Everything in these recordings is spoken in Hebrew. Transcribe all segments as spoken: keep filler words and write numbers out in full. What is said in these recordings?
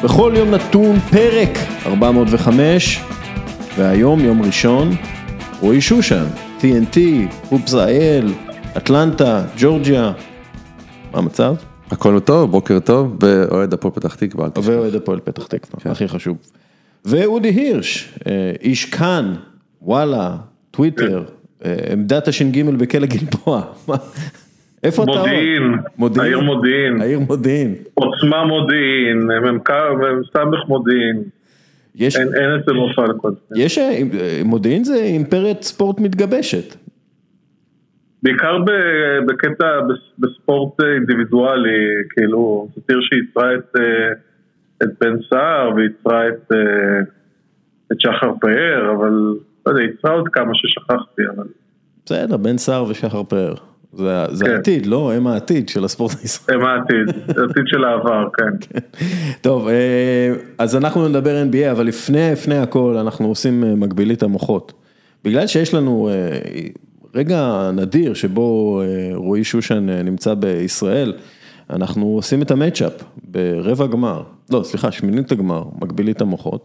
בכל יום נתון פרק ארבע מאות וחמש, והיום יום ראשון, רועי שושן, טי אן טי, הופס-איי-אל, אטלנטה, ג'ורג'יה. מה המצב? הכל טוב, בוקר טוב, ואוהד הפועל פתח תקווה. ואוהד הפועל פתח תקווה, הכי חשוב. ואודי הירש, איש כאן, וואלה, טוויטר, עמדת הש"ג בכלא גלבוע. איפה אתה? מודיעין, העיר מודיעין. העיר מודיעין. עוצמה מודיעין, סמך מודיעין. אין אצל מופע לכל זה. יש, מודיעין זה אימפריית ספורט מתגבשת. בעיקר בקטע, בספורט אינדיבידואלי, כאילו, זאת עיר שיצרה את, את בן סער, ויצרה את, את שחר פאר, אבל, לא יודע, יצרה עוד כמה ששכחתי, אבל... בסדר, בן סער ושחר פאר. זה, זה כן. העתיד, לא? הם העתיד של הספורט הישראלי. הם העתיד, העתיד של העבר, כן. טוב, אז אנחנו נדבר אן בי איי, אבל לפני, לפני הכל אנחנו עושים מקבילית המוחות. בגלל שיש לנו רגע נדיר שבו רועי שושן נמצא בישראל, אנחנו עושים את המאצ'אפ ברבע גמר, לא, סליחה, שמינית הגמר, מקבילית המוחות.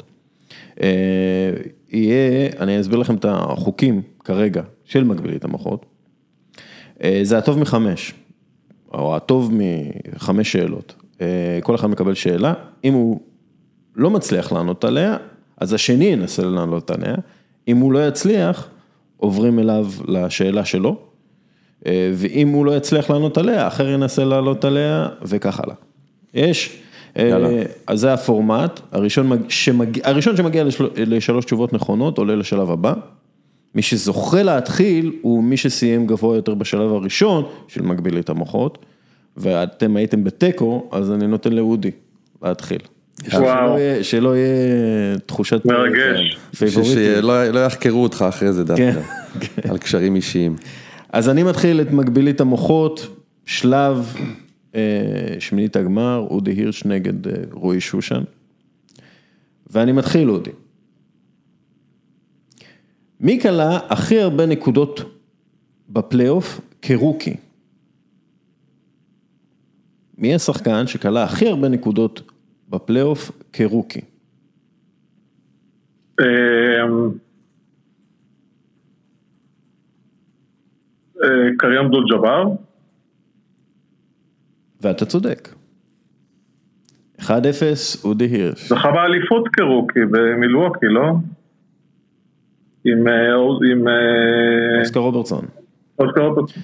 יהיה, אני אסביר לכם את החוקים כרגע של מקבילית המוחות. זה הטוב מחמש, או הטוב מחמש שאלות. כל אחד מקבל שאלה, אם הוא לא מצליח לענות עליה, אז השני ינסה לענות עליה, אם הוא לא יצליח, עוברים אליו לשאלה שלו, ואם הוא לא יצליח לענות עליה, אחר ינסה לענות עליה, וכך הלאה. יש, אז זה הפורמט, הראשון שמגיע, הראשון שמגיע לשלוש תשובות נכונות, עולה לשלב הבא, מי שזוכה להתחיל הוא מי שסיים גבוה יותר בשלב הראשון של מקבילית המוחות, ואתם הייתם בטקו, אז אני נותן לאודי להתחיל. וואו. שלא יהיה תחושת... מרגש. שלא יחקרו אותך אחרי זה דווקא, על קשרים אישיים. אז אני מתחיל את מקבילית המוחות, שלב שמינית הגמר, אודי הירש נגד רועי שושן, ואני מתחיל אודי. מי קלה הכי הרבה נקודות בפלייאוף כרוקי? מי השחקן שקלה הכי הרבה נקודות בפלייאוף כרוקי? קרים אבדול ג'אבר. ואתה צודק. אחד אפס, אודי הירש. זכה באליפות כרוקי במילווקי, לא? עם, עם אוסקר רוברטסון. אוסקר רוברטסון.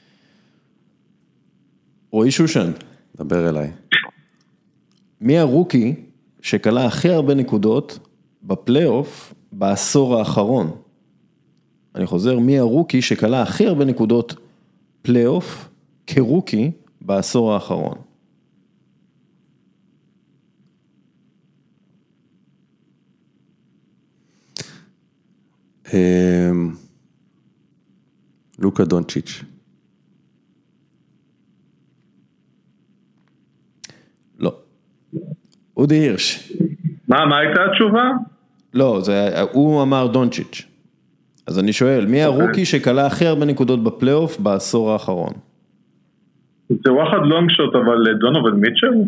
רועי שושן. דבר אליי. מי הרוקי שקלה הכי הרבה נקודות בפלייאוף בעשור האחרון? אני חוזר, מי הרוקי שקלה הכי הרבה נקודות פלייאוף כרוקי בעשור האחרון? לוקה דונצ'יץ'. לא. אודי הירש. מה, מה הייתה התשובה? לא, זה, הוא אמר דונצ'יץ'. אז אני שואל, מי הרוקי שקלה הכי הרבה נקודות בפלייאוף בעשור האחרון? זה וואחד לונג שוט, אבל דונובל מיטשל?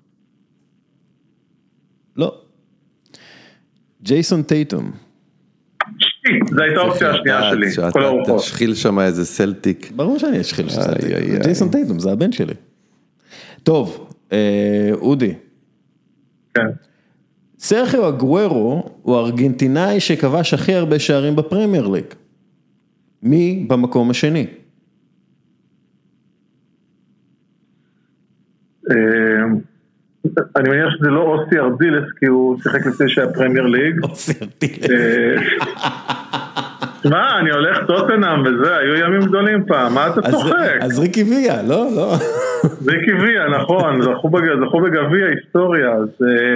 לא. ג'ייסון טייטום. זה הייתה האופציה השנייה שלי, כל הרוחות. שאתה תשחיל שם איזה סלטיק. ברור שאני אשחיל שזה סלטיק. ג'ייסון טייטום, זה הבן שלי. טוב, אודי. כן. סרחיו אגוארו הוא ארגנטינאי שכבש הכי הרבה שערים בפרמייר ליג. מי במקום השני? אני מניח שזה לא אוסי ארדילס, כי הוא שיחק לפני שהיה פרמייר ליג. אוסי ארדילס. מה, אני הולך טוטנהאם וזה, היו ימים גדולים פעם, מה אתה צוחק? אז ריקי ויה, לא, לא. ריקי ויה, נכון, זכו בגביע היסטוריה, אז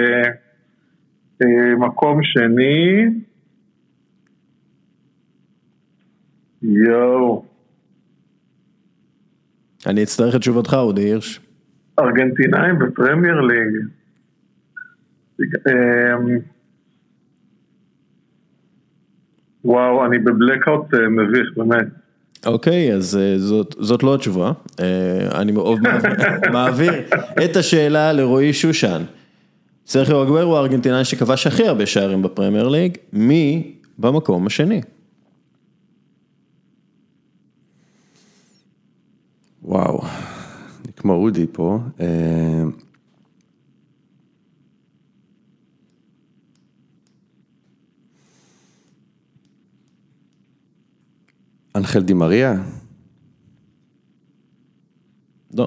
מקום שני, יואו. אני אצטרך את תשובתך, אודי הירש. ארגנטינאים בפרמייר ליג. וואו, אני בבלקאוט מביך, באמת. אוקיי, אז זאת, זאת לא התשובה. אני מאוד מעביר את השאלה לרועי שושן. סרחיו אגוארו הוא הארגנטינאי שכבש הכי הרבה שערים בפרמייר ליג, מי במקום השני? וואו, אני כמו אודי פה. אנחל די מריה? לא.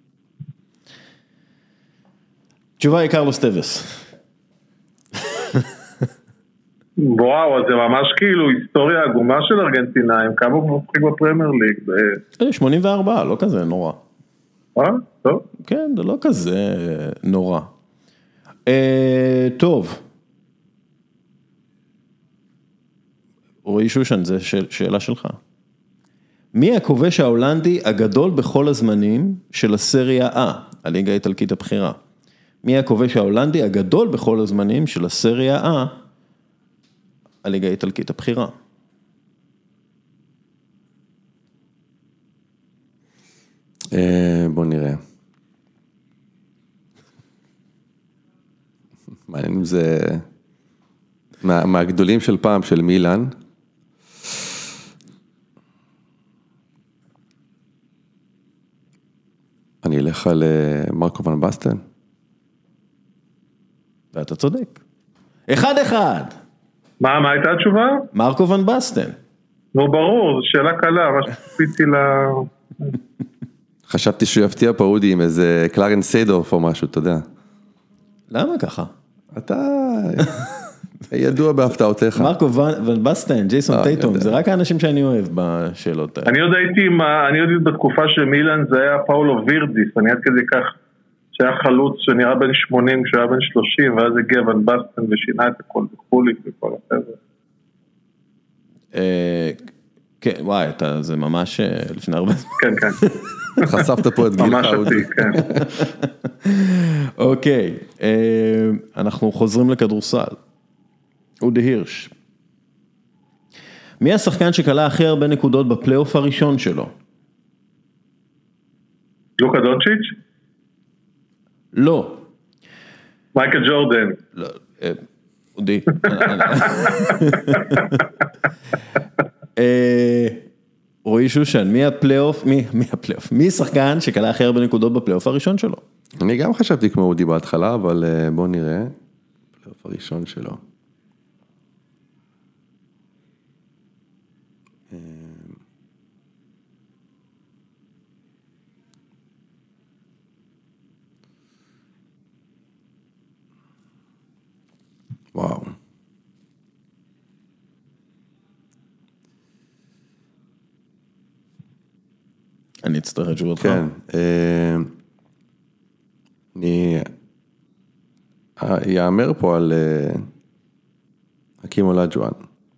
תשובה היא קרלוס טווס. וואו, אז זה ממש כאילו היסטוריה עגומה של ארגנטינאים, כמה הוא מפחיד בפרמייר ליג? שמונים וארבע, לא כזה נורא. אה? טוב. כן, זה לא כזה נורא. טוב. רועי שושן, זו שאלה שלך. מי הכובש ההולנדי הגדול בכל הזמנים של הסריה A, הליגה האיטלקית הבכירה? מי הכובש ההולנדי הגדול בכל הזמנים של הסריה A, הליגה האיטלקית הבכירה? בוא נראה. מעניין אם זה מהגדולים של פעם, של מילאן. אני אלך על מרקו ון בסטן. ואתה צודק. אחד אחד. מה, מה הייתה התשובה? מרקו ון בסטן. נו ברור, זו שאלה קלה, מה שציפיתי ל... חשבתי שהוא יפתיע פה אודי עם איזה קלרנס סיידורף או משהו, אתה יודע. למה ככה? אתה ידוע בהפתעותיך. מרקו ון בסטן, ג'ייסון טייטום, זה רק האנשים שאני אוהב בשאלות האלה. אני עוד הייתי, אני עוד הייתי בתקופה של מילאן, זה היה פאולו וירדיס, אני עד כדי כך, שהיה חלוץ שנראה בן שמונים, כשהיה בן שלושים, ואז הגיע ון בסטן ושינה את הכל בחולי וכל החבר'ה. כן, וואי, זה ממש לפני הרבה זמן. כן, כן. חשפת פה את גילך אודי. כן. אוקיי, אנחנו חוזרים לכדורסל. אודי הירש. מי השחקן שקלה הכי הרבה נקודות בפלייאוף הראשון שלו? לוקה דונצ'יץ'? לא. מייקל ג'ורדן. לא, אודי. רועי שושן, מי הפלייאוף, מי, מי הפלייאוף? מי שחקן שקלה הכי הרבה נקודות בפלייאוף הראשון שלו? אני גם חשבתי כמו אודי בהתחלה, אבל בוא נראה. הפלייאוף הראשון שלו. וואו. אני אצטרך את תשובתך. כן. אני יאמר פה על הקים אולג'ואן.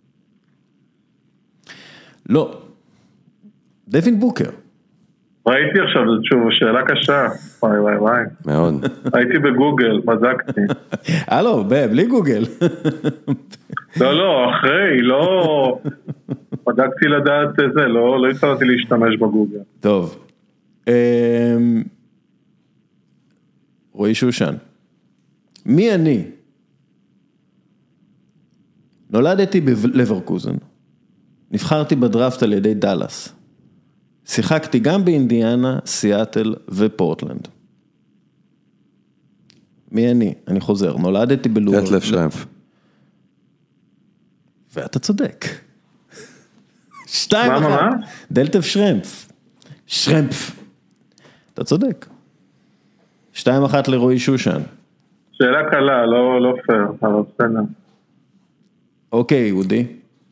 לא. דווין בוקר. ראיתי עכשיו, שוב, שאלה קשה. וואי וואי וואי. מאוד. הייתי בגוגל, מזקתי. הלו, בלי גוגל. לא, לא, אחרי, לא... בדקתי לדעת זה, לא, לא הצלחתי להשתמש בגוגל. טוב. רועי שושן. מי אני? נולדתי בלברקוזן. נבחרתי בדראפט על ידי דלס. שיחקתי גם באינדיאנה, סיאטל ופורטלנד. מי אני? אני חוזר. נולדתי בלובר. דלטף שרמפ. ואתה צודק. שתיים מה, אחת. מה? דלטף שרמפ. שרמפ. אתה צודק. שתיים אחת לרועי שושן. שאלה קלה, לא, לא פייר, אבל בסדר. אוקיי, אודי.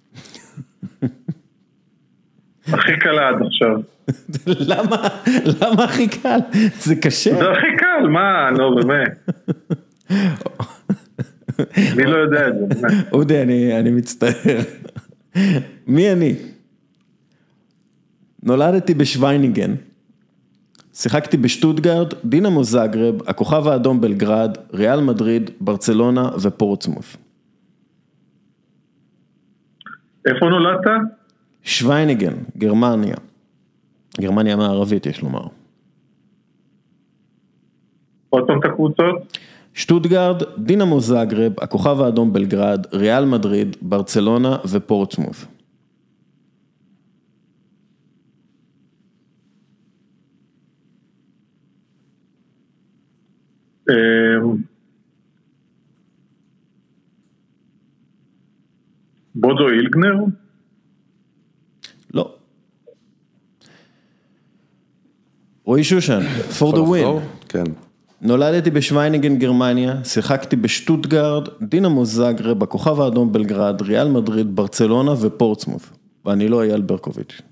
הכי קלה עד עכשיו. למה? למה הכי קל? זה קשה. זה הכי קל, מה? נו, באמת. אני לא יודע את זה. אודי, אני, אני מצטער. מי אני? נולדתי בשווייניגן. שיחקתי בשטוטגרד, דינמו זאגרב, הכוכב האדום בלגרד, ריאל מדריד, ברצלונה ופורטסמוף. איפה נולדת? שווייניגן, גרמניה. גרמניה מערבית, יש לומר. עוד פעם את הקבוצות? שטוטגרד, דינמו זאגרב, הכוכב האדום בלגרד, ריאל מדריד, ברצלונה ופורטסמוף. בודו אילגנר? לא. רועי שושן, for the win. כן. נולדתי בשוויינינגן גרמניה, שיחקתי בשטוטגרד, דינמו זאגרב, הכוכב האדום בלגרד, ריאל מדריד, ברצלונה ופורטסמוף. ואני לא אייל ברקוביץ'.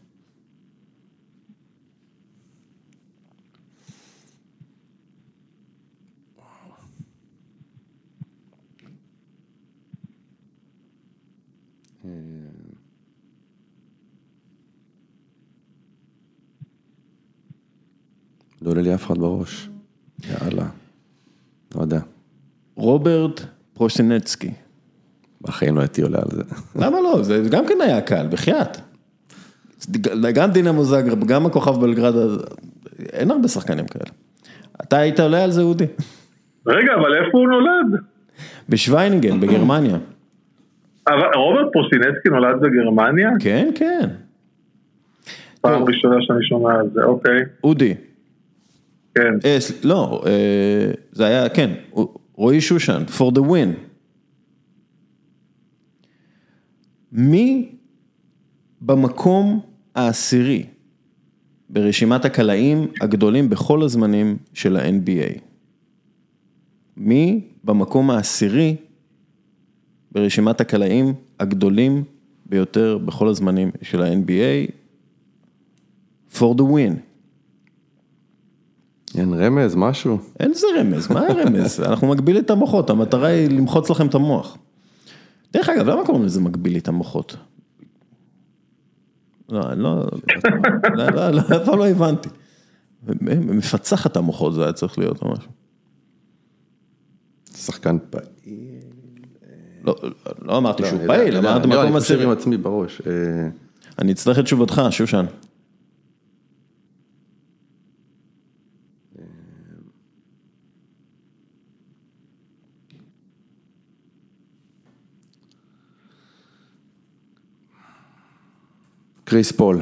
לא עולה לי אף אחד בראש. יאללה. לא יודע. רוברט פרושנצקי. בחיים לא הייתי עולה על זה. למה לא? זה גם כן היה קל, בחייאת. גם דינמו זאגרב, גם הכוכב בלגרד, אין הרבה שחקנים כאלה. אתה היית עולה על זה, אודי? רגע, אבל איפה הוא נולד? בשוויינינגן, בגרמניה. אבל רוברט פרושנצקי נולד בגרמניה? כן, כן. פעם ראשונה שאני שומע על זה, אוקיי. אודי. כן. לא, זה היה, כן, רועי שושן, for the win. מי במקום העשירי ברשימת הקלעים הגדולים בכל הזמנים של ה-אן בי איי? מי במקום העשירי ברשימת הקלעים הגדולים ביותר בכל הזמנים של ה-אן בי איי? for the win. אין רמז, משהו? אין זה רמז, מה הרמז? אנחנו מגביל את המוחות, המטרה היא למחוץ לכם את המוח. דרך אגב, למה קוראים לזה מגביל את המוחות? לא, אני לא, לא, לא, לא, לא הבנתי. מפצח את המוחות, זה היה צריך להיות או משהו. שחקן פעיל. לא, לא אמרתי שהוא פעיל, אמרתי מקום אני חושב עשירי. עם עצמי בראש. אני אצטרך את תשובתך, שושן. קריס פול.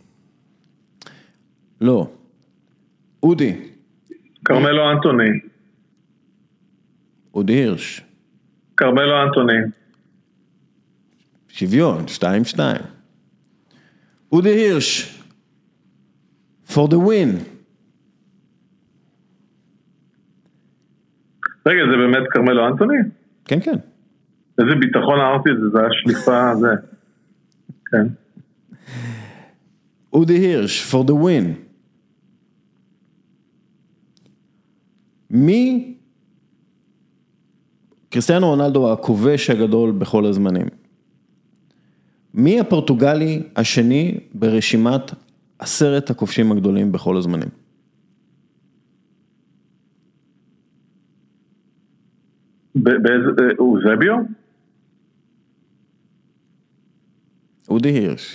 לא. אודי. קרמלו אנטוני. אודי הירש. קרמלו אנטוני. שוויון, שתיים, שתיים. אודי הירש. for the win. רגע, זה באמת קרמלו אנטוני? כן, כן. איזה ביטחון אמרתי את זה, זה השליפה הזה. כן. אודי הירש, for the win. מי, קריסטיאנו רונלדו הכובש הגדול בכל הזמנים. מי הפורטוגלי השני ברשימת עשרת הכובשים הגדולים בכל הזמנים? באיזה, הוא זביו? אודי הירש.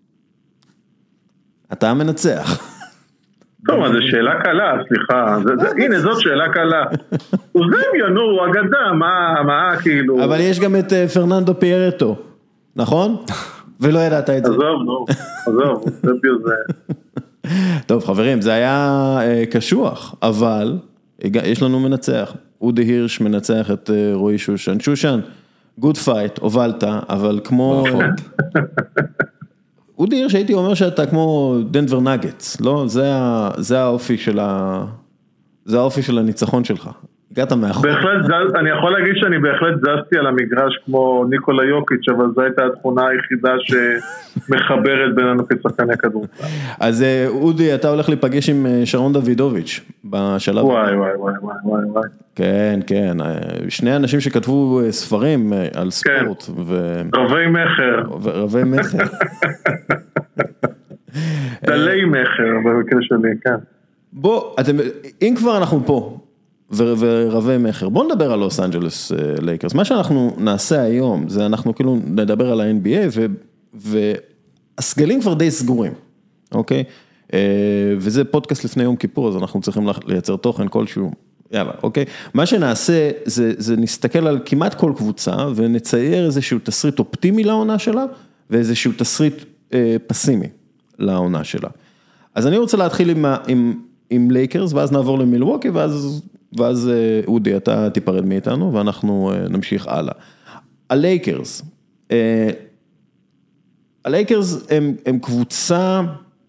אתה המנצח. טוב, אז זו שאלה קלה, סליחה. הנה, זאת שאלה קלה. הוא זביו, נו, הוא אגדה, מה, מה, כאילו... אבל יש גם את פרננדו פיירטו, נכון? ולא ידעת את זה. עזוב, נו, עזוב, זביו זה... טוב, חברים, זה היה קשוח, אבל יש לנו מנצח. אודי הירש מנצח את רועי שושן. שושן, גוד פייט, הובלת, אבל כמו... אודי הירש הייתי אומר שאתה כמו דנבר נגטס, לא? זה, זה האופי של ה... זה האופי של הניצחון שלך. הגעת מאחור. בהחלט זז, אני יכול להגיד שאני בהחלט זזתי על המגרש כמו ניקולה יוקיץ', אבל זו הייתה התכונה היחידה שמחברת בינינו כשחקני כדורסל. אז אודי, אתה הולך להיפגש עם שרון דוידוביץ' בשלב... וואי, וואי, וואי, וואי, וואי. כן, כן. שני אנשים שכתבו ספרים על ספורט. כן. ו... רבי מחר. רבי מחר. דלי מחר, במקרה שלי, כן. בוא, אתם, אם כבר אנחנו פה, ורבי מחר, בוא נדבר על לוס אנג'לס לייקרס. מה שאנחנו נעשה היום, זה אנחנו כאילו נדבר על ה-אן בי איי, והסגלים כבר די סגורים, אוקיי? וזה פודקאסט לפני יום כיפור, אז אנחנו צריכים לייצר תוכן כלשהו. יאללה, אוקיי. מה שנעשה, זה, זה נסתכל על כמעט כל קבוצה, ונצייר איזשהו תסריט אופטימי לעונה שלה, ואיזשהו תסריט אה, פסימי לעונה שלה. אז אני רוצה להתחיל עם, עם, עם לייקרס, ואז נעבור למילווקי, ואז, ואז אה, אודי, אתה תיפרד מאיתנו, ואנחנו אה, נמשיך הלאה. הלייקרס, אה, הלייקרס הם, הם קבוצה,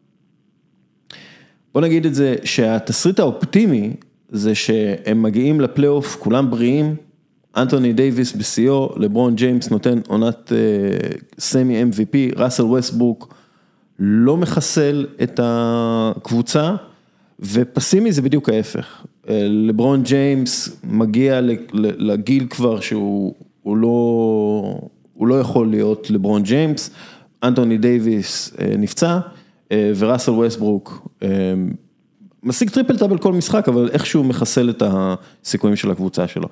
בוא נגיד את זה, שהתסריט האופטימי, זה שהם מגיעים לפלייאוף, כולם בריאים, אנטוני דייביס בסיו, לברון ג'יימס נותן עונת סמי אם וי פי, ראסל ווסטברוק לא מחסל את הקבוצה, ופסימי זה בדיוק ההפך. לברון ג'יימס מגיע לגיל כבר שהוא הוא לא, הוא לא יכול להיות לברון ג'יימס, אנטוני דייביס נפצע, וראסל ווסטברוק משיג טריפל טאבל כל משחק, אבל איכשהו מחסל את הסיכויים של הקבוצה שלו.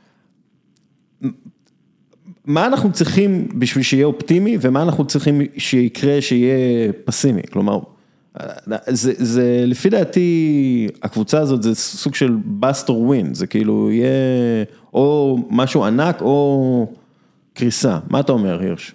מה אנחנו צריכים בשביל שיהיה אופטימי, ומה אנחנו צריכים שיקרה שיהיה פסימי? כלומר, זה, זה לפי דעתי, הקבוצה הזאת זה סוג של bust or win, זה כאילו יהיה או משהו ענק או קריסה. מה אתה אומר, הירש?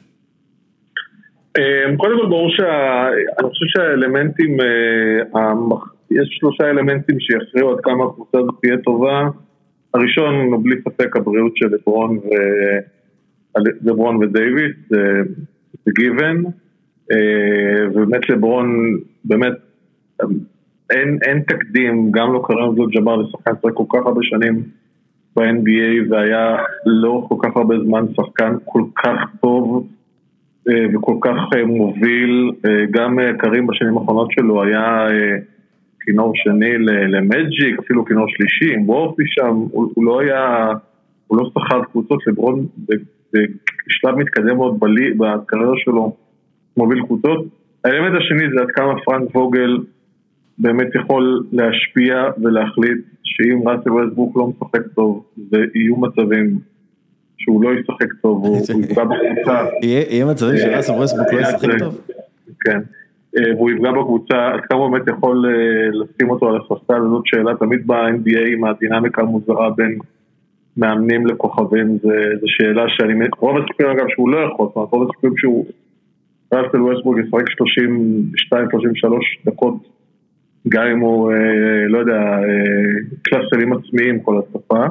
קודם כל ברור שאני חושב שהאלמנטים, יש שלושה אלמנטים שיכריעו עד כמה הקבוצה הזאת תהיה טובה. הראשון, בלי ספק, הבריאות של לברון לברון ודייביס, זה גיוון, ובאמת לברון, באמת, אין, אין תקדים, גם לא קראים זאת ג'אבר לשחקן שחק כל כך הרבה שנים ב-אן בי איי, והיה לא כל כך הרבה זמן שחקן כל כך טוב, וכל כך מוביל, גם קרים בשנים האחרונות שלו היה כינור שני למג'יק, אפילו כינור שלישי, עם וורפי שם, הוא, הוא לא היה, הוא לא שחד קבוצות, לברון בשלב מתקדם מאוד בקריירה שלו, מוביל קבוצות. האלמנט השני זה עד כמה פרנק ווגל באמת יכול להשפיע ולהחליט שאם ראסל ווסטברוק לא משחק טוב, ויהיו מצבים שהוא לא ישחק טוב, הוא יפגע בקבוצה. יהיה מצבים שראסל ווסטברוק לא ישחק טוב? כן. והוא יפגע בקבוצה, עד כמה באמת יכול לשים אותו על הספסל, זאת שאלה תמיד ב-אן בי איי עם הדינמיקה המוזרה בין מאמנים לכוכבים, זו שאלה שאני, רוב הסיכויים אגב שהוא לא יכול, זאת אומרת, רוב הסיכויים שהוא, ראסל ווסטברוק ישחק שלושים ושתיים שלושים ושלוש דקות, גם אם הוא, לא יודע, קלאסלים עצמיים כל התקופה.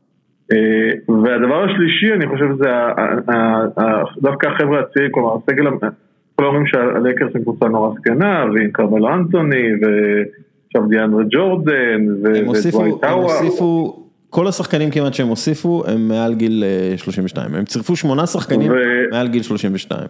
והדבר השלישי, אני חושב, זה דווקא החבר'ה הצעירים, כלומר, הסגל, כל אומרים שהלייקרס הם קבוצה נורא סקנה, ועם קרמלו אנטוני, ועכשיו דיאנדרה ג'ורדן, ודווייט טאוואר. הם הוסיפו, כל השחקנים כמעט שהם הוסיפו, הם מעל גיל שלושים ושתיים. הם צירפו שמונה שחקנים מעל גיל שלושים ושתיים.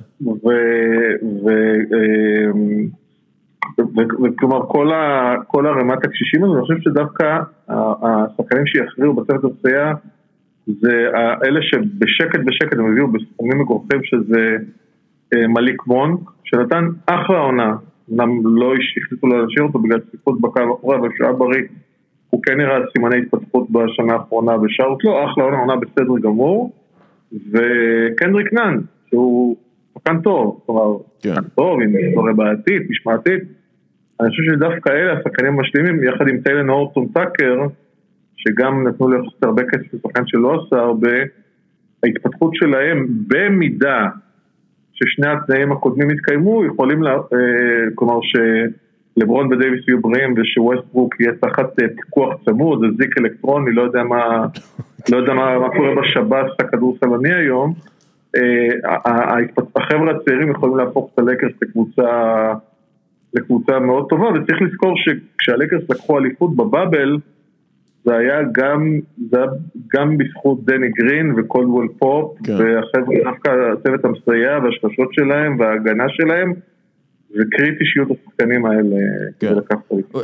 וכלומר, כל הרמת הקשישים הזה, אני חושב שדווקא השחקנים שיכריעו בצוות הצעייה, זה אלה שבשקט בשקט הם הביאו בסכומים מגוחכים, שזה מליק מונק, שנתן אחלה עונה, לא החליטו להשאיר אותו בגלל צפיפות בקו האחורי, אבל שהוא היה בריא, הוא כן נראה סימני התפתחות בשנה האחרונה בשארט לו, אחלה עונה, עונה בסדר גמור, וקנדריק נאן, שהוא שחקן טוב, כלומר, שחקן טוב, עם היסטוריה בעייתית, משמעתית, אני חושב שדווקא אלה, השחקנים המשלימים, יחד עם טיילן הורטון טאקר, שגם נתנו לחסות הרבה כסף לשחקן שלא עשה הרבה, ההתפתחות שלהם במידה ששני התנאים הקודמים התקיימו, יכולים, לה, אה, כלומר שלברון ודייביס יהיו בריאים, ושוווסטברוק יהיה תחת פיקוח צמוד, זה זיק אלקטרוני, לא יודע מה, לא יודע מה, מה קורה בשב"ס הכדורסלני היום, אה, החבר'ה הצעירים יכולים להפוך את הלייקרס לקבוצה, לקבוצה מאוד טובה, וצריך לזכור שכשהלייקרס לקחו אליפות בבאבל, זה היה גם, זה היה גם בזכות דני גרין וקולדוול פופ, כן. והחבר'ה דווקא הצוות המסייע והשלשות שלהם וההגנה שלהם, וקריטי שיהיו את השחקנים האלה כן. לקחת אליפות.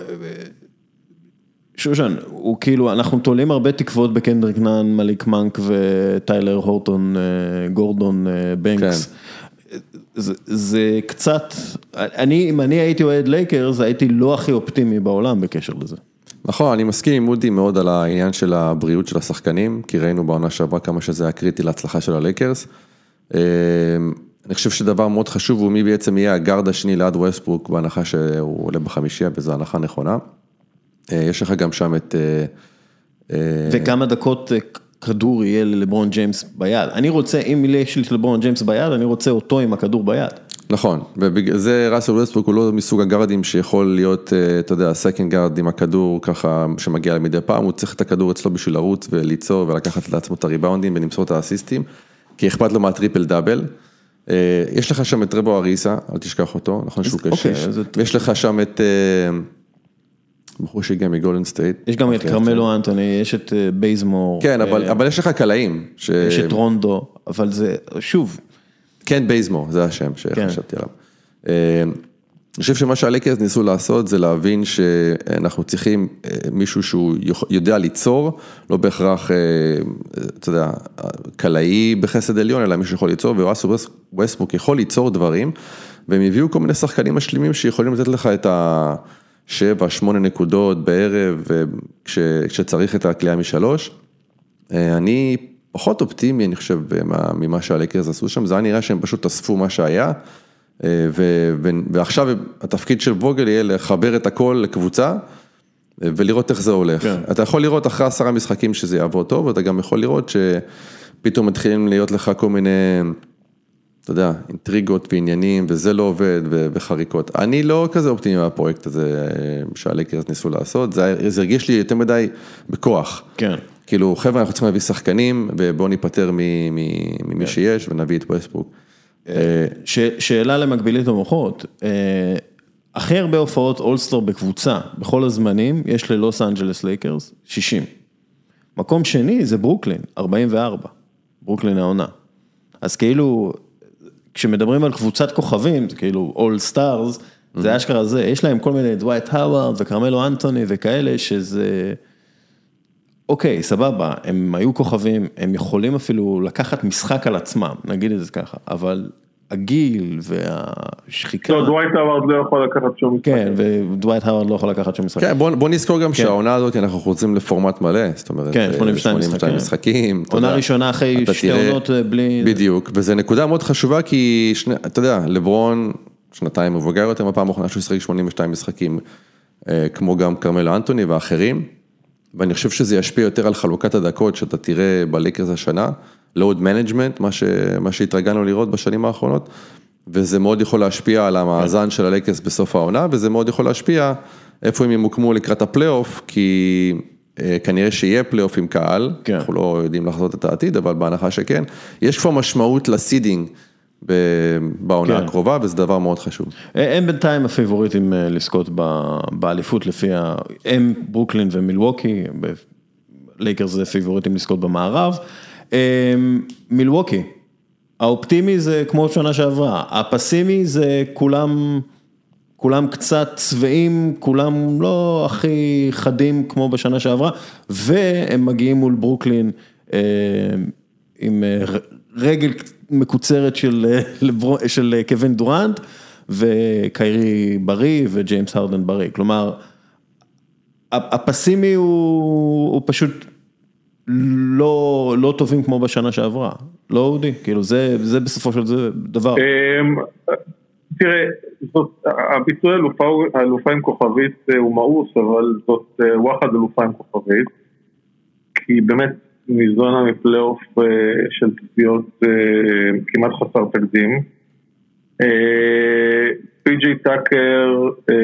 שושן, הוא כאילו, אנחנו תולים הרבה תקוות בקנדריק נאן, מליק מנק וטיילר הורטון, גורדון בנקס. כן. זה, זה קצת, אני, אם אני הייתי אוהד לייקרס, הייתי לא הכי אופטימי בעולם בקשר לזה. נכון, אני מסכים עם מודי מאוד על העניין של הבריאות של השחקנים, כי ראינו בעונה שעברה כמה שזה היה קריטי להצלחה של הלייקרס. אני חושב שדבר מאוד חשוב הוא מי בעצם יהיה הגארד השני ליד ווסטברוק, בהנחה שהוא עולה בחמישייה, וזו הנחה נכונה. יש לך גם שם את וכמה דקות כדור יהיה ללברון ג'יימס ביד. אני רוצה, אם יש לי לברון ג'יימס ביד, אני רוצה אותו עם הכדור ביד. נכון, ובגלל זה ראסל ווסטברוק הוא לא מסוג הגארדים שיכול להיות, אתה יודע, סקנד גארד עם הכדור ככה שמגיע מדי פעם, הוא צריך את הכדור אצלו בשביל לרוץ וליצור ולקחת לעצמו את הריבאונדים ולמסור את האסיסטים, כי אכפת לו מהטריפל דאבל. יש לך שם את רבו אריסה, אל תשכח אותו, נכון שהוא קשיש. ויש לך שם את בחור שהגיע מגולדן סטייט. יש גם את קרמלו אנטוני, יש את בייזמור. כן, אבל יש לך קלעים. יש את רונדו, אבל זה, שוב. כן, בייזמור, זה השם שחשבתי עליו. אני חושב שמה שהלייקרס ניסו לעשות זה להבין שאנחנו צריכים מישהו שהוא יודע ליצור, לא בהכרח, אתה יודע, קלעי בחסד עליון, אלא מישהו יכול ליצור, וראסל ווסטברוק יכול ליצור דברים, והם הביאו כל מיני שחקנים משלימים שיכולים לתת לך את השבע, שמונה נקודות בערב, כשצריך את הקליעה משלוש. אני פחות אופטימי, אני חושב, ממה שהלייקרס עשו שם, זה היה נראה שהם פשוט אספו מה שהיה, ועכשיו התפקיד של ווגל יהיה לחבר את הכל לקבוצה, ולראות איך זה הולך. אתה יכול לראות אחרי עשרה משחקים שזה יעבוד טוב, ואתה גם יכול לראות שפתאום מתחילים להיות לך כל מיני, אתה יודע, אינטריגות ועניינים, וזה לא עובד, וחריקות. אני לא כזה אופטימי מהפרויקט הזה שהלייקרס ניסו לעשות, זה הרגיש לי יותר מדי בכוח. כן. כאילו, חבר'ה, אנחנו צריכים להביא שחקנים, ובואו ניפטר ממי שיש, ונביא את ווסטברוק. שאלה למקבילית המוחות, הכי הרבה הופעות אולסטר בקבוצה, בכל הזמנים, יש ללוס אנג'לס לייקרס, שישים. מקום שני זה ברוקלין, ארבעים וארבע, ברוקלין העונה. אז כאילו, כשמדברים על קבוצת כוכבים, זה כאילו אול סטארס, זה אשכרה זה, יש להם כל מיני דווייט האווארד וקרמלו אנטוני וכאלה, שזה, אוקיי, סבבה, הם היו כוכבים, הם יכולים אפילו לקחת משחק על עצמם, נגיד את זה ככה, אבל הגיל והשחיקה... לא, דווייט האווארד לא יכול לקחת שום משחק. כן, ודווייט האווארד לא יכול לקחת שום משחק. כן, בוא נזכור גם שהעונה הזאת, אנחנו חוזרים לפורמט מלא, זאת אומרת, כן, שמונים ושתיים משחקים. עונה ראשונה אחרי שתי עונות בלי... בדיוק, וזו נקודה מאוד חשובה, כי, אתה יודע, לברון, שנתיים מבוגר יותר, מהפעם האחרונה שהוא ישחק שמונים ושתיים משחקים, כמו גם קרמלו אנטוני ואחרים, ואני חושב שזה ישפיע יותר על חלוקת הדקות שאתה תראה בלייקרס השנה, load management, מה, ש, מה שהתרגלנו לראות בשנים האחרונות, וזה מאוד יכול להשפיע על המאזן של הלייקרס בסוף העונה, וזה מאוד יכול להשפיע איפה הם ימוקמו לקראת הפלייאוף, כי אה, כנראה שיהיה פלייאוף עם קהל, כן. אנחנו לא יודעים לחזות את העתיד, אבל בהנחה שכן, יש כבר משמעות לסידינג, בעונה כן. הקרובה, וזה דבר מאוד חשוב. הם בינתיים הפייבוריטים לזכות באליפות לפי, הם ברוקלין ומילווקי, לייקרס זה פייבוריטים לזכות במערב, מילווקי, האופטימי זה כמו שנה שעברה, הפסימי זה כולם, כולם קצת צבעים, כולם לא הכי חדים כמו בשנה שעברה, והם מגיעים מול ברוקלין עם רגל מקוצרת של, של קווין דורנט, וקיירי בריא וג'יימס הרדן בריא. כלומר, הפסימי הוא, הוא פשוט לא, לא טובים כמו בשנה שעברה. לא אודי, כאילו זה, זה בסופו של זה דבר. תראה, זאת, הביצוע אלופה עם כוכבית הוא מאוס, אבל זאת וואחד אלופה עם כוכבית, כי באמת, מזונה מפלייאוף של צפיות כמעט חסר תקדים. פי.ג'יי טאקר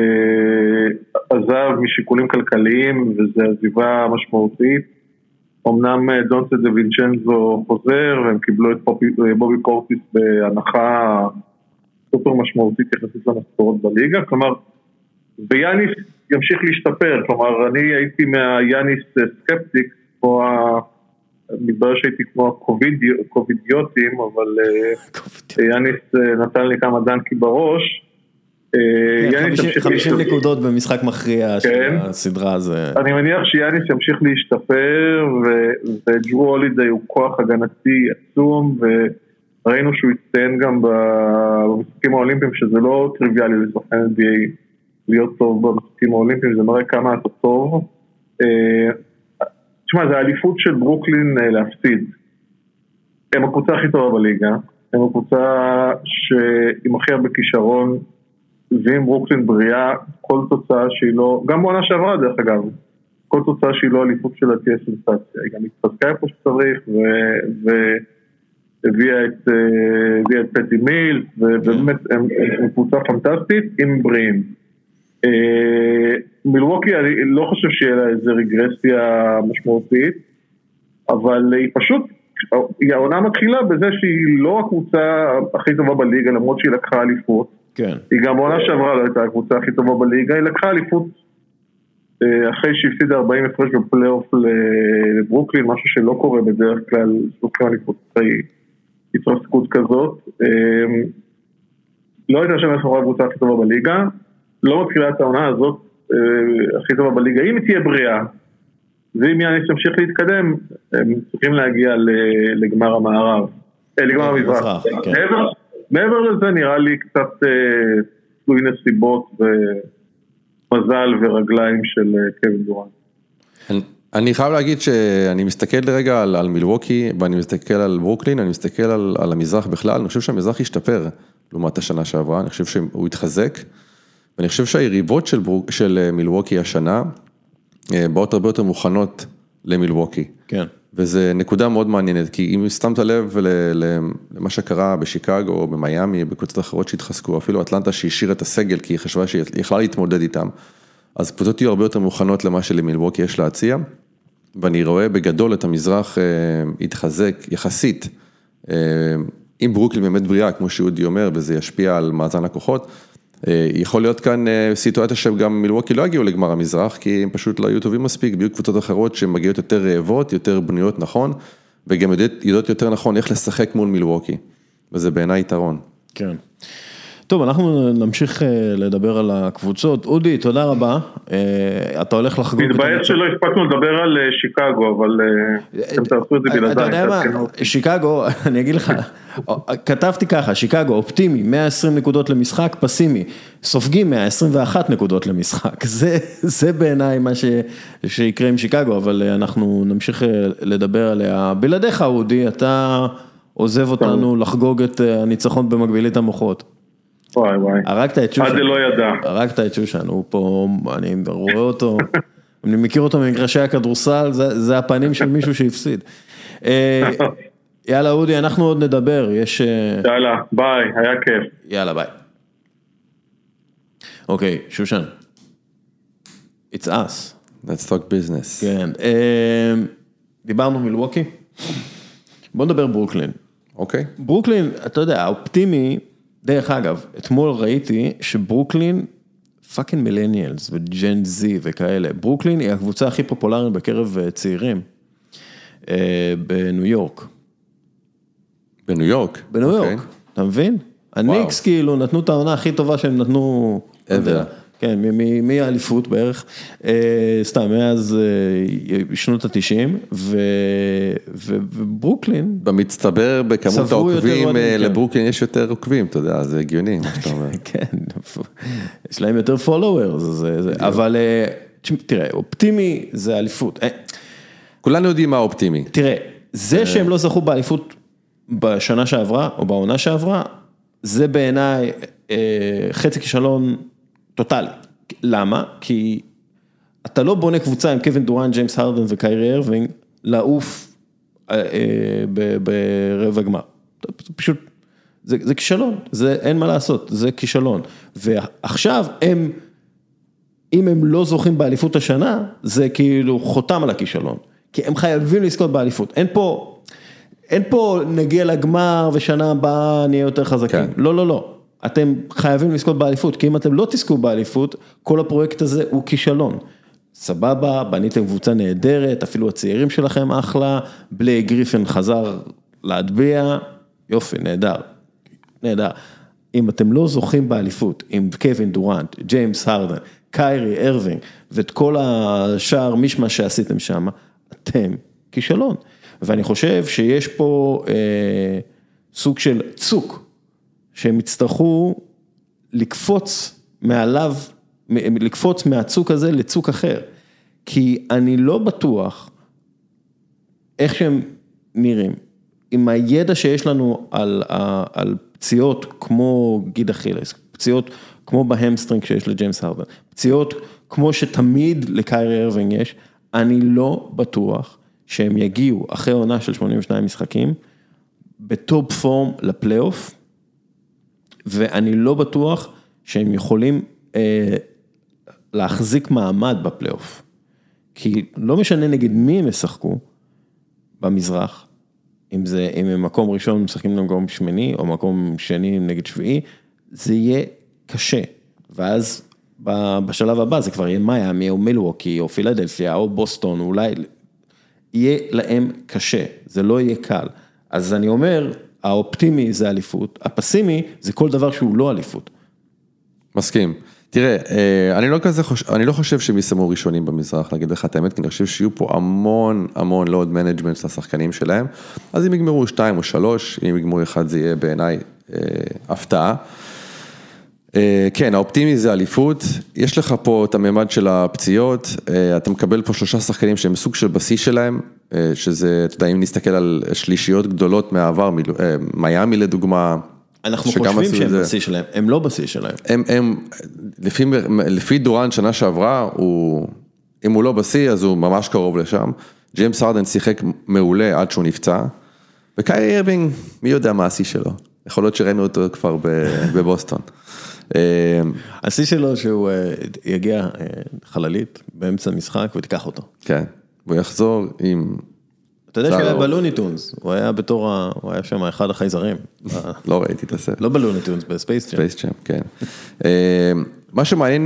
עזב משיקולים כלכליים, וזו עזיבה משמעותית. אמנם דונטה דה וינצ'נזו חוזר, והם קיבלו את בובי פורטיס בהנחה סופר משמעותית יחסית למשכורות בליגה. כלומר, ויאניס ימשיך להשתפר. כלומר, אני הייתי מהיאניס סקפטיק, כמו ה... מתברר שהייתי כמו הקובידיוטים, אבל יאניס נתן לי כמה דנקי בראש. חמישים נקודות במשחק מכריע של הסדרה הזו. אני מניח שיאניס ימשיך להשתפר, וג'רו הולידיי הוא כוח הגנתי עצום, וראינו שהוא יצטיין גם במשחקים האולימפיים, שזה לא טריוויאלי לשחקן אן בי איי להיות טוב במשחקים האולימפיים, זה מראה כמה אתה טוב. תשמע, זה האליפות של ברוקלין להפסיד. הם הקבוצה הכי טובה בליגה, הם הקבוצה שעם הכי הרבה כישרון, ועם ברוקלין בריאה, כל תוצאה שהיא לא, גם בעונה שעברה דרך אגב, כל תוצאה שהיא לא אליפות שלה תהיה סנסציה, היא גם התחזקה איפה שצריך, והביאה את, הביאה את פטי מיל, ובאמת הם קבוצה פנטסטית עם בריאים. מילווקי, אני לא חושב שיהיה לה איזו רגרסיה משמעותית, אבל היא פשוט, העונה מתחילה בזה שהיא לא הקבוצה הכי טובה בליגה, למרות שהיא לקחה אליפות. כן. היא גם בעונה שעברה לא הייתה הקבוצה הכי טובה בליגה, היא לקחה אליפות אחרי שהפסידה ארבעים הפרש בפלייאוף לברוקלין, משהו שלא קורה בדרך כלל, לוקחים אליפות אחרי התרסקות כזאת. לא הייתה שם לחברה הקבוצה הכי טובה בליגה, לא מתחילה את העונה הזאת הכי טובה בליגה, אם היא תהיה בריאה, ואם יאניס ימשיך להתקדם, הם צריכים להגיע לגמר המערב, לגמר המזרח. מעבר לזה נראה לי קצת תלוי נסיבות ומזל ורגליים של קווין דורנט. אני חייב להגיד שאני מסתכל לרגע על, על מילווקי, ואני מסתכל על ברוקלין, אני מסתכל על, על המזרח בכלל, אני חושב שהמזרח השתפר לעומת השנה שעברה, אני חושב שהוא התחזק, ואני חושב שהיריבות של, ברוק, של מילווקי השנה, באות הרבה יותר מוכנות למילווקי. כן. וזה נקודה מאוד מעניינת, כי אם שמת לב למה שקרה בשיקגו או במיימי, בקבוצות אחרות שהתחזקו, אפילו אטלנטה שהשאיר את הסגל, כי היא חשבה שהיא יכלה להתמודד איתם, אז קבוצות יהיו הרבה יותר מוכנות למה שלמילווקי יש להציע, ואני רואה בגדול את המזרח התחזק יחסית, אם ברוקלין באמת בריאה, כמו שאודי אומר, וזה ישפיע על מאזן הכוחות, יכול להיות כאן סיטואציה שגם מילווקי לא הגיעו לגמר המזרח, כי הם פשוט לא היו טובים מספיק, ביו קבוצות אחרות שהן מגיעות יותר רעבות, יותר בנויות נכון, וגם יודעות, יודעות יותר נכון איך לשחק מול מילווקי, וזה בעיניי יתרון. כן. טוב, אנחנו נמשיך לדבר על הקבוצות. אודי, תודה רבה. אתה הולך לחגוג... מתבייש שלא הספקנו לדבר על שיקגו, אבל אתם תעשו את זה בלעדיי. אתה יודע מה, שיקגו, אני אגיד לך, כתבתי ככה, שיקגו, אופטימי, מאה ועשרים נקודות למשחק, פסימי, סופגים מאה עשרים ואחת נקודות למשחק. זה, זה בעיניי מה ש, שיקרה עם שיקגו, אבל אנחנו נמשיך לדבר עליה. בלעדיך, אודי, אתה עוזב אותנו לחגוג את הניצחון במקבילית המוחות. וואי וואי. הרגת את שושן. עד זה לא ידע. הרגת את שושן, הוא פה, אני רואה אותו, אני מכיר אותו ממגרשי הכדורסל, זה, זה הפנים של מישהו שהפסיד. יאללה אודי, אנחנו עוד נדבר, יש... יאללה, ביי, היה כיף. יאללה, ביי. אוקיי, שושן. It's us. Let's talk business. כן. דיברנו מילווקי. בוא נדבר ברוקלין. אוקיי. ברוקלין, אתה יודע, האופטימי, דרך אגב, אתמול ראיתי שברוקלין, פאקינג מילניאלס וג'ן זי וכאלה, ברוקלין היא הקבוצה הכי פופולרית בקרב צעירים, בניו יורק. בניו יורק? בניו יורק, אתה מבין? הניקס כאילו נתנו את העונה הכי טובה שהם נתנו, כן, מהאליפות בערך, סתם, מאז שנות התשעים, וברוקלין... במצטבר בכמות העוקבים, לברוקלין יש יותר עוקבים, אתה יודע, זה הגיוני, מה שאתה אומר. כן, יש להם יותר followers, אבל תראה, אופטימי זה אליפות. כולנו יודעים מה אופטימי. תראה, זה שהם לא זכו באליפות בשנה שעברה, או בעונה שעברה, זה בעיניי חצי כישלון טוטלי. למה? כי אתה לא בונה קבוצה עם קווין דורנט, ג'יימס הרדן וקיירי ארווינג, לעוף ברבע גמר. פשוט, זה, זה כישלון, זה אין מה לעשות, זה כישלון. ועכשיו הם, אם הם לא זוכים באליפות השנה, זה כאילו חותם על הכישלון. כי הם חייבים לזכות באליפות. אין פה, אין פה נגיע לגמר ושנה הבאה נהיה יותר חזקים. כן. לא, לא, לא. אתם חייבים לזכות באליפות, כי אם אתם לא תזכו באליפות, כל הפרויקט הזה הוא כישלון. סבבה, בניתם קבוצה נהדרת, אפילו הצעירים שלכם אחלה, בלי גריפן חזר להטביע, יופי, נהדר, נהדר. אם אתם לא זוכים באליפות, עם קווין דורנט, ג'יימס הרדן, קיירי ארווינג, ואת כל השאר משמע שעשיתם שם, אתם כישלון. ואני חושב שיש פה אה, סוג של צוק, שהם יצטרכו לקפוץ מעליו, לקפוץ מהצוק הזה לצוק אחר, כי אני לא בטוח איך שהם נראים, עם הידע שיש לנו על, על פציעות כמו גיד אכילס, פציעות כמו בהמסטרינג שיש לג'יימס הרדן, פציעות כמו שתמיד לקיירי ארווינג יש, אני לא בטוח שהם יגיעו אחרי עונה של שמונים ושניים משחקים, בטופ פורם לפלייאוף, ואני לא בטוח שהם יכולים אה, להחזיק מעמד בפלייאוף. כי לא משנה נגד מי הם ישחקו במזרח, אם זה, אם הם מקום ראשון משחקים למקום שמיני, או מקום שני נגד שביעי, זה יהיה קשה. ואז בשלב הבא זה כבר יהיה מיאמי, או מילווקי, או פילדלפיה, או בוסטון, אולי יהיה להם קשה, זה לא יהיה קל. אז אני אומר, האופטימי זה אליפות, הפסימי זה כל דבר שהוא לא אליפות. מסכים. תראה, אני לא כזה חושב, אני לא חושב שהם יסיימו ראשונים במזרח, להגיד לך את האמת, כי אני חושב שיהיו פה המון, המון לואוד מנג'מנט לשחקנים שלהם, אז אם יגמרו שתיים או שלוש, אם יגמרו אחד זה יהיה בעיניי הפתעה. כן, האופטימי זה אליפות, יש לך פה את הממד של הפציעות, אתה מקבל פה שלושה שחקנים שהם סוג של בסיס שלהם, שזה, אתה יודע, אם נסתכל על שלישיות גדולות מהעבר, מיאמי לדוגמה, אנחנו חושבים שהם בסיס שלהם, הם לא בסיס שלהם. הם, הם, לפי, לפי דורן שנה שעברה, הוא, אם הוא לא בסיס, אז הוא ממש קרוב לשם, ג'יימס הרדן שיחק מעולה עד שהוא נפצע, וקיירי אירווינג, מי יודע מה השיא שלו, יכול להיות שראינו אותו כבר בבוסטון. השיא שלו שהוא יגיע חללית באמצע המשחק ותיקח אותו. כן, והוא יחזור עם... אתה יודע שהוא היה בלוניטונס, הוא היה בתור, הוא היה שם אחד החייזרים. לא ראיתי את הסרט. לא בלוניטונס, בספייס צ'אם. ספייס צ'אם, כן. מה שמעניין,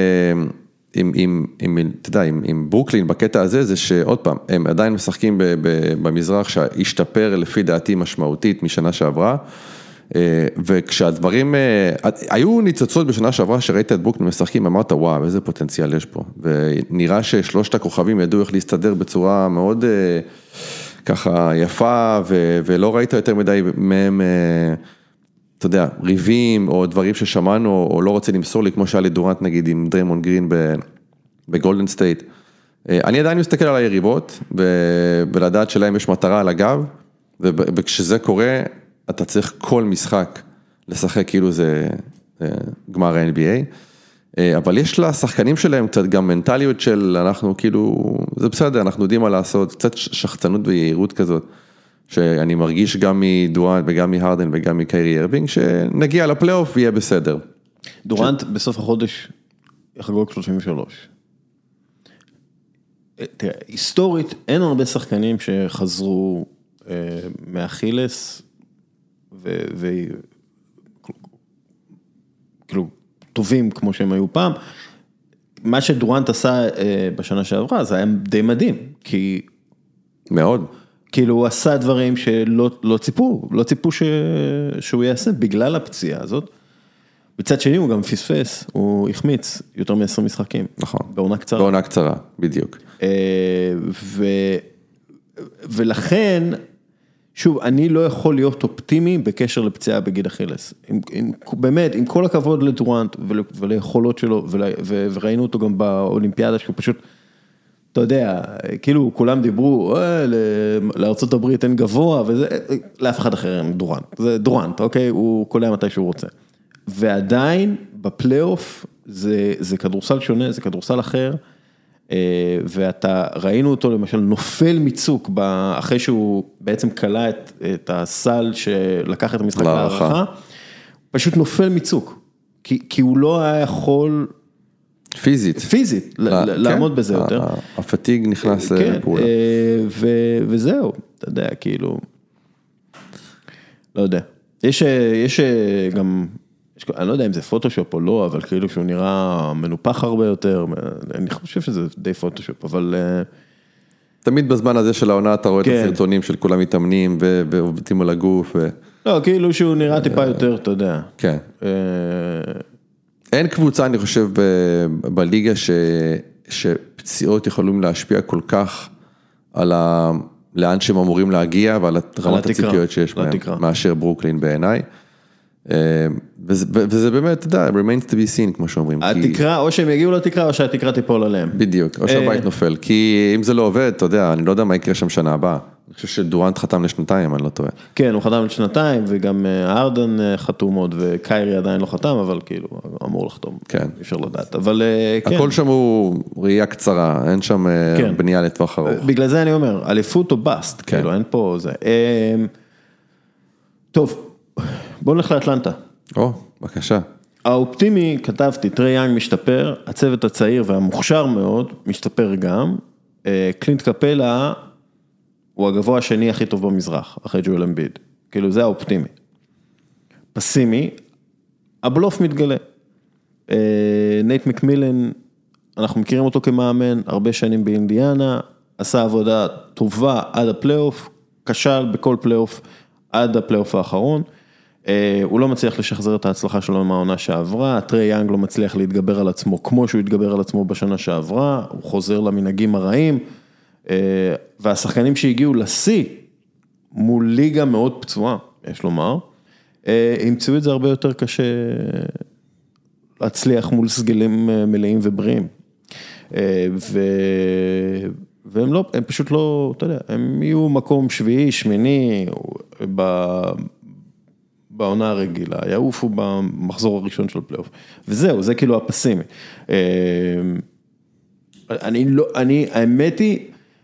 אתה יודע, עם ברוקלין בקטע הזה, זה שעוד פעם, הם עדיין משחקים במזרח שהשתפר לפי דעתי משמעותית משנה שעברה, וכשהדברים, היו ניצוצות בשנה שעברה שראית את ברוקלין משחקים, אמרת וואו, איזה פוטנציאל יש פה, ונראה ששלושת הכוכבים ידעו איך להסתדר בצורה מאוד ככה יפה, ולא ראית יותר מדי מהם, אתה יודע, ריבים או דברים ששמענו, או לא רוצה למסור לי, כמו שהיה לי דורנט נגיד עם דריימונד גרין בגולדן סטייט. אני עדיין מסתכל על היריבות, ולדעת שלהם יש מטרה על הגב, וכשזה קורה, אתה צריך כל משחק לשחק כאילו זה גמר ה-אן בי איי, אבל יש לשחקנים שלהם קצת גם מנטליות של אנחנו כאילו, זה בסדר, אנחנו יודעים מה לעשות, קצת שחצנות ויהירות כזאת, שאני מרגיש גם מדורנט וגם מהרדן וגם מקיירי אירווינג, שנגיע לפלייאוף ויהיה בסדר. דורנט בסוף החודש יחגוג שלושים ושלוש. תראה, היסטורית אין הרבה שחקנים שחזרו מאכילס, וכאילו טובים כמו שהם היו פעם, מה שדורנט עשה בשנה שעברה, זה היה די מדהים, כי... מאוד. כאילו הוא עשה דברים שלא ציפו, לא ציפו שהוא יעשה בגלל הפציעה הזאת. בצד שני הוא גם פספס, הוא החמיץ יותר מ-עשרים משחקים. נכון. בעונה קצרה. בעונה קצרה, בדיוק. ולכן... שוב, אני לא יכול להיות אופטימי בקשר לפציעה בגיד אכילס. עם, עם, באמת, עם כל הכבוד לדורנט וליכולות שלו, וראינו אותו גם באולימפיאדה, שהוא פשוט, אתה יודע, כאילו כולם דיברו, לארצות הברית אין גבוה, וזה, לאף אחד אחר אין דורנט. זה דורנט, אוקיי? הוא קולע מתי שהוא רוצה. ועדיין, בפלייאוף, זה, זה כדורסל שונה, זה כדורסל אחר, ואתה ראינו אותו למשל נופל מצוק אחרי שהוא בעצם קלה את, את הסל שלקח את המשחק להערכה, פשוט נופל מצוק, כי, כי הוא לא היה יכול פיזית, פיזית ל- כן, לעמוד בזה יותר. הפתיג נכנס כן, לפעולה. ו- וזהו, אתה יודע, כאילו, לא יודע. יש, יש גם... אני לא יודע אם זה פוטושופ או לא, אבל כאילו שהוא נראה מנופח הרבה יותר, אני חושב שזה די פוטושופ, אבל... תמיד בזמן הזה של העונה אתה רואה את הסרטונים של כולם מתאמנים ועובדים על הגוף. לא, כאילו שהוא נראה טיפה יותר, אתה יודע. כן. אין קבוצה, אני חושב, בליגה שפציעות יכולים להשפיע כל כך על לאן שהם אמורים להגיע ועל רמת הציפיות שיש בהם, מאשר ברוקלין בעיניי. וזה באמת, אתה יודע, remains to be seen, כמו שאומרים. התקרה, או שהם יגיעו לתקרה, או שהתקרה תיפול עליהם. בדיוק, או שהבית נופל, כי אם זה לא עובד, אתה יודע, אני לא יודע מה יקרה שם שנה הבאה. אני חושב שדורנט חתם לשנתיים, אני לא טועה. כן, הוא חתם לשנתיים, וגם ארדן חתום עוד, וקיירי עדיין לא חתם, אבל כאילו, אמור לחתום. כן. אפשר לדעת, אבל כן. הכל שם הוא ראייה קצרה, אין שם כן. בנייה לטווח ארוך. בגלל זה אני אומר, אליפות או בסט, כן. כאילו, אין פה זה. טוב, בואו נלך לאטלנטה. או, בבקשה. האופטימי, כתבתי, טרי יאנג משתפר, הצוות הצעיר והמוכשר מאוד, משתפר גם. קלינט קפלה, הוא הגבוה השני הכי טוב במזרח, אחרי ג'ואל אמביד. כאילו, זה האופטימי. פסימי, הבלוף מתגלה. נייט מקמילן, אנחנו מכירים אותו כמאמן, הרבה שנים באינדיאנה, עשה עבודה טובה עד הפלייאוף, כשל בכל פלייאוף עד הפלייאוף האחרון. הוא לא מצליח לשחזר את ההצלחה שלו מהעונה שעברה, טרי יאנג לא מצליח להתגבר על עצמו כמו שהוא התגבר על עצמו בשנה שעברה, הוא חוזר למנהגים הרעים, והשחקנים שהגיעו לשיא, מול ליגה מאוד פצועה, יש לומר, ימצאו את זה הרבה יותר קשה להצליח מול סגלים מלאים ובריאים. ו... והם לא, הם פשוט לא, אתה יודע, הם יהיו מקום שביעי, שמיני, ב... בעונה הרגילה, יעופו במחזור הראשון של הפלייאוף. וזהו, זה כאילו הפסימי. אני לא, אני, האמת היא,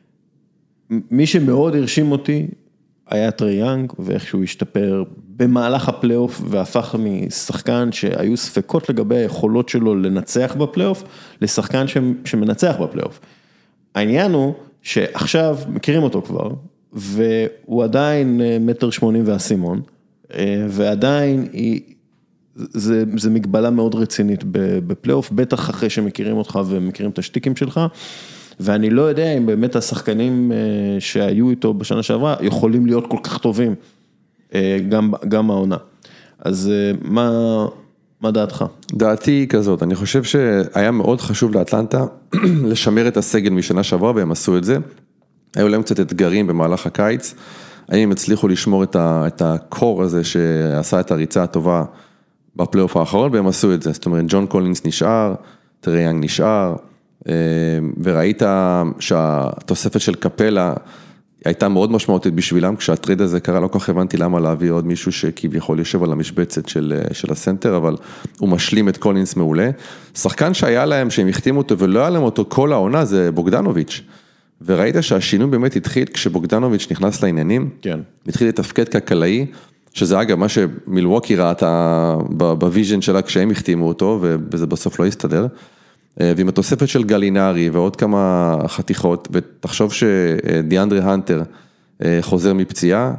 מי שמאוד הרשים אותי, היה טרי יאנג, ואיך שהוא השתפר במהלך הפלייאוף, והפך משחקן שהיו ספקות לגבי היכולות שלו לנצח בפלייאוף, לשחקן שמנצח בפלייאוף. העניין הוא שעכשיו מכירים אותו כבר, והוא עדיין מטר שמונים והסימון, ועדיין היא, זה, זה מגבלה מאוד רצינית בפלייאוף, בטח אחרי שמכירים אותך ומכירים את השטיקים שלך, ואני לא יודע אם באמת השחקנים שהיו איתו בשנה שעברה, יכולים להיות כל כך טובים, גם, גם העונה. אז מה, מה דעתך? דעתי היא כזאת, אני חושב שהיה מאוד חשוב לאטלנטה, לשמר את הסגל משנה שעברה, והם עשו את זה. היו להם קצת אתגרים במהלך הקיץ, האם הם הצליחו לשמור את הקור הזה, שעשה את הריצה הטובה בפלייאוף האחרון, והם עשו את זה. זאת אומרת, ג'ון קולינס נשאר, טרי יאנג נשאר, וראית שהתוספת של קפלה הייתה מאוד משמעותית בשבילם, כשהטריד הזה קרה, לא כל כך הבנתי למה להביא עוד מישהו שכביכול יושב על המשבצת של, של הסנטר, אבל הוא משלים את קולינס מעולה. שחקן שהיה להם, שהם החתימו אותו ולא היה להם אותו כל העונה, זה בוגדנוביץ'. וראית שהשינוי באמת התחיל כשבוגדנוביץ' נכנס לעניינים, כן. התחיל לתפקד כלכלאי, שזה אגב מה שמילווקי ראתה בוויז'ן שלה כשהם החתימו אותו, וזה בסוף לא יסתדר. ועם התוספת של גלינרי ועוד כמה חתיכות, ותחשוב שדיאנדרי הנטר חוזר מפציעה,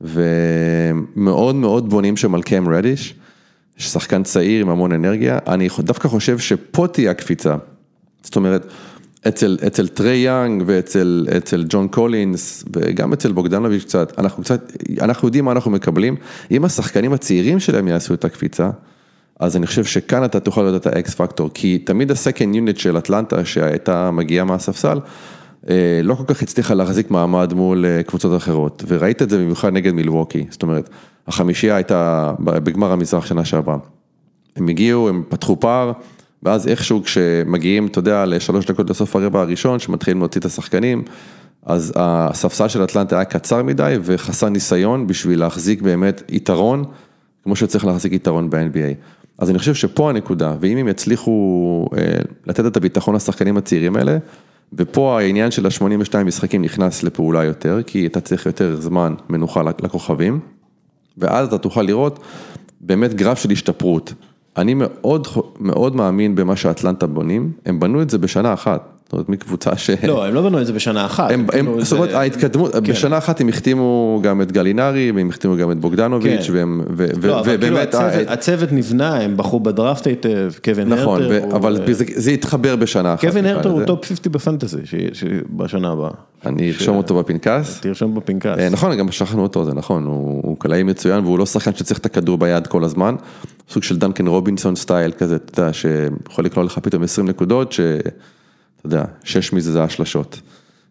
ומאוד מאוד בונים שם על קאם רדיש, ששחקן צעיר עם המון אנרגיה, אני דווקא חושב שפה תהיה הקפיצה, זאת אומרת, אצל, אצל טרי יאנג ואצל אצל ג'ון קולינס, וגם אצל בוגדנוביץ' קצת, אנחנו קצת, אנחנו יודעים מה אנחנו מקבלים, אם השחקנים הצעירים שלהם יעשו את הקפיצה, אז אני חושב שכאן אתה תוכל לדעת את האקס פקטור, כי תמיד הסקנד יוניט של אטלנטה, שהייתה מגיעה מהספסל, לא כל כך הצליחה להחזיק מעמד מול קבוצות אחרות, וראית את זה במיוחד נגד מילווקי, זאת אומרת, החמישייה הייתה בגמר המזרח שנה שעברה. הם הגיעו, הם פתחו פער, ואז איכשהו כשמגיעים, אתה יודע, לשלוש דקות לסוף הרבע הראשון, שמתחילים להוציא את השחקנים, אז הספסל של אטלנטה היה קצר מדי, וחסר ניסיון בשביל להחזיק באמת יתרון, כמו שצריך להחזיק יתרון ב-אן בי איי. אז אני חושב שפה הנקודה, ואם הם יצליחו לתת את הביטחון לשחקנים הצעירים האלה, ופה העניין של ה-שמונים ושתיים משחקים נכנס לפעולה יותר, כי אתה צריך יותר זמן מנוחה לכוכבים, ואז אתה תוכל לראות באמת גרף של השתפרות. אני מאוד, מאוד מאמין במה שאטלנטה בונים, הם בנו את זה בשנה אחת, זאת אומרת, מקבוצה ש... לא, הם לא בנו את זה בשנה אחת. הם, הם, זאת אומרת, ההתקדמות, בשנה אחת הם החתימו גם את גלינרי, והם החתימו גם את בוגדנוביץ', והם, ובאמת... הצוות נבנה, הם בחרו בדראפט היטב, קווין הרטר... נכון, אבל זה התחבר בשנה אחת. קווין הרטר הוא טופ חמישים בפנטסי, בשנה הבאה. אני ארשום אותו בפנקס. תרשום בפנקס. נכון, גם שכחנו אותו, זה נכון, הוא קלעי מצוין, והוא לא שחקן שצריך את הכדור ביד כל הזמן, סוג של דנקן רובינסון סטייל כזה, אתה יודע, שיכול לקלוע לך פתאום עשרים נקודות, ש... אתה יודע, שש מזה זה השלשות.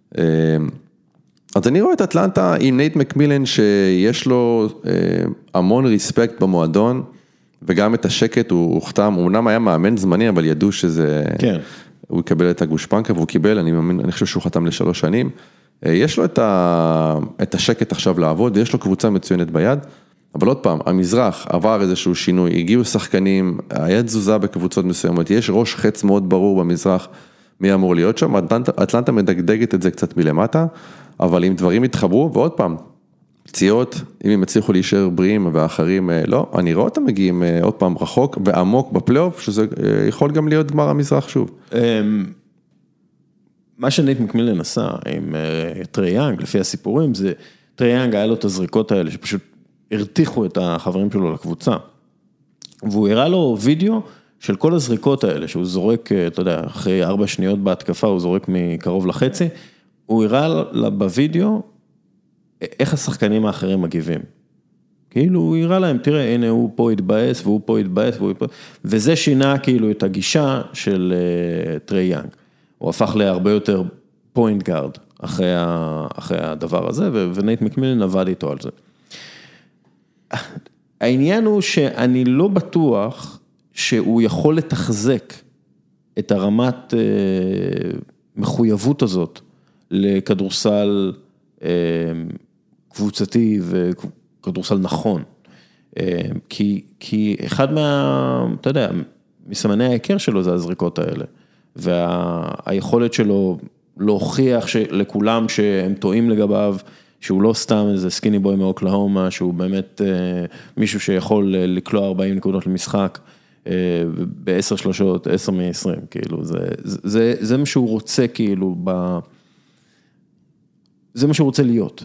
אז אני רואה את אטלנטה עם נייט מקמילן, שיש לו המון ריספקט במועדון, וגם את השקט, הוא הוכתם, הוא אמנם היה מאמן זמני, אבל ידעו שזה, כן. הוא יקבל את הגושפנקה, והוא קיבל, אני מאמין, אני חושב שהוא חתם לשלוש שנים, יש לו את, ה... את השקט עכשיו לעבוד, ויש לו קבוצה מצוינת ביד, אבל עוד פעם, המזרח עבר איזשהו שינוי, הגיעו שחקנים, היה תזוזה בקבוצות מסוימות, יש ראש חץ מאוד ברור במזרח, מי אמור להיות שם, אטלנטה, אטלנטה מדגדגת את זה קצת מלמטה, אבל אם דברים יתחברו, ועוד פעם, פציעות, אם הם הצליחו להישאר בריאים והאחרים לא, אני רואה אותם מגיעים עוד פעם רחוק ועמוק בפלייאוף, שזה יכול גם להיות גמר המזרח שוב. מה שנייט מקמילן עשה עם טרי יאנג, לפי הסיפורים, זה טרי יאנג היה לו את הזריקות האלה, שפשוט הרתיחו את החברים שלו לקבוצה, והוא הראה לו וידאו של כל הזריקות האלה, שהוא זורק, אתה יודע, אחרי ארבע שניות בהתקפה, הוא זורק מקרוב לחצי, הוא הראה לה בווידאו, איך השחקנים האחרים מגיבים. כאילו הוא הראה להם, תראה, הנה הוא פה התבאס, והוא פה התבאס, והוא פה, וזה שינה כאילו את הגישה של טרי יאנג. הוא הפך להרבה יותר פוינט גארד, אחרי, אחרי הדבר הזה, ונייט מקמילן עבד איתו על זה. העניין הוא שאני לא בטוח שהוא יכול לתחזק את הרמת מחויבות הזאת לכדורסל קבוצתי וכדורסל נכון. כי, כי אחד מה, אתה יודע, מסמני ההיכר שלו זה הזריקות האלה, והיכולת שלו להוכיח לכולם שהם טועים לגביו, שהוא לא סתם איזה סקיני בוי מאוקלהומה, שהוא באמת מישהו שיכול לקלוע ארבעים נקודות למשחק, בעשר שלושות, עשר מ-עשרים, כאילו, זה, זה, זה מה שהוא רוצה, כאילו, ב... זה מה שהוא רוצה להיות.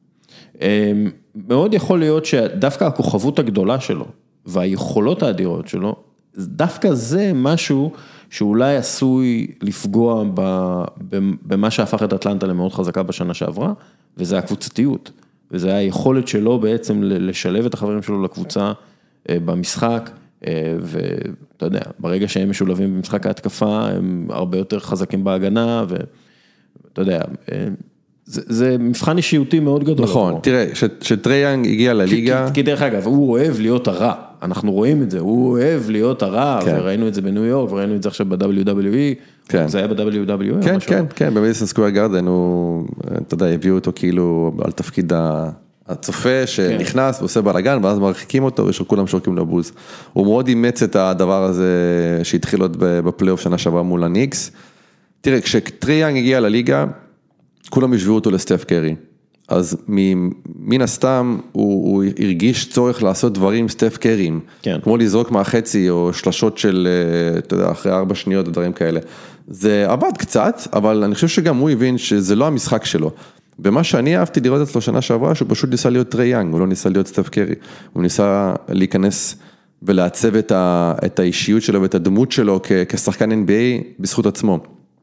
מאוד יכול להיות שדווקא הכוכבות הגדולה שלו, והיכולות האדירות שלו, דווקא זה משהו שאולי עשוי לפגוע במה שהפך את אטלנטה למאוד חזקה בשנה שעברה, וזה הקבוצתיות, וזה היכולת שלו בעצם לשלב את החברים שלו לקבוצה במשחק, ואתה יודע, ברגע שהם משולבים במשחק ההתקפה, הם הרבה יותר חזקים בהגנה, ואתה יודע, זה, זה מבחן אישיותי מאוד גדול. נכון, תראה, שטרי יאנג הגיע לליגה. כי, כי דרך אגב, הוא אוהב להיות הרע, אנחנו רואים את זה, הוא אוהב להיות הרע, כן. וראינו את זה בניו יורק, וראינו את זה עכשיו ב-דאבליו דאבליו אי, כן. זה היה ב-דאבליו דאבליו אי. כן, כן, כן, במדיסון סקוואר גארדן, הוא, אתה יודע, הביאו אותו כאילו על תפקיד הצופה שנכנס ועושה בלגן, ואז מרחיקים אותו ושכולם שורקים לבוז. הוא מאוד אימץ את הדבר הזה שהתחיל עוד בפלייאוף שנה שעברה מול הניקס. תראה, כשטרי יאנג הגיע לליגה, כולם ישבו אותו לסטף קרי. אז מן הסתם הוא, הוא הרגיש צורך לעשות דברים סטף קריים, כן. כמו לזרוק מהחצי או שלשות של, אתה יודע, אחרי ארבע שניות ודברים כאלה. זה עבד קצת, אבל אני חושב שגם הוא הבין שזה לא המשחק שלו. ומה שאני אהבתי לראות אצלו שנה שעברה, שהוא פשוט ניסה להיות טרי יאנג, הוא לא ניסה להיות סטף קרי, הוא ניסה להיכנס ולעצב את, ה, את האישיות שלו ואת הדמות שלו כ, כשחקן אן בי איי בזכות עצמו.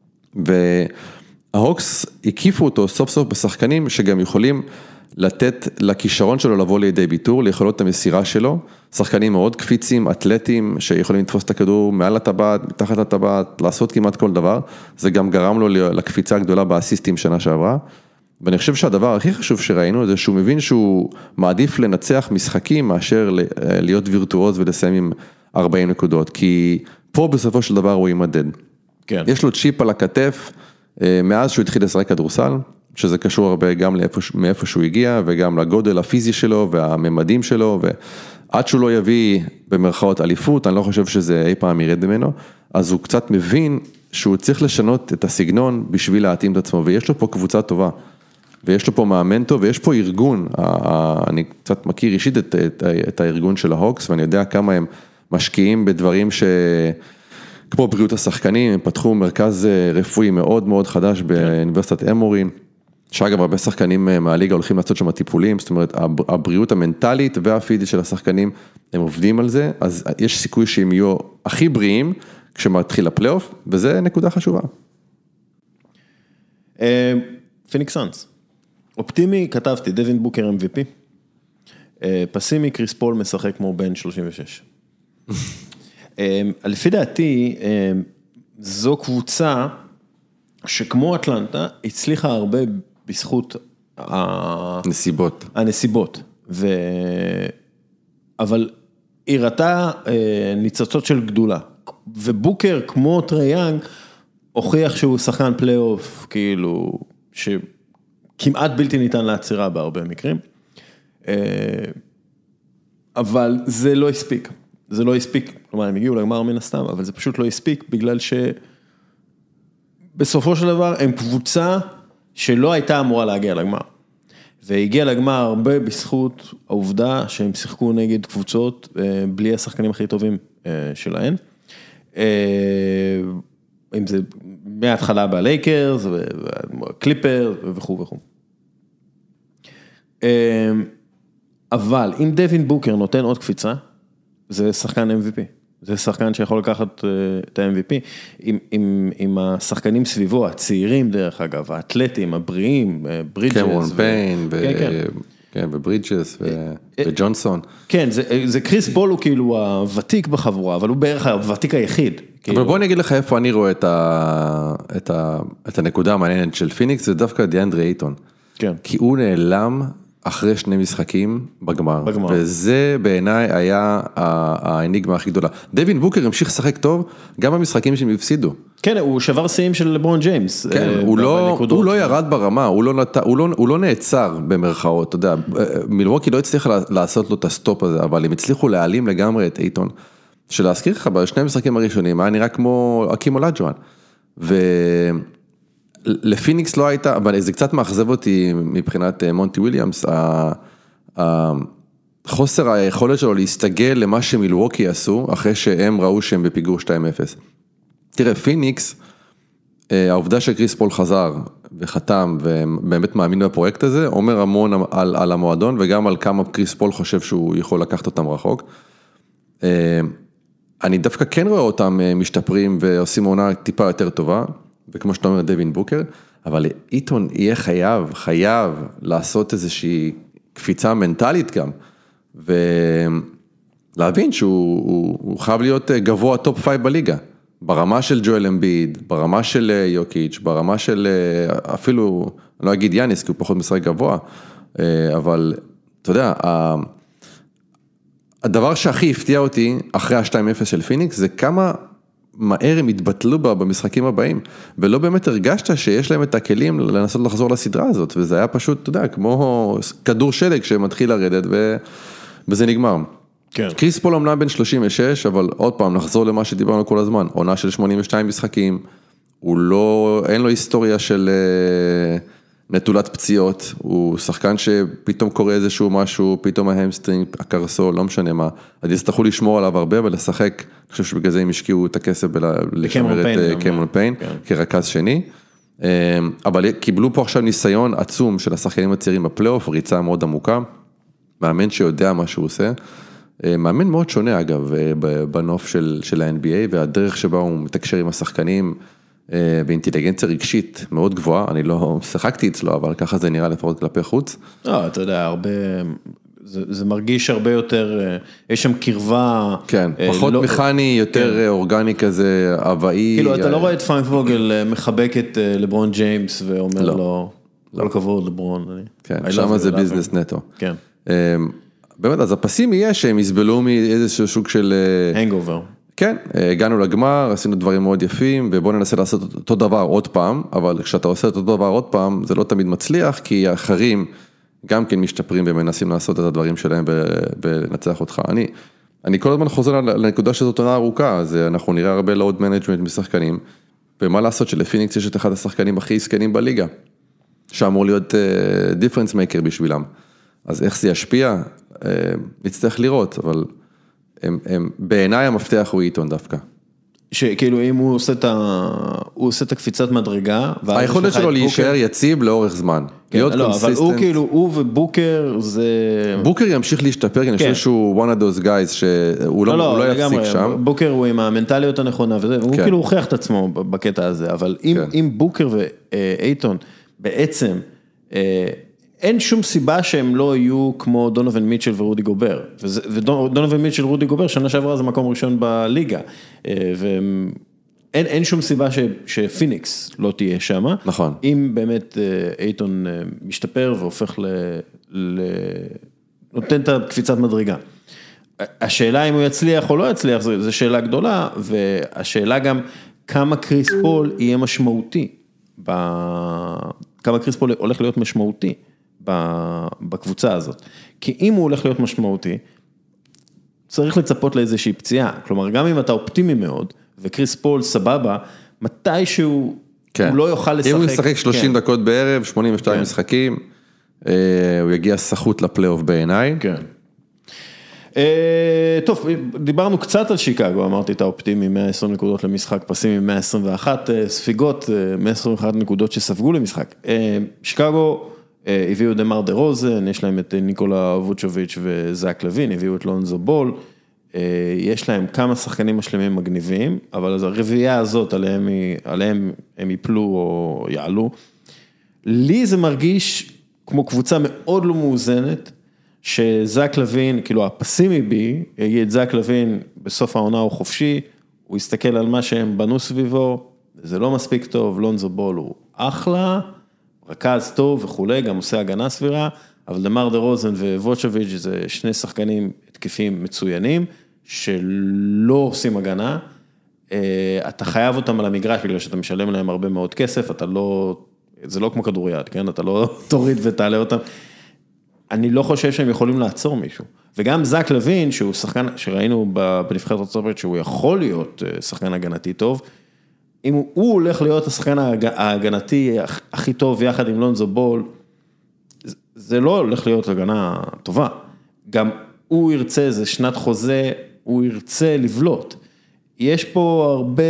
וההוקס הקיפו אותו סוף סוף בשחקנים שגם יכולים לתת לכישרון שלו לבוא לידי ביטור, ליכולות המסירה שלו, שחקנים מאוד קפיצים, אתלטים, שיכולים לתפוס את הכדור מעל הטבעת, מתחת לטבעת, לעשות כמעט כל דבר, זה גם גרם לו לקפיצה הגדולה באסיסטים שנה שעברה, ואני חושב שהדבר הכי חשוב שראינו, זה שהוא מבין שהוא מעדיף לנצח משחקים, מאשר להיות וירטואוז ולסיים עם ארבעים נקודות, כי פה בסופו של דבר הוא יימדד. כן. יש לו צ'יפ על הכתף, מאז שהוא התחיל לשחק כדורסל, שזה קשור הרבה גם מאיפה שהוא הגיע, וגם לגודל הפיזי שלו, והממדים שלו, ועד שהוא לא יביא במרכאות אליפות, אני לא חושב שזה אי פעם ירד ממנו, אז הוא קצת מבין שהוא צריך לשנות את הסגנון, בשביל להתאים את עצמו, ויש לו פה קבוצה טובה, ויש לו פה מאמן טוב, ויש פה ארגון, אני קצת מכיר אישית את, את, את הארגון של ההוקס, ואני יודע כמה הם משקיעים בדברים ש... כמו בריאות השחקנים, הם פתחו מרכז רפואי מאוד מאוד חדש באוניברסיטת אמורי, שאגב הרבה שחקנים מהליגה הולכים לעשות שם טיפולים, זאת אומרת הבריאות המנטלית והפיזית של השחקנים, הם עובדים על זה, אז יש סיכוי שהם יהיו הכי בריאים כשמתחיל הפלייאוף, וזה נקודה חשובה. פיניקס סאנס, אופטימי כתבתי, דווין בוקר אם וי פי, פסימי קריס פול משחק כמו בן שלושים ושש. לפי דעתי, זו קבוצה שכמו אטלנטה, הצליחה הרבה בזכות הנסיבות. הנסיבות. ו... אבל היא ראתה ניצוצות של גדולה. ובוקר, כמו טרי יאנג, הוכיח שהוא שחקן פלייאוף, כאילו, כמעט בלתי ניתן לעצירה בהרבה מקרים, אבל זה לא הספיק, זה לא הספיק, כלומר הם הגיעו לגמר מן הסתם, אבל זה פשוט לא הספיק, בגלל שבסופו של דבר הם קבוצה שלא הייתה אמורה להגיע לגמר, והגיע לגמר הרבה בזכות העובדה שהם שיחקו נגד קבוצות בלי השחקנים הכי טובים שלהם, אם זה מההתחלה בלייקרס, קליפר וכו' וכו'. אבל אם דווין בוקר נותן עוד קפיצה, זה שחקן אם וי פי. זה שחקן שיכול לקחת את ה-אם וי פי, עם, עם, עם השחקנים סביבו, הצעירים דרך אגב, האתלטים, הבריאים, ברידג'ס. קמרון פיין, ו... כן, כן. כן, וברידג'ס, ו... וג'ונסון. כן, זה, זה קריס פול הוא כאילו הוותיק בחבורה, אבל הוא בערך הוותיק היחיד. אבל בוא אני אגיד לך איפה אני רואה את, ה... את, ה... את הנקודה המעניינת של פיניקס, זה דווקא דיאנדרי אייטון. כן. כי הוא נעלם אחרי שני משחקים בגמר, בגמר. וזה בעיניי היה האניגמה הכי גדולה. דווין בוקר המשיך לשחק טוב, גם במשחקים שהם הפסידו. כן, הוא שבר שיאים של לברון ג'יימס. כן, הוא לא, הוא לא ירד ברמה, הוא לא, נת... הוא, לא, הוא לא נעצר במרכאות, אתה יודע, מילווקי לא הצליח לעשות לו את הסטופ הזה, אבל הם הצליחו להעלים לגמרי את אייטון, שלהזכיר לך, בשני המשחקים הראשונים, היה נראה כמו אקים אולג'ואן, ו... לפיניקס לא הייתה, אבל זה קצת מאכזב אותי מבחינת מונטי וויליאמס, חוסר היכולת שלו להסתגל למה שמילווקי עשו, אחרי שהם ראו שהם בפיגור שתיים אפס. תראה, פיניקס, העובדה שקריס פול חזר וחתם, ובאמת מאמין בפרויקט הזה, אומר המון על, על המועדון, וגם על כמה קריס פול חושב שהוא יכול לקחת אותם רחוק. אני דווקא כן רואה אותם משתפרים, ועושים עונה טיפה יותר טובה, וכמו שאתה אומר, דווין בוקר, אבל אייטון יהיה חייב, חייב לעשות איזושהי קפיצה מנטלית גם, ולהבין שהוא הוא, הוא חייב להיות גבוה טופ פייב בליגה, ברמה של ג'ואל אמביד, ברמה של יוקיץ', ברמה של אפילו, אני לא אגיד יאניס, כי הוא פחות משחק גבוה, אבל אתה יודע, הדבר שהכי הפתיע אותי אחרי ה-שתיים אפס של פיניקס, זה כמה מהר הם התבטלו בה במשחקים הבאים, ולא באמת הרגשת שיש להם את הכלים לנסות לחזור לסדרה הזאת, וזה היה פשוט, אתה יודע, כמו כדור שלג שמתחיל לרדת, ו... וזה נגמר. כן. קריס פול אמנם בן שלושים ושש, אבל עוד פעם, נחזור למה שדיברנו כל הזמן, עונה של שמונים ושתיים משחקים, הוא לא, אין לו היסטוריה של נטולת פציעות, הוא שחקן שפתאום קורה איזשהו משהו, פתאום ההמסטרינג, הקרסול, לא משנה מה, אז יצטרכו לשמור עליו הרבה ולשחק, אני חושב שבגלל זה הם השקיעו את הכסף לשמר את קמרון פיין, כרכז שני, אבל קיבלו פה עכשיו ניסיון עצום של השחקנים הצעירים בפלייאוף, ריצה מאוד עמוקה, מאמן שיודע מה שהוא עושה, מאמן מאוד שונה אגב, בנוף של, של ה-אן בי איי, והדרך שבה הוא מתקשר עם השחקנים, באינטליגנציה רגשית מאוד גבוהה, אני לא שחקתי אצלו, אבל ככה זה נראה לפחות כלפי חוץ. לא, אתה יודע, הרבה, זה, זה מרגיש הרבה יותר, יש שם קרבה. כן, פחות לא, מכני, יותר כן. אורגני כזה, הוואי. כאילו, אתה לא רואה את פרנק ווגל מחבק את לברון ג'יימס, ואומר לא, לו, כל הכבוד לברון. כן, שם זה ביזנס נטו. כן. באמת, אז הפסים יהיה שהם יסבלו מאיזשהו שוק של... הנגובר. כן, הגענו לגמר, עשינו דברים מאוד יפים, ובואו ננסה לעשות אותו דבר עוד פעם, אבל כשאתה עושה אותו דבר עוד פעם, זה לא תמיד מצליח, כי האחרים גם כן משתפרים ומנסים לעשות את הדברים שלהם ולנצח אותך. אני, אני כל הזמן חוזר לנקודה שזאת עונה ארוכה, אז אנחנו נראה הרבה לואוד מנג'מנט משחקנים, ומה לעשות שלפיניקס יש את אחד השחקנים הכי עסקנים בליגה, שאמור להיות דיפרנס מייקר בשבילם. אז איך זה ישפיע? נצטרך לראות, אבל... הם, הם, בעיניי המפתח הוא אייטון דווקא. שכאילו אם הוא עושה את ה... הוא עושה את הקפיצת מדרגה... היכולת שלו להישאר יציב לאורך זמן. כן, לא, אבל הוא כאילו, הוא ובוקר זה... בוקר ימשיך להשתפר, אני חושב שהוא one of those guys שהוא לא, לא, לא יפסיק שם. בוקר הוא עם המנטליות הנכונה וזה, הוא כאילו הוכיח את עצמו בקטע הזה, אבל אם, אם בוקר ואייטון בעצם... אין שום סיבה שהם לא יהיו כמו דונובין מיטשל ורודי גובר, ודונובין מיטשל ורודי גובר, שנה שעברה זה מקום ראשון בליגה, ואין שום סיבה שפיניקס לא תהיה שם, נכון. אם באמת אייטון משתפר והופך ל... נותן את הקפיצת מדרגה. השאלה אם הוא יצליח או לא יצליח, זו שאלה גדולה, והשאלה גם כמה קריס פול יהיה משמעותי ב... כמה קריס פול הולך להיות משמעותי בקבוצה הזאת. כי אם הוא הולך להיות משמעותי, צריך לצפות לאיזושהי פציעה. כלומר, גם אם אתה אופטימי מאוד, וקריס פול סבבה, מתישהו כן. הוא לא יוכל לשחק. אם הוא ישחק שלושים כן. דקות בערב, שמונים ושתיים כן. משחקים, הוא יגיע סחוט לפלייאוף בעיניי. כן. טוב, דיברנו קצת על שיקגו, אמרתי את האופטימי, מאה ועשרים נקודות למשחק, פסימי מאה עשרים ואחת ספיגות, מאה עשרים ואחת נקודות שספגו למשחק. שיקגו הביאו דמר דה רוזן, יש להם את ניקולה ווצ'וביץ' וזק לוין, הביאו את לונזו בול, יש להם כמה שחקנים משלמים מגניבים, אבל הרביעייה הזאת עליהם, עליהם הם יפלו או יעלו. לי זה מרגיש כמו קבוצה מאוד לא מאוזנת, שזק לוין, כאילו הפסימי בי, יגיד זק לוין בסוף העונה הוא חופשי, הוא יסתכל על מה שהם בנו סביבו, זה לא מספיק טוב, לונזו בול הוא אחלה, רכז טוב וכולי, גם עושה הגנה סבירה, אבל דמר דה רוזן וווצ'וביץ' זה שני שחקנים התקפים מצוינים, שלא עושים הגנה, אתה חייב אותם על המגרש, בגלל שאתה משלם להם הרבה מאוד כסף, אתה לא, זה לא כמו כדוריד, כן? אתה לא תוריד ותעלה אותם, אני לא חושב שהם יכולים לעצור מישהו, וגם זק לוין, שהוא שחקן, שראינו בנבחרת ארצות הברית, שהוא יכול להיות שחקן הגנתי טוב, אם הוא, הוא הולך להיות השחקן ההגנתי הכי טוב, יחד עם לונזו בול, זה לא הולך להיות הגנה טובה, גם הוא ירצה, זה שנת חוזה, הוא ירצה לבלוט, יש פה הרבה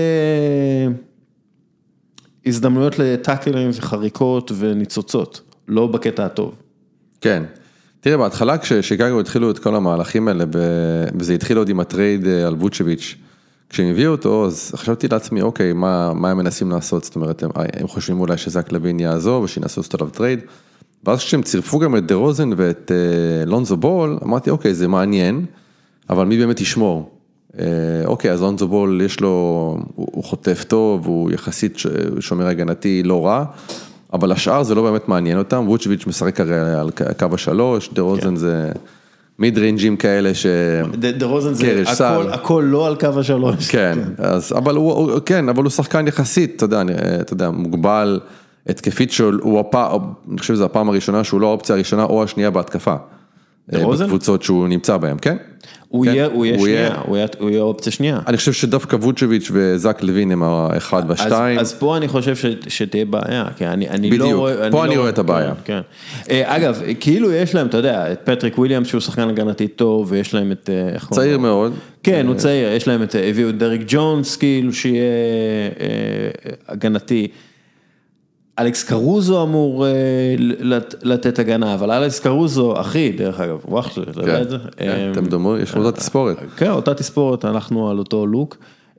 הזדמנויות לטאקלים וחריקות וניצוצות, לא בקטע הטוב. כן, תראה, בהתחלה כששיקגו התחילו את כל המהלכים האלה, וזה התחיל עוד עם הטרייד על ווצ'וביץ', כשהם הביאו אותו, אז חשבתי לעצמי, אוקיי, מה, מה הם מנסים לעשות? זאת אומרת, הם, הם חושבים אולי שזק לוין יעזור, ושינסו לעשות עליו טרייד, ואז כשהם צירפו גם את דה רוזן ואת uh, לונזו בול, אמרתי, אוקיי, זה מעניין, אבל מי באמת ישמור? Uh, אוקיי, אז לונזו בול יש לו, הוא, הוא חוטף טוב, הוא יחסית שומר הגנתי לא רע, אבל השאר זה לא באמת מעניין אותם, ווצ'וביץ' משחק הרי על קו השלוש, דה רוזן זה מיד ריינג'ים כאלה ש... דה רוזן זה הכל לא על קו השלוש. כן, אבל הוא, כן, אבל הוא שחקן יחסית, אתה יודע, אתה יודע, מוגבל, התקפית שהוא הפעם, אני חושב שזו הפעם הראשונה שהוא לא האופציה הראשונה או השנייה בהתקפה. בקבוצות שהוא נמצא בהם, כן? הוא יהיה שנייה, הוא יהיה אופציה שנייה. אני חושב שדווקא ווצ'וביץ' וזק לוין הם האחד והשתיים. אז פה אני חושב שתהיה בעיה, כי אני לא בדיוק, רואה... פה אני רואה את הבעיה. אגב, כאילו יש להם, אתה יודע, את פטריק וויליאמס שהוא שחקן הגנתי טוב, ויש להם את... צעיר מאוד. כן, הוא צעיר, יש להם את... הביאו את דריק ג'ונס, כאילו שיהיה הגנתי. אלכס קרוזו אמור לתת הגנה, אבל אלכס קרוזו, אחי, דרך אגב, וואח, אתה יודע את זה? אתם דומו, יש אותה תספורת. כן, אותה תספורת, אנחנו על אותו לוק.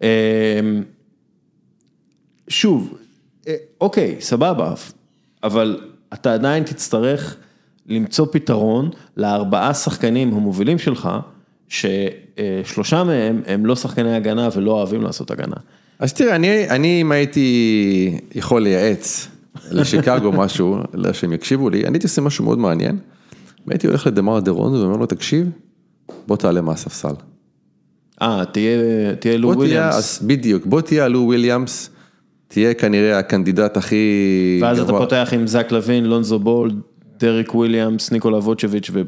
שוב, אוקיי, סבבה, אבל אתה עדיין תצטרך למצוא פתרון לארבעה שחקנים המובילים שלך, ששלושה מהם הם לא שחקני הגנה ולא אוהבים לעשות הגנה. אז תראה, אני אם הייתי יכול לייעץ, לשיקגו משהו, שהם יקשיבו לי, אני הייתי עושה משהו מאוד מעניין, והייתי הולך לדמר דה רוזן ואומר לו, תקשיב, בוא תעלה מהספסל. אה, תהיה לו וויליאמס. בדיוק, בוא תהיה לו וויליאמס, תהיה כנראה הקנדידט הכי... ואז אתה פותח עם זק לוין, לונזו בול, דריק וויליאמס, ניקולה ווצ'וביץ' ו...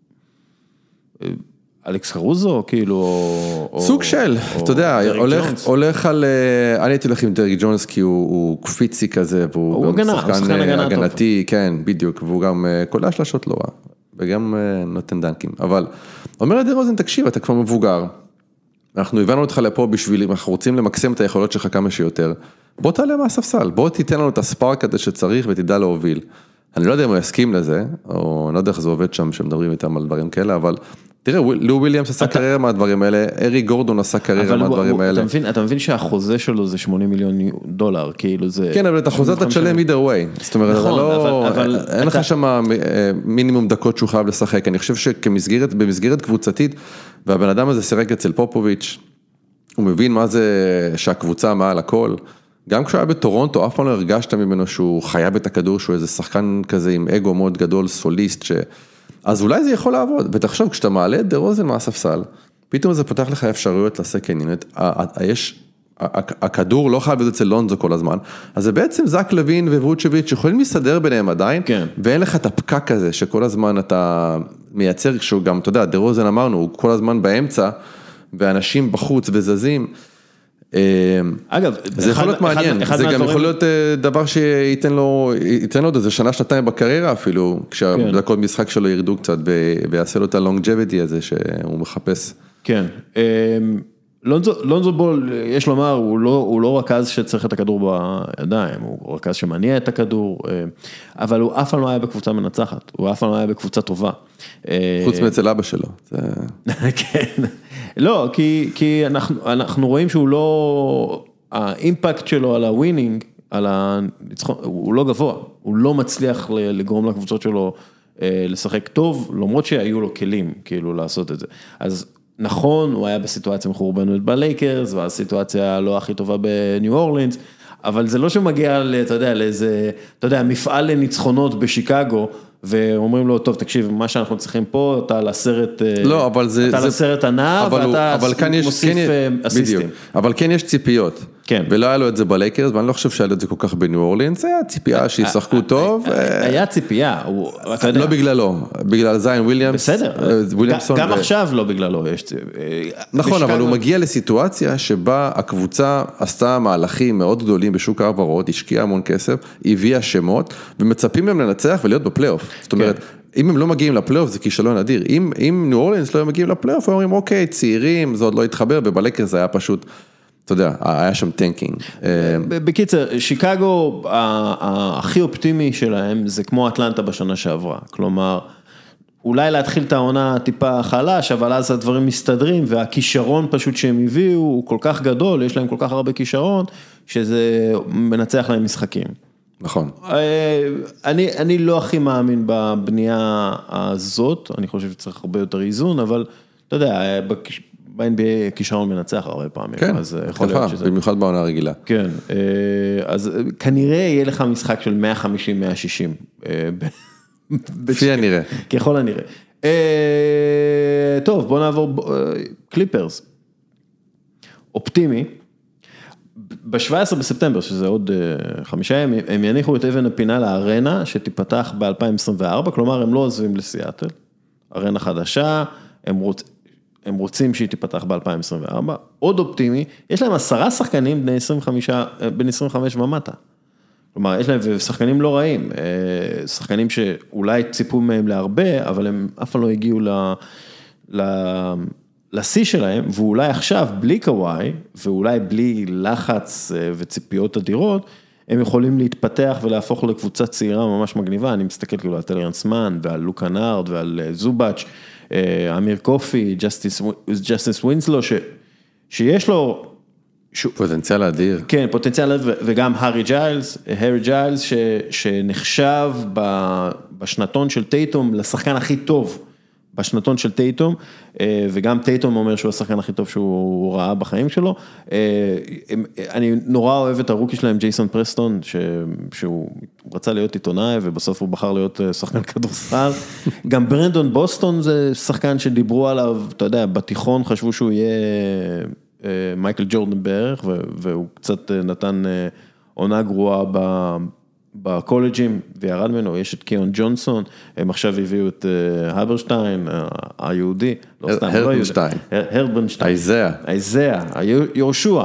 אלכס קרוזו, כאילו... סוג של, אתה יודע, הולך על... אני הייתי הולך עם דריק ג'ונס, כי הוא קפיצי כזה, והוא גם שחקן הגנתי, כן, בדיוק, והוא גם קולע שלשות לא רע, וגם נותן דנקים, אבל אומר דה רוזן, תקשיב, אתה כבר מבוגר, אנחנו הבאנו אותך לפה בשביל, אנחנו רוצים למקסם את היכולות שלך כמה שיותר, בוא תעלה מהספסל, בוא תיתן לנו את הספארק הזה שצריך ותדע להוביל. אני לא יודע אם הוא יסכים לזה, או אני לא יודע איך זה עובד שם, שמדברים איתם על דברים כאלה, אבל תראה, לו וויליאמס עשה קריירה מהדברים האלה, ארי גורדון עשה קריירה מהדברים האלה. אתה מבין שהחוזה שלו זה שמונים מיליון דולר, כאילו זה... כן, אבל את החוזה אתה תשלם either way. זאת אומרת, אין לך שם מינימום דקות שהוא חייב לשחק. אני חושב שכמסגרת, במסגרת קבוצתית, והבן אדם הזה סירק אצל פופוביץ', הוא מבין מה זה שהקבוצה מעל הכל. גם כשהוא היה בטורונטו, אף פעם לא הרגשת ממנו שהוא חייב את הכדור, שהוא איזה שחקן כזה עם אגו מאוד גדול, סוליסט, ש... אז אולי זה יכול לעבוד, ותחשוב, כשאתה מעלה את דה רוזן מהספסל, פתאום זה פותח לך אפשרויות לסקנינט, יש הכדור לא חייב להיות אצל לונזו כל הזמן, אז זה בעצם זק לוין וווצ'ביץ' שיכולים להסתדר ביניהם עדיין, כן. ואין לך את הפקק הזה שכל הזמן אתה מייצר, כשהוא גם, אתה יודע, דרוזן אמרנו, הוא כל הזמן באמצע, ואנשים בחוץ וזזים, אגב, זה יכול להיות מעניין, זה גם יכול להיות דבר שייתן לו, ייתן לו איזה שנה, שנתיים בקריירה אפילו, כשהדקות משחק שלו ירדו קצת, ויעשה לו את הלונג'ביטי הזה שהוא מחפש. כן, לונזו, לונזו בול, יש לומר, הוא לא, הוא לא רכז שצריך את הכדור בידיים, הוא רכז שמניע את הכדור, אבל הוא אף פעם לא היה בקבוצה מנצחת, הוא אף פעם לא היה בקבוצה טובה. חוץ מאצל אבא שלו. כן, לא, כי, כי אנחנו, אנחנו רואים שהוא לא, האימפקט שלו על הווינינג, על הניצחון, הוא לא גבוה, הוא לא מצליח לגרום לקבוצות שלו לשחק טוב, למרות שהיו לו כלים, כאילו, לעשות את זה. אז נכון, הוא היה בסיטואציה מחורבנות בלייקרס, והסיטואציה לא הכי טובה בניו אורלינס, אבל זה לא שמגיע, אתה יודע, לאיזה, אתה יודע, מפעל לניצחונות בשיקגו, ואומרים לו, טוב, תקשיב, מה שאנחנו צריכים פה, אתה לסרט, לא, אבל זה, אתה זה, לסרט הנע, ואתה אבל כאן יש, מוסיף כן, אסיסטים. בדיוק. אבל כן יש ציפיות. כן. ולא היה לו את זה בלייקרס, ואני לא חושב שהיה לו את זה כל כך בניו אורלינס, זה היה ציפייה שישחקו טוב. היה ציפייה, אתה יודע. לא בגללו, בגלל זיין וויליאמס. בסדר, גם עכשיו לא בגללו יש ציפייה. נכון, אבל הוא מגיע לסיטואציה שבה הקבוצה עשתה מהלכים מאוד גדולים בשוק העברות, השקיעה המון כסף, הביאה שמות, ומצפים להם לנצח ולהיות בפלייאוף. זאת אומרת, אם הם לא מגיעים לפלייאוף זה כישלון אדיר, אם, אם ניו אורלינס לא מגיעים לפלייאוף, הם אומרים, אוקיי, צעירים, זה עוד לא התחבר, ובלייקרס זה היה פשוט, אתה יודע, היה שם טנקינג. בקיצר, שיקגו, הכי אופטימי שלהם, זה כמו אטלנטה בשנה שעברה, כלומר, אולי להתחיל את העונה טיפה חלש, אבל אז הדברים מסתדרים, והכישרון פשוט שהם הביאו, הוא כל כך גדול, יש להם כל כך הרבה כישרון, שזה מנצח להם משחקים. נכון. אני, אני לא הכי מאמין בבנייה הזאת, אני חושב שצריך הרבה יותר איזון, אבל אתה יודע, ב-אן בי איי כישרון מנצח הרבה פעמים. כן, התקפה, במיוחד בעונה הרגילה. כן, אז כנראה יהיה לך משחק של מאה חמישים מאה שישים. לפי הנראה. ככל הנראה. טוב, בוא נעבור, קליפרס. אופטימי. ב-שבעה עשר בספטמבר, שזה עוד חמישה ימים, הם יניחו את אבן הפינה לארנה, שתיפתח ב-אלפיים עשרים וארבע, כלומר, הם לא עוזבים לסיאטל, ארנה חדשה, הם, רוצ... הם רוצים שהיא תיפתח ב-אלפיים עשרים וארבע, עוד אופטימי, יש להם עשרה שחקנים בני עשרים וחמש, בין עשרים וחמש ומטה, כלומר, יש להם שחקנים לא רעים, שחקנים שאולי ציפו מהם להרבה, אבל הם אף פעם לא הגיעו ל... ל... לשיא שלהם, ואולי עכשיו, בלי קוואי, ואולי בלי לחץ וציפיות אדירות, הם יכולים להתפתח ולהפוך לקבוצה צעירה ממש מגניבה, אני מסתכל כאילו על טלרנס מן, ועל לוקה נארד, ועל זובאץ', אמיר קופי, ג'סטיס ווינסלו, שיש לו... פוטנציאל אדיר. כן, פוטנציאל אדיר, וגם הארי ג'יילס, הארי ג'יילס, שנחשב בשנתון של טייטום לשחקן הכי טוב, בשנתון של טייטום, וגם טייטום אומר שהוא השחקן הכי טוב שהוא ראה בחיים שלו, אני נורא אוהב את הרוקי שלהם, ג'ייסון פרסטון, שהוא רצה להיות עיתונאי, ובסוף הוא בחר להיות שחקן כדורסל, גם ברנדון בוסטון זה שחקן שדיברו עליו, אתה יודע, בתיכון חשבו שהוא יהיה מייקל ג'ורדן בערך, והוא קצת נתן עונה גרועה ב... בקולג'ים, וירד ממנו, יש את קיון ג'ונסון, הם עכשיו הביאו את הברשטיין, היהודי, לא סתם, הרבנשטיין, הרבנשטיין, איזאה, איזאה, יהושע,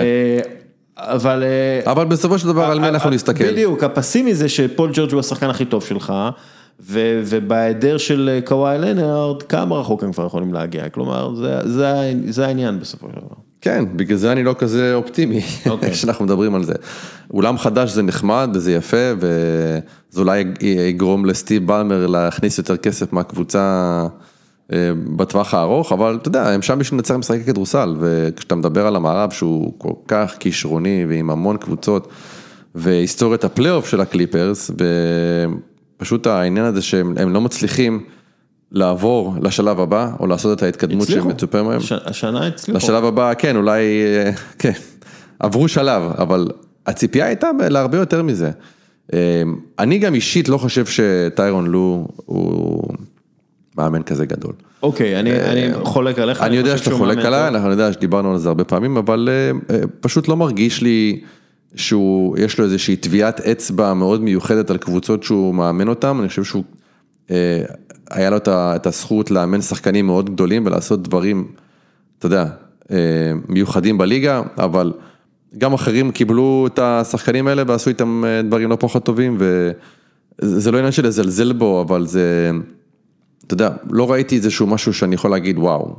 אבל, אבל בסופו של דבר על מי אנחנו נסתכל. בדיוק, הפסימי זה שפול ג'ורג' הוא השחקן הכי טוב שלך, ובהיעדר של קוואי לנארד, כמה רחוק הם כבר יכולים להגיע, כלומר, זה העניין בסופו של דבר. כן, בגלל זה אני לא כזה אופטימי, כשאנחנו מדברים על זה. אולם חדש זה נחמד וזה יפה, וזה אולי יגרום לסטיב בלמר להכניס יותר כסף מהקבוצה בטווח הארוך, אבל אתה יודע, הם שם בשביל לנצח משחקי כדורסל, וכשאתה מדבר על המערב שהוא כל כך כישרוני ועם המון קבוצות, והיסטוריית הפלייאוף של הקליפרס, ופשוט העניין הזה שהם לא מצליחים, לעבור לשלב הבא, או לעשות את ההתקדמות שמצופה מהם. השנה הצליחו. לשלב הבא, כן, אולי, כן, עברו שלב, אבל הציפייה הייתה להרבה יותר מזה. אני גם אישית לא חושב שטיירון לו הוא מאמן כזה גדול. אוקיי, אני חולק עליך. אני יודע שאתה חולק עליי, אנחנו יודע שדיברנו על זה הרבה פעמים, אבל פשוט לא מרגיש לי שהוא, יש לו איזושהי טביעת אצבע מאוד מיוחדת על קבוצות שהוא מאמן אותם, אני חושב שהוא, היה לו את הזכות לאמן שחקנים מאוד גדולים ולעשות דברים, אתה יודע, מיוחדים בליגה, אבל גם אחרים קיבלו את השחקנים האלה ועשו איתם דברים לא פחות טובים, וזה לא עניין של לזלזל בו, אבל זה, אתה יודע, לא ראיתי איזשהו משהו שאני יכול להגיד, וואו,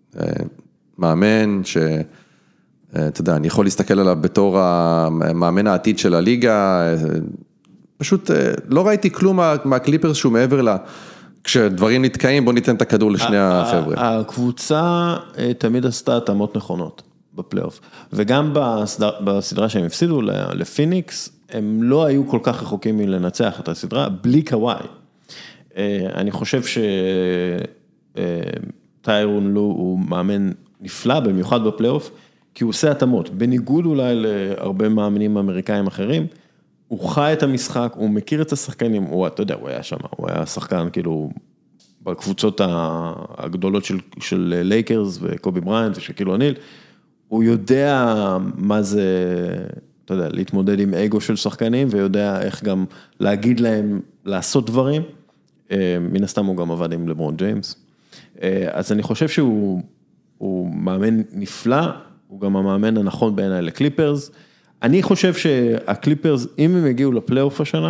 מאמן ש, אתה יודע, אני יכול להסתכל עליו בתור המאמן העתיד של הליגה, פשוט לא ראיתי כלום מהקליפרס שהוא מעבר לה, כשדברים נתקעים, בוא ניתן את הכדור לשני החבר'ה. הקבוצה תמיד עשתה התאמות נכונות בפלייאוף, וגם בסדרה שהם הפסידו לפיניקס, הם לא היו כל כך רחוקים מלנצח את הסדרה, בלי קוואי. אני חושב שטיירון לו הוא מאמן נפלא, במיוחד בפלייאוף, כי הוא עושה התאמות, בניגוד אולי להרבה מאמנים אמריקאים אחרים, הוא חי את המשחק, הוא מכיר את השחקנים, הוא, אתה יודע, הוא היה שם, הוא היה שחקן כאילו, בקבוצות הגדולות של, של לייקרס וקובי בריינט ושקיל אוניל, הוא יודע מה זה, אתה יודע, להתמודד עם אגו של שחקנים, ויודע איך גם להגיד להם לעשות דברים, מן הסתם הוא גם עבד עם לברון ג'יימס, אז אני חושב שהוא הוא מאמן נפלא, הוא גם המאמן הנכון בעיניי לקליפרס, אני חושב שהקליפרס, אם הם יגיעו לפלייאוף השנה,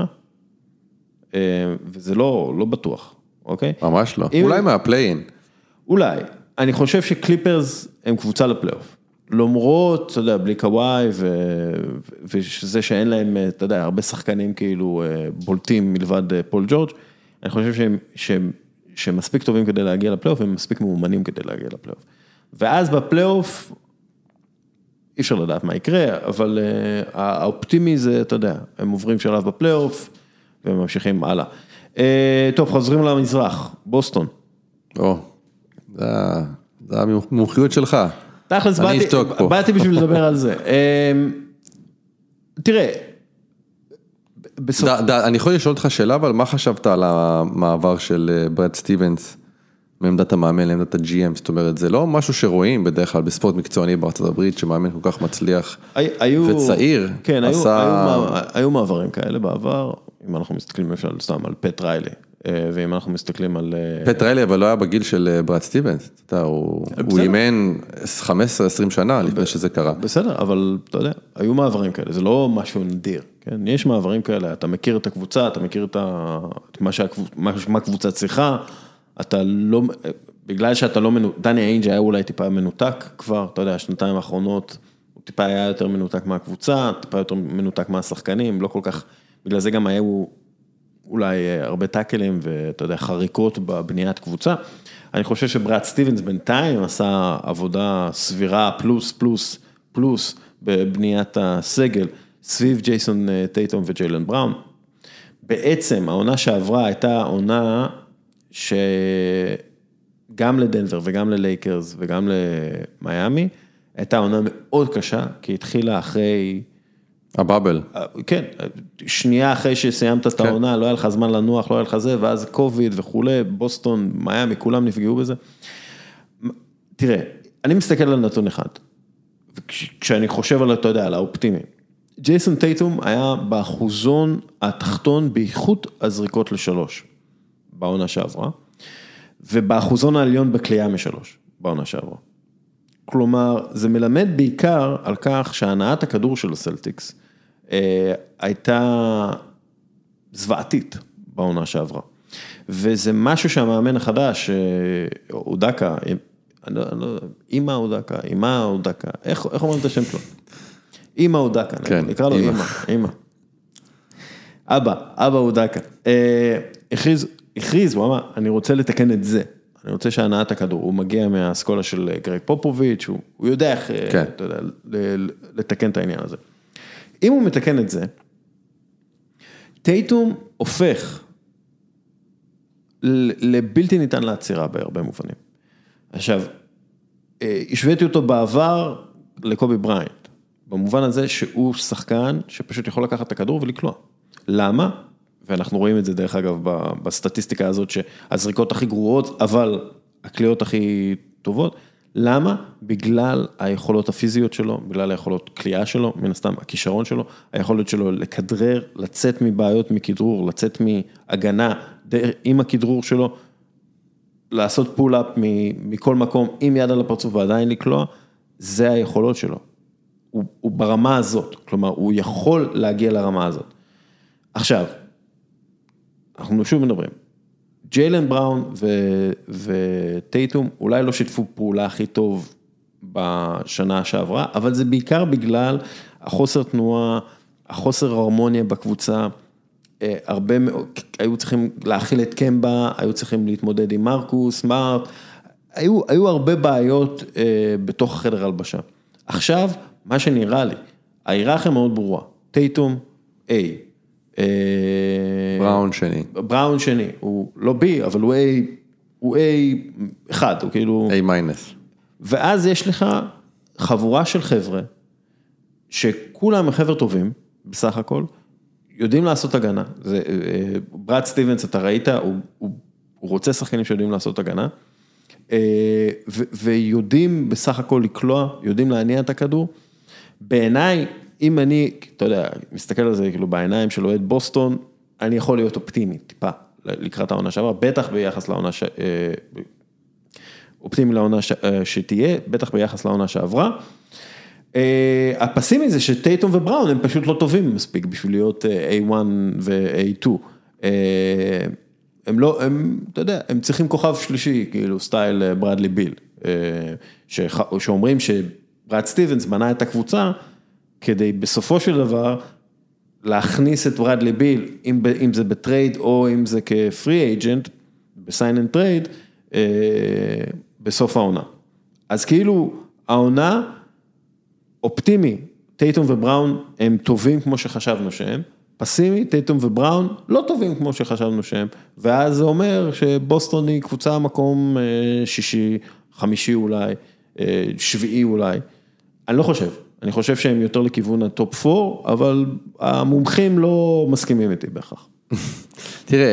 וזה לא, לא בטוח, אוקיי? ממש לא, אולי מהפליין. אולי, אני חושב שקליפרס הם קבוצה לפלייאוף, למרות, אתה יודע, בלי קוואי, וזה שאין להם, אתה יודע, הרבה שחקנים כאילו בולטים מלבד פול ג'ורג', אני חושב שהם, שהם, שהם מספיק טובים כדי להגיע לפלייאוף, הם מספיק מאומנים כדי להגיע לפלייאוף. ואז בפלייאוף, אי אפשר לדעת מה יקרה, אבל uh, האופטימי זה, אתה יודע, הם עוברים שלב בפלייאוף, והם ממשיכים הלאה. Uh, טוב, חוזרים למזרח, בוסטון. או, זה, זה המומחיות שלך. תכלס, באתי, באתי בשביל לדבר על זה. Uh, תראה, בסוף... ד, ד, אני יכול לשאול אותך שאלה, אבל מה חשבת על המעבר של ברד סטיבנס, מעמדת המאמן לעמדת ה-ג'י אם, זאת אומרת, זה לא משהו שרואים בדרך כלל בספורט מקצועני בארצות הברית, שמאמן כל כך מצליח וצעיר. כן, היו מעברים כאלה בעבר, אם אנחנו מסתכלים אפשר סתם על פט ריילי, ואם אנחנו מסתכלים על... פט ריילי, אבל לא היה בגיל של ברד סטיבנס, הוא אימן חמש עשרה עשרים שנה לפני שזה קרה. בסדר, אבל אתה יודע, היו מעברים כאלה, זה לא משהו נדיר, כן? יש מעברים כאלה, אתה מכיר את הקבוצה, אתה מכיר את מה הקבוצה צריכה, אתה לא, בגלל שאתה לא מנותק, דני איינג' היה אולי טיפה מנותק כבר, אתה יודע, השנתיים האחרונות, הוא טיפה היה יותר מנותק מהקבוצה, טיפה יותר מנותק מהשחקנים, לא כל כך, בגלל זה גם היו אולי הרבה טאקלים, ואתה יודע, חריקות בבניית קבוצה. אני חושב שברד סטיבנס בינתיים עשה עבודה סבירה, פלוס, פלוס, פלוס, בבניית הסגל, סביב ג'ייסון טייטום וג'יילן בראון. בעצם, העונה שעברה הייתה עונה, שגם לדנבר וגם ללייקרס וגם למיימי, הייתה עונה מאוד קשה, כי התחילה אחרי... הבאבל. כן, שנייה אחרי שסיימת את העונה, לא היה לך זמן לנוח, לא היה לך זה, ואז קוביד וכו', בוסטון, מיימי, כולם נפגעו בזה. תראה, אני מסתכל על נתון אחד, כשאני חושב על, אתה יודע, על האופטימי. ג'ייסון טייטום היה באחוזון התחתון באיכות הזריקות לשלוש. בעונה שעברה, ובאחוזון העליון בקליעה משלוש, בעונה שעברה. כלומר, זה מלמד בעיקר על כך שהנעת הכדור של הסלטיקס אה, הייתה זוועתית בעונה שעברה. וזה משהו שהמאמן החדש, אודקה, אימא אודקה, אימא אודקה, איך, איך אומרים את השם שלו? אימא אודקה, כן, נקרא לו אימא, אימא. אבא, אבא אודקה. אה, הכריז, הכריז, הוא אמר, אני רוצה לתקן את זה, אני רוצה שהנעת הכדור, הוא מגיע מהאסכולה של גרג פופוביץ', הוא, הוא יודע איך, כן. אתה יודע, לתקן את העניין הזה. אם הוא מתקן את זה, טייטום הופך לבלתי ניתן לעצירה בהרבה מובנים. עכשיו, השוויתי אותו בעבר לקובי בריינט, במובן הזה שהוא שחקן שפשוט יכול לקחת את הכדור ולקלוע. למה? ואנחנו רואים את זה דרך אגב בסטטיסטיקה הזאת, שהזריקות הכי גרועות, אבל הקליעות הכי טובות, למה? בגלל היכולות הפיזיות שלו, בגלל היכולות קליעה שלו, מן הסתם הכישרון שלו, היכולת שלו לכדרר, לצאת מבעיות מכדרור, לצאת מהגנה עם הכדרור שלו, לעשות פול-אפ מכל מקום עם יד על הפרצוף ועדיין לקלוע, זה היכולות שלו. הוא, הוא ברמה הזאת, כלומר, הוא יכול להגיע לרמה הזאת. עכשיו, אנחנו שוב מדברים, ג'יילן בראון וטייטום אולי לא שיתפו פעולה הכי טוב בשנה שעברה, אבל זה בעיקר בגלל החוסר תנועה, החוסר הרמוניה בקבוצה, הרבה מאוד, היו צריכים להכיל את קמבה, היו צריכים להתמודד עם מרקוס, סמארט, היו, היו הרבה בעיות בתוך החדר הלבשה. עכשיו, מה שנראה לי, ההיררכיה מאוד ברורה, טייטום, A, בראון שני. בראון שני, הוא לא B, אבל הוא A, הוא A אחד, הוא כאילו... A מיינס. ואז יש לך חבורה של חבר'ה, שכולם חבר'ה טובים, בסך הכל, יודעים לעשות הגנה. זה, ברד סטיבנס, אתה ראית, הוא, הוא, הוא רוצה שחקנים שיודעים לעשות הגנה, ו, ויודעים בסך הכל לקלוע, יודעים להניע את הכדור. בעיניי, אם אני, אתה יודע, מסתכל על זה כאילו בעיניים של אוהד בוסטון, אני יכול להיות אופטימי, טיפה, לקראת העונה שעברה, בטח ביחס לעונה ש... אופטימי לעונה ש... שתהיה, בטח ביחס לעונה שעברה. הפסימי זה שטייטום ובראון הם פשוט לא טובים מספיק בשביל להיות A אחת ו-A שתיים. הם לא, הם, אתה יודע, הם צריכים כוכב שלישי, כאילו סטייל ברדלי ביל, שאומרים שברד סטיבנס בנה את הקבוצה, כדי בסופו של דבר להכניס את ברדלי ביל, אם, אם זה בטרייד או אם זה כפרי אייג'נט, בסיין אנד טרייד, בסוף העונה. אז כאילו העונה אופטימי, טייטום ובראון הם טובים כמו שחשבנו שהם, פסימי, טייטום ובראון לא טובים כמו שחשבנו שהם, ואז זה אומר שבוסטון היא קבוצה מקום שישי, חמישי אולי, שביעי אולי, אני לא חושב, אני חושב שהם יותר לכיוון הטופ ארבע, אבל המומחים לא מסכימים איתי בהכרח. תראה,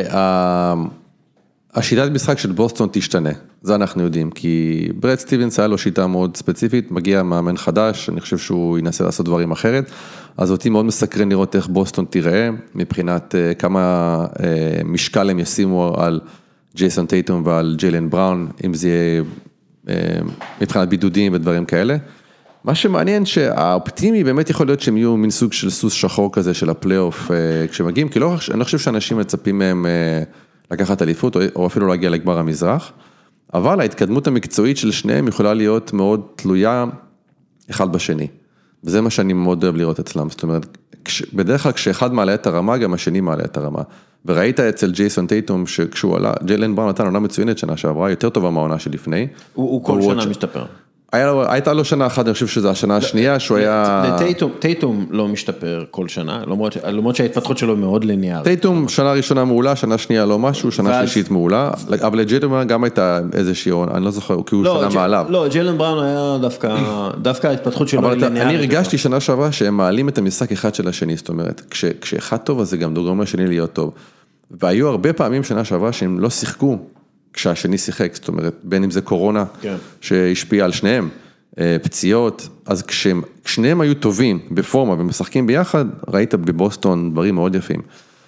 השיטת משחק של בוסטון תשתנה, זה אנחנו יודעים, כי ברד סטיבנס היה לו שיטה מאוד ספציפית, מגיע מאמן חדש, אני חושב שהוא ינסה לעשות דברים אחרת, אז אותי מאוד מסקרן לראות איך בוסטון תיראה, מבחינת כמה משקל הם ישימו על ג'ייסון טייטום ועל ג'יילן בראון, אם זה יהיה מבחינת בידודים ודברים כאלה. מה שמעניין שהאופטימי באמת יכול להיות שהם יהיו מין סוג של סוס שחור כזה של הפלייאוף כשמגיעים, כי לא, אני לא חושב שאנשים מצפים מהם לקחת אליפות או אפילו להגיע לגמר המזרח, אבל ההתקדמות המקצועית של שניהם יכולה להיות מאוד תלויה אחד בשני, וזה מה שאני מאוד אוהב לראות אצלם, זאת אומרת, בדרך כלל כשאחד מעלה את הרמה, גם השני מעלה את הרמה, וראית אצל ג'ייסון טייטום שכשהוא עלה, ג'יילן בראון נתן עונה מצוינת שנה שעברה, יותר טובה מהעונה שלפני. הוא, הוא כל שנה משתפר. הייתה לו שנה אחת, אני חושב שזו השנה השנייה, שהוא היה... טייטום לא משתפר כל שנה, למרות שההתפתחות שלו מאוד ליניארית. טייטום שנה ראשונה מעולה, שנה שנייה לא משהו, שנה שלישית מעולה, אבל לג'יילן גם הייתה איזושהי עונה, אני לא זוכר, כי הוא שנה מעליו. לא, ג'יילן בראון היה דווקא ההתפתחות שלו ליניארית. אני הרגשתי שנה שעברה שהם מעלים את המשחק אחד של השני, זאת אומרת, כשאחד טוב, אז זה גם דוגרם לשני להיות טוב. והיו הרבה פעמים שנה שעברה שהם לא שיחקו כשהשני שיחק, זאת אומרת, בין אם זה קורונה, כן. שהשפיע על שניהם, פציעות, אז כשהם, כשניהם היו טובים בפורמה ומשחקים ביחד, ראית בבוסטון דברים מאוד יפים.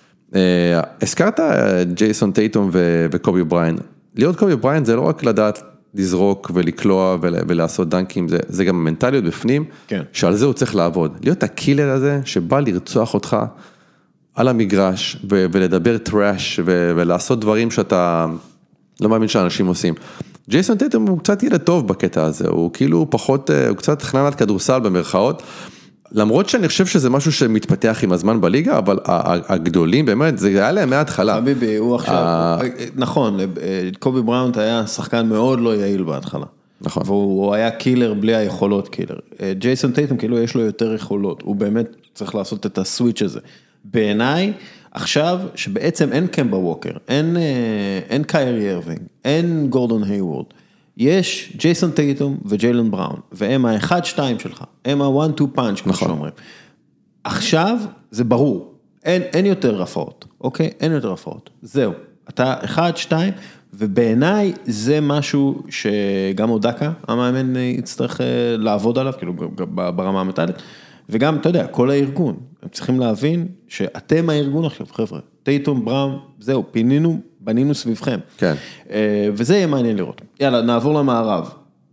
הזכרת ג'ייסון טייטום וקובי בריין, להיות קובי בריין זה לא רק לדעת לזרוק ולקלוע ולעשות דנקים, זה, זה גם מנטליות בפנים, כן. שעל זה הוא צריך לעבוד. להיות הקילר הזה שבא לרצוח אותך על המגרש ולדבר טראש ולעשות דברים שאתה... לא מאמין שאנשים עושים. ג'ייסון טייטום הוא קצת ילד טוב בקטע הזה, הוא כאילו פחות, הוא קצת חננת כדורסל במרכאות, למרות שאני חושב שזה משהו שמתפתח עם הזמן בליגה, אבל הגדולים באמת, זה היה להם מההתחלה. חביבי, הוא עכשיו, נכון, קובי בראון היה שחקן מאוד לא יעיל בהתחלה. נכון. והוא היה קילר בלי היכולות קילר. ג'ייסון טייטום כאילו יש לו יותר יכולות, הוא באמת צריך לעשות את הסוויץ' הזה. בעיניי, עכשיו שבעצם אין קמבה ווקר, אין, אין קיירי ארווינג, אין גורדון היוורד, יש ג'ייסון טייטום וג'יילן בראון, והם האחד שתיים שלך, הם ה-one two punch, כמו שאומרים. עכשיו זה ברור, אין, אין יותר הפרעות, אוקיי? אין יותר הפרעות, זהו. אתה אחד, שתיים, ובעיניי זה משהו שגם אודקה, המאמן יצטרך לעבוד עליו, כאילו ברמה המטלית, וגם, אתה יודע, כל הארגון, הם צריכים להבין שאתם הארגון עכשיו, חבר'ה, טייטום, בראם, זהו, פינינו, בנינו סביבכם. כן. וזה יהיה מעניין לראות. יאללה, נעבור למערב.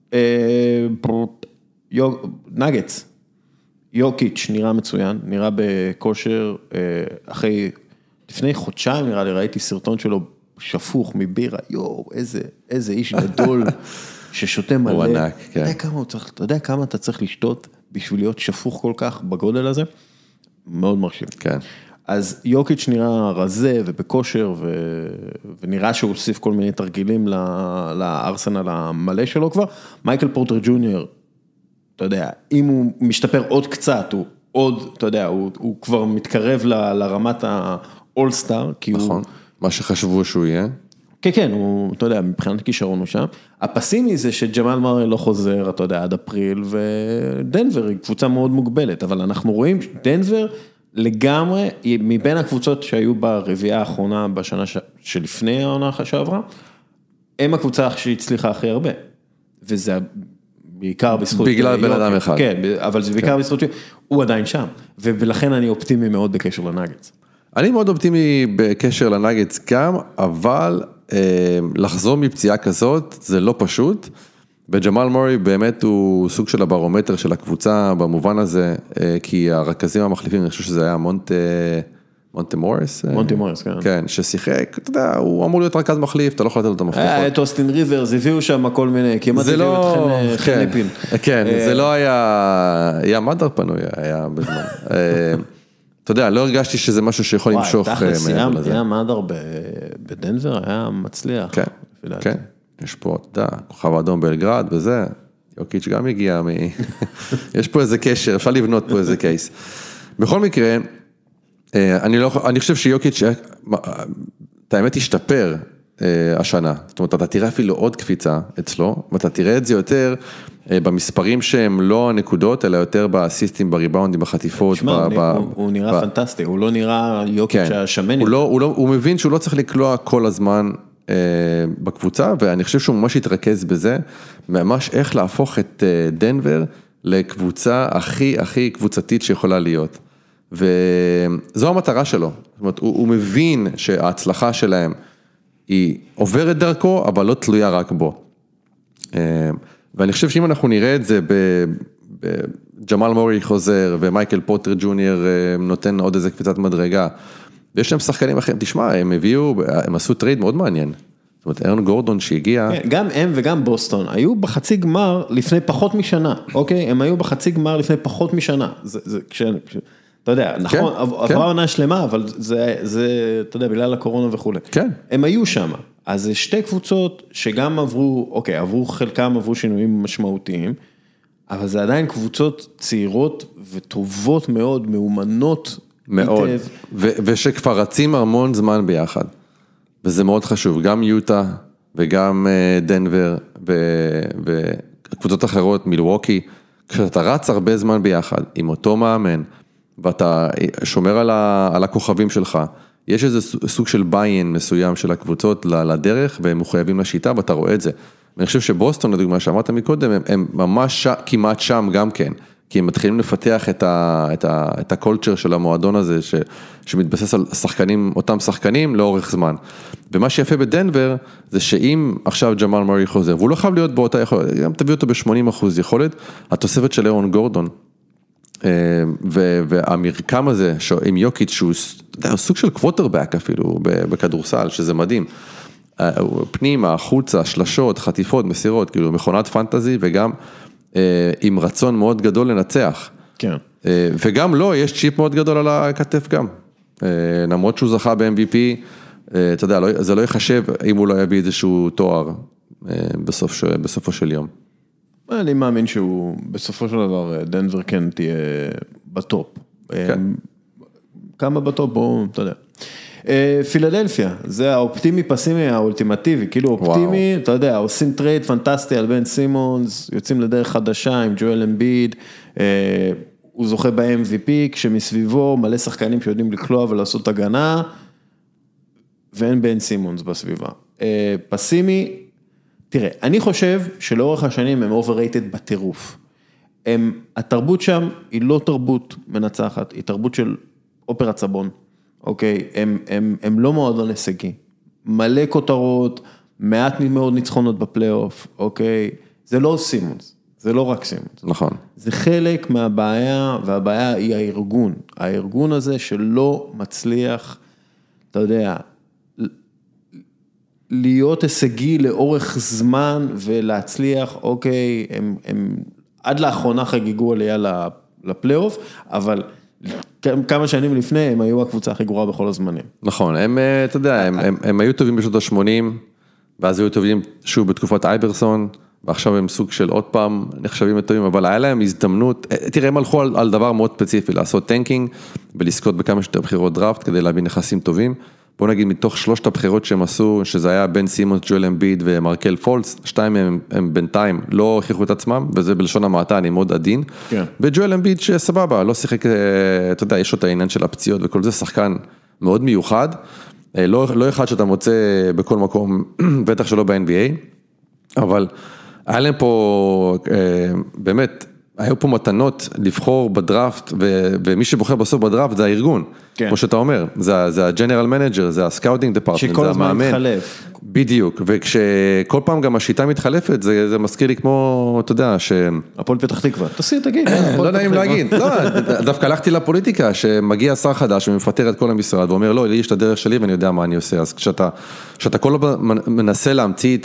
נגץ, יוקיץ' נראה מצוין, נראה בכושר, אחרי, לפני חודשיים נראה לי, ראיתי סרטון שלו שפוך מבירה, יואו, איזה, איזה איש גדול ששותה מלא. הוא ענק, כן. אתה יודע כמה הוא צריך, אתה יודע כמה אתה צריך לשתות בשביל להיות שפוך כל כך בגודל הזה? מאוד מרשים. כן. אז יוקיץ' נראה רזה ובכושר, ו... ונראה שהוא הוסיף כל מיני תרגילים לארסנל המלא שלו כבר. מייקל פורטר ג'וניור, אתה יודע, אם הוא משתפר עוד קצת, הוא עוד, אתה יודע, הוא, הוא כבר מתקרב ל, לרמת האולסטאר, כי נכון, הוא... מה שחשבו שהוא יהיה. כן, כן, הוא, אתה יודע, מבחינת כישרון הוא שם. הפסימי זה שג'מאל מרי לא חוזר, אתה יודע, עד אפריל, ודנבר היא קבוצה מאוד מוגבלת, אבל אנחנו רואים דנבר לגמרי, מבין הקבוצות שהיו ברביעייה האחרונה בשנה ש... שלפני העונה שעברה, הם הקבוצה שהצליחה הכי הרבה. וזה בעיקר בזכות... בגלל בן אדם אחד. כן, אבל זה בעיקר בזכות שהוא עדיין שם, ולכן אני אופטימי מאוד בקשר לנגץ. אני מאוד אופטימי בקשר לנגץ גם, אבל אה, לחזור מפציעה כזאת זה לא פשוט, וג'מאל מורי באמת הוא סוג של הברומטר של הקבוצה במובן הזה, אה, כי הרכזים המחליפים, אני חושב שזה היה מונט, מונטה מוריס. מונטה מוריס, כן. כן, ששיחק, אתה יודע, הוא אמור להיות רכז מחליף, אתה לא יכול לתת לו את המפתחות. היה את אוסטין ריברס, הביאו שם כל מיני, כמעט הביאו את חן ליפין. כן, זה לא היה, היה מדר פנוי, היה בזמן. אתה יודע, לא הרגשתי שזה משהו שיכול למשוך מעבר לזה. היה מדר בדנבר, היה מצליח. כן, כן. יש פה, אתה יודע, כוכב האדום בלגרד וזה, יוקיץ' גם הגיע מ... יש פה איזה קשר, אפשר לבנות פה איזה קייס. בכל מקרה, אני לא, אני חושב שיוקיץ', את האמת השתפר השנה. זאת אומרת, אתה תראה אפילו עוד קפיצה אצלו, ואתה תראה את זה יותר במספרים שהם לא הנקודות, אלא יותר באסיסטים, בריבאונדים, בחטיפות. תשמע, הוא נראה פנטסטי, הוא לא נראה יוקיץ' השמן. הוא מבין שהוא לא צריך לקלוע כל הזמן בקבוצה, ואני חושב שהוא ממש התרכז בזה, ממש איך להפוך את דנבר לקבוצה הכי הכי קבוצתית שיכולה להיות. וזו המטרה שלו. זאת אומרת, הוא, הוא מבין שההצלחה שלהם היא עוברת דרכו, אבל לא תלויה רק בו. ואני חושב שאם אנחנו נראה את זה בג'מאל מורי חוזר, ומייקל פוטר ג'וניור נותן עוד איזה קפיצת מדרגה, ויש להם שחקנים אחרים, תשמע, הם הביאו, הם עשו טרייד מאוד מעניין. זאת אומרת, ארן גורדון שהגיע... כן, גם הם וגם בוסטון, היו בחצי גמר לפני פחות משנה, אוקיי? הם היו בחצי גמר לפני פחות משנה. זה, זה, כש... אתה יודע, נכון, עברה עונה שלמה, אבל זה, זה, אתה יודע, בגלל הקורונה וכו'. כן. הם היו שם. אז זה שתי קבוצות שגם עברו, אוקיי, עברו חלקם עברו שינויים משמעותיים, אבל זה עדיין קבוצות צעירות וטובות מאוד, מאומנות מאוד, ו- ושכבר רצים המון זמן ביחד, וזה מאוד חשוב, גם יוטה וגם דנבר וקבוצות אחרות, מילווקי, כשאתה רץ הרבה זמן ביחד עם אותו מאמן, ואתה שומר על, ה- על הכוכבים שלך, יש איזה סוג של ביין מסוים של הקבוצות לדרך, והם מחויבים לשיטה, ואתה רואה את זה. ואני חושב שבוסטון, לדוגמה, שאמרת מקודם, הם, הם ממש ש... כמעט שם גם כן, כי הם מתחילים לפתח את ה... את ה... את הקולצ'ר של המועדון הזה, ש... שמתבסס על שחקנים, אותם שחקנים לאורך זמן. ומה שיפה בדנבר, זה שאם עכשיו ג'מאל מורי חוזר, והוא לא חייב להיות באותה יכולת, גם תביא אותו ב-שמונים אחוז יכולת, התוספת של ארון גורדון, והמרקם הזה עם יוקיץ' שהוא סוג של קווטרבק אפילו בכדורסל, שזה מדהים, פנימה, חוצה, שלשות, חטיפות, מסירות, כאילו מכונת פנטזי, וגם עם רצון מאוד גדול לנצח. כן. וגם לא, יש צ'יפ מאוד גדול על הכתף גם. למרות שהוא זכה ב-אם וי פי, אתה יודע, זה לא יחשב אם הוא לא יביא איזשהו תואר בסוף, בסופו של יום. אני מאמין שהוא בסופו של דבר, דנבר כן תהיה בטופ. כן. כמה בטופ, בואו, אתה יודע. פילדלפיה, זה האופטימי פסימי האולטימטיבי, כאילו אופטימי, אתה יודע, עושים טרייד פנטסטי על בן סימונס, יוצאים לדרך חדשה עם ג'ואל אמביד, הוא זוכה ב-אם וי פי, כשמסביבו מלא שחקנים שיודעים לקלוע ולעשות הגנה, ואין בן סימונס בסביבה. פסימי, תראה, אני חושב שלאורך השנים הם overrated בטירוף. הם, התרבות שם היא לא תרבות מנצחת, היא תרבות של אופרת סבון, אוקיי? הם, הם, הם לא מועדון הישגי. מלא כותרות, מעט מאוד ניצחונות בפלייאוף, אוקיי? זה לא סימונס, זה לא רק סימונס. נכון. זה חלק מהבעיה, והבעיה היא הארגון. הארגון הזה שלא מצליח, אתה יודע, להיות הישגי לאורך זמן ולהצליח, אוקיי, הם, הם עד לאחרונה חגיגו עליה לפלייאוף, אבל כמה שנים לפני הם היו הקבוצה הכי גרועה בכל הזמנים. נכון, הם, אתה יודע, הם, הם, הם היו טובים בשנות ה-שמונים, ואז היו טובים שוב בתקופת אייברסון, ועכשיו הם סוג של עוד פעם נחשבים טובים, אבל היה להם הזדמנות, תראה, הם הלכו על, על דבר מאוד ספציפי, לעשות טנקינג, ולזכות בכמה שיותר בחירות דראפט, כדי להביא נכסים טובים. בוא נגיד, מתוך שלושת הבחירות שהם עשו, שזה היה בן סימונס, ג'ואל אמביד ומרקל פולץ, שתיים הם, הם בינתיים לא הוכיחו את עצמם, וזה בלשון המעטה, אני מאוד עדין. כן. וג'ואל אמביד שסבבה, לא שיחק, אתה יודע, יש לו את העניין של הפציעות וכל זה, שחקן מאוד מיוחד, לא, לא אחד שאתה מוצא בכל מקום, בטח שלא ב-אן בי איי, אבל היה להם פה, באמת, היו פה מתנות לבחור בדראפט, ומי שבוחר בסוף בדראפט זה הארגון, כמו שאתה אומר, זה הג'נרל מנג'ר, זה הסקאוטינג דפארטמנט, זה המאמן. שכל הזמן מתחלף. בדיוק, וכשכל פעם גם השיטה מתחלפת, זה מזכיר לי כמו, אתה יודע, ש... הפועל פתח תקווה, תעשי, תגיד. לא נעים להגיד, לא, דווקא הלכתי לפוליטיקה, שמגיע שר חדש ומפטר את כל המשרד, ואומר, לא, לי יש את הדרך שלי ואני יודע מה אני עושה, אז כשאתה כל הזמן מנסה להמציא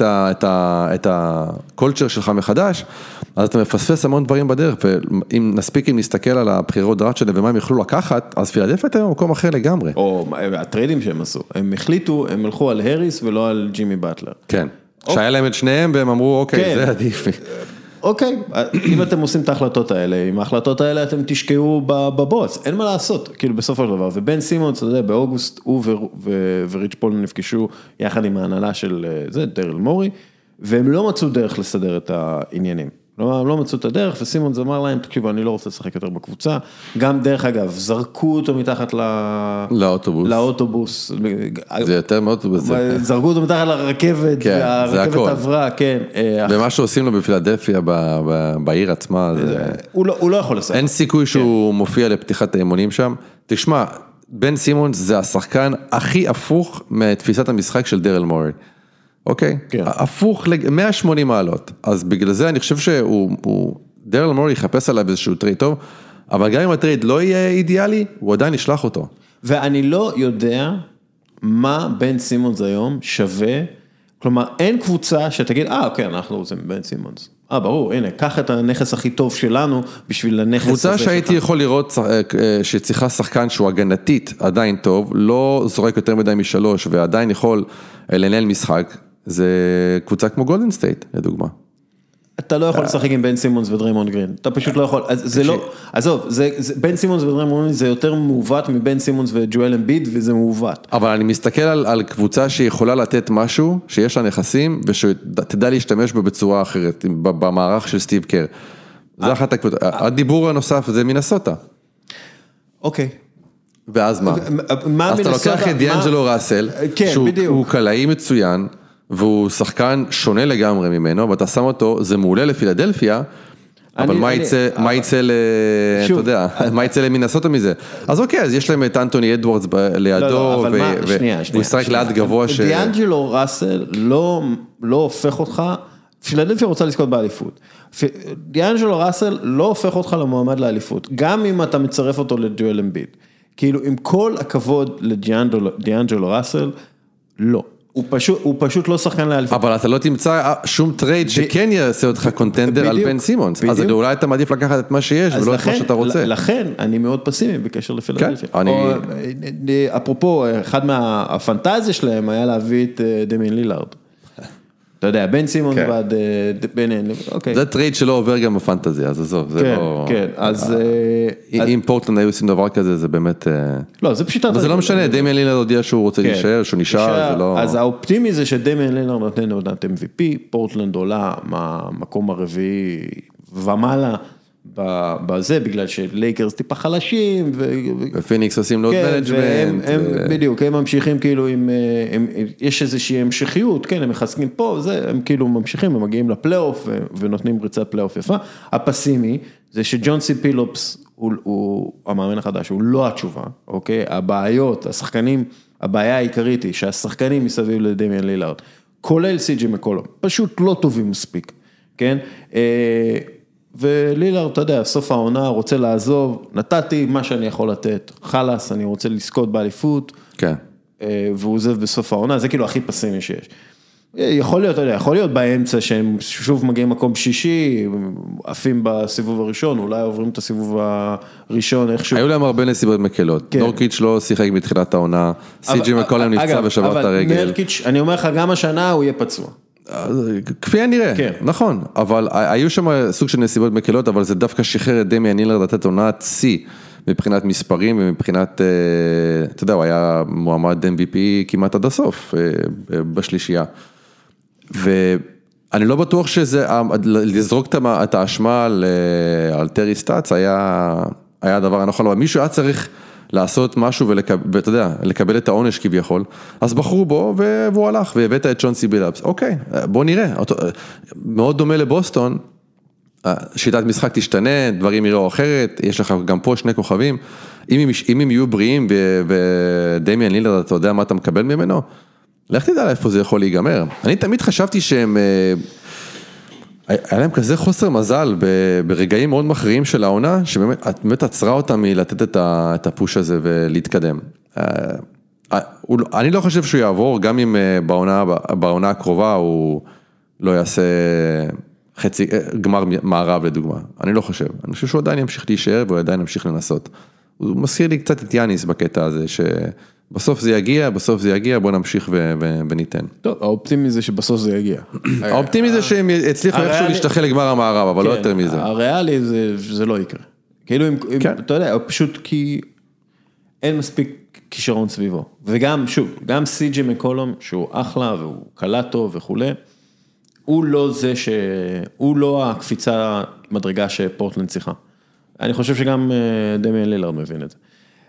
את הקולצ'ר שלך מחדש, אז אתה מפספס המון דברים בדרך, ואם נספיק אם נסתכל על הבחירות דראפט שלהם ומה הם יוכלו לקחת, אז פילדלפיה תהיה במקום אחר לגמרי. או הטריידים שהם עשו, הם החליטו, הם הלכו על הריס ולא על ג'ימי באטלר. כן, שהיה להם את שניהם והם אמרו, אוקיי, זה עדיף. אוקיי, אם אתם עושים את ההחלטות האלה, עם ההחלטות האלה אתם תשקעו בבוץ, אין מה לעשות, כאילו בסופו של דבר, ובן סימונס, אתה יודע, באוגוסט הוא וריץ' פול נפגשו יחד עם ההנהלה של זה, דרל מורי, והם לא מצאו דרך לסדר את העניינים. הם לא מצאו את הדרך, וסימונס אמר להם, תקשיבו, אני לא רוצה לשחק יותר בקבוצה, גם דרך אגב, זרקו אותו מתחת לאוטובוס, לאוטובוס, זה יותר מאוטובוס, זרקו אותו מתחת לרכבת, והרכבת עברה, כן. ומה שעושים לו בפילדלפיה, בעיר עצמה, הוא לא יכול לשחק. אין סיכוי שהוא מופיע לפתיחת האימונים שם, תשמע, בן סימונס זה השחקן הכי הפוך מתפיסת המשחק של דרל מורי. אוקיי? הפוך ל-מאה ושמונים מעלות. אז בגלל זה אני חושב שהוא, דרל מורי יחפש עליו איזשהו טרייד טוב, אבל גם אם הטרייד לא יהיה אידיאלי, הוא עדיין ישלח אותו. ואני לא יודע מה בן סימונס היום שווה, כלומר, אין קבוצה שתגיד, אה, אוקיי, אנחנו רוצים בן סימונס. אה, ברור, הנה, קח את הנכס הכי טוב שלנו, בשביל הנכס הזה. קבוצה שהייתי יכול לראות שצריכה שחקן שהוא הגנתית עדיין טוב, לא זורק יותר מדי משלוש, ועדיין יכול לנהל משחק, זה קבוצה כמו גולדן סטייט, לדוגמה. אתה לא יכול לשחק עם בן סימונס ודריימונד גרין, אתה פשוט לא יכול, זה לא, עזוב, בן סימונס ודריימונד גרין זה יותר מעוות מבן סימונס וג'ואל אמביד, וזה מעוות. אבל אני מסתכל על, על קבוצה שיכולה לתת משהו, שיש לה נכסים, ושתדע להשתמש בה בצורה אחרת, במערך של סטיב קר. זה אחת הקבוצה. הדיבור הנוסף זה מינסוטה. אוקיי. ואז מה? אז אתה לוקח את דיאנג'לו ראסל, שהוא קלעי מצוין, והוא שחקן שונה לגמרי ממנו, ואתה שם אותו, זה מעולה לפילדלפיה, אבל מה יצא, מה יצא ל... אתה יודע, מה יצא למינסוטה מזה? אז אוקיי, אז יש להם את אנטוני אדוורדס לידו, והוא ישחק ליד גבוה ש... דיאנג'לו ראסל לא הופך אותך, פילדלפיה רוצה לזכות באליפות. דיאנג'לו ראסל לא הופך אותך למועמד לאליפות, גם אם אתה מצרף אותו לג'ואל אמביד. כאילו, עם כל הכבוד לדיאנג'לו ראסל, לא. הוא פשוט, הוא פשוט לא שחקן לאליפות. אבל אתה לא תמצא שום טרייד שכן יעשה אותך קונטנדר על בן סימונס. אז אולי אתה מעדיף לקחת את מה שיש, ולא את מה שאתה רוצה. לכן, אני מאוד פסימי בקשר לפילדלפיה. אפרופו, אחד מהפנטזיה שלהם היה להביא את דמיין לילארד. אתה יודע, בן סימון ועד בן אין, אוקיי. זה טרייד שלא עובר גם בפנטזיה, אז עזוב, זה לא... כן, כן, אז... אם פורטלנד היו עושים דבר כזה, זה באמת... לא, זה פשיטת... אבל זה לא משנה, דמיין לילארד הודיע שהוא רוצה להישאר, שהוא נשאר, זה לא... אז האופטימי זה שדמיין לילארד נותן עונת אם וי פי, פורטלנד עולה מהמקום הרביעי ומעלה בזה, בגלל שלייקרס טיפה חלשים, ופיניקס עושים לוד מנג'מנט. בדיוק, הם ממשיכים כאילו עם, יש איזושהי המשכיות, כן, הם מחזקים פה, זה, הם כאילו ממשיכים, הם מגיעים לפלייאוף, ונותנים ריצת פלייאוף יפה. הפסימי, זה שג'ון סי פילופס, הוא המאמן החדש, הוא לא התשובה, אוקיי? הבעיות, השחקנים, הבעיה העיקרית היא שהשחקנים מסביב לדמיאן לילארד, כולל סי.ג'י מקולום, פשוט לא טובים מספיק, כן? ולילארד, אתה יודע, סוף העונה, רוצה לעזוב, נתתי מה שאני יכול לתת, חלס, אני רוצה לזכות באליפות, כן. והוא עוזב בסוף העונה, זה כאילו הכי פסימי שיש. יכול להיות, אתה יודע, יכול להיות באמצע שהם שוב מגיעים מקום שישי, עפים בסיבוב הראשון, אולי עוברים את הסיבוב הראשון איכשהו. היו להם הרבה נסיבות מקלות, נורקיץ' לא שיחק בתחילת העונה, סי.ג'י מקולם נפצע ושבר את הרגל. אבל נורקיץ', אני אומר לך, גם השנה הוא יהיה פצוע. כפי הנראה, נכון, אבל היו שם סוג של נסיבות מקלות, אבל זה דווקא שחרר את דמיאן לילארד לתת עונת שיא, מבחינת מספרים ומבחינת, אתה יודע, הוא היה מועמד אם וי פי כמעט עד הסוף, בשלישייה. ואני לא בטוח שזה, לזרוק את האשמה על טרי סטאץ היה הדבר הנכון, אבל מישהו היה צריך לעשות משהו ואתה יודע, לקבל את העונש כביכול, אז בחרו בו והוא הלך והבאת את ג'ון סי בילאפס, אוקיי, בוא נראה, מאוד דומה לבוסטון, שיטת משחק תשתנה, דברים יראו אחרת, יש לך גם פה שני כוכבים, אם הם יהיו בריאים ודמיאן לילארד, אתה יודע מה אתה מקבל ממנו, לך תדע איפה זה יכול להיגמר. אני תמיד חשבתי שהם, היה להם כזה חוסר מזל ברגעים מאוד מכריעים של העונה, שבאמת עצרה אותם מלתת את הפוש הזה ולהתקדם. אני לא חושב שהוא יעבור, גם אם בעונה הקרובה הוא לא יעשה חצי, גמר מערב לדוגמה. אני לא חושב. אני חושב שהוא עדיין ימשיך להישאר והוא עדיין ימשיך לנסות. הוא מזכיר לי קצת את יאניס בקטע הזה, שבסוף זה יגיע, בסוף זה יגיע, בוא נמשיך וניתן. טוב, האופטימי זה שבסוף זה יגיע. האופטימי זה שהם הצליחו איכשהו להשתחל לגמר המערב, אבל לא יותר מזה. הריאלי זה לא יקרה. כאילו, אתה יודע, פשוט כי אין מספיק כישרון סביבו. וגם, שוב, גם סי.ג'י מקולום, שהוא אחלה והוא קלה טוב וכו', הוא לא זה ש... הוא לא הקפיצה מדרגה שפורטלנד צריכה. אני חושב שגם דמיאן לילארד מבין את זה.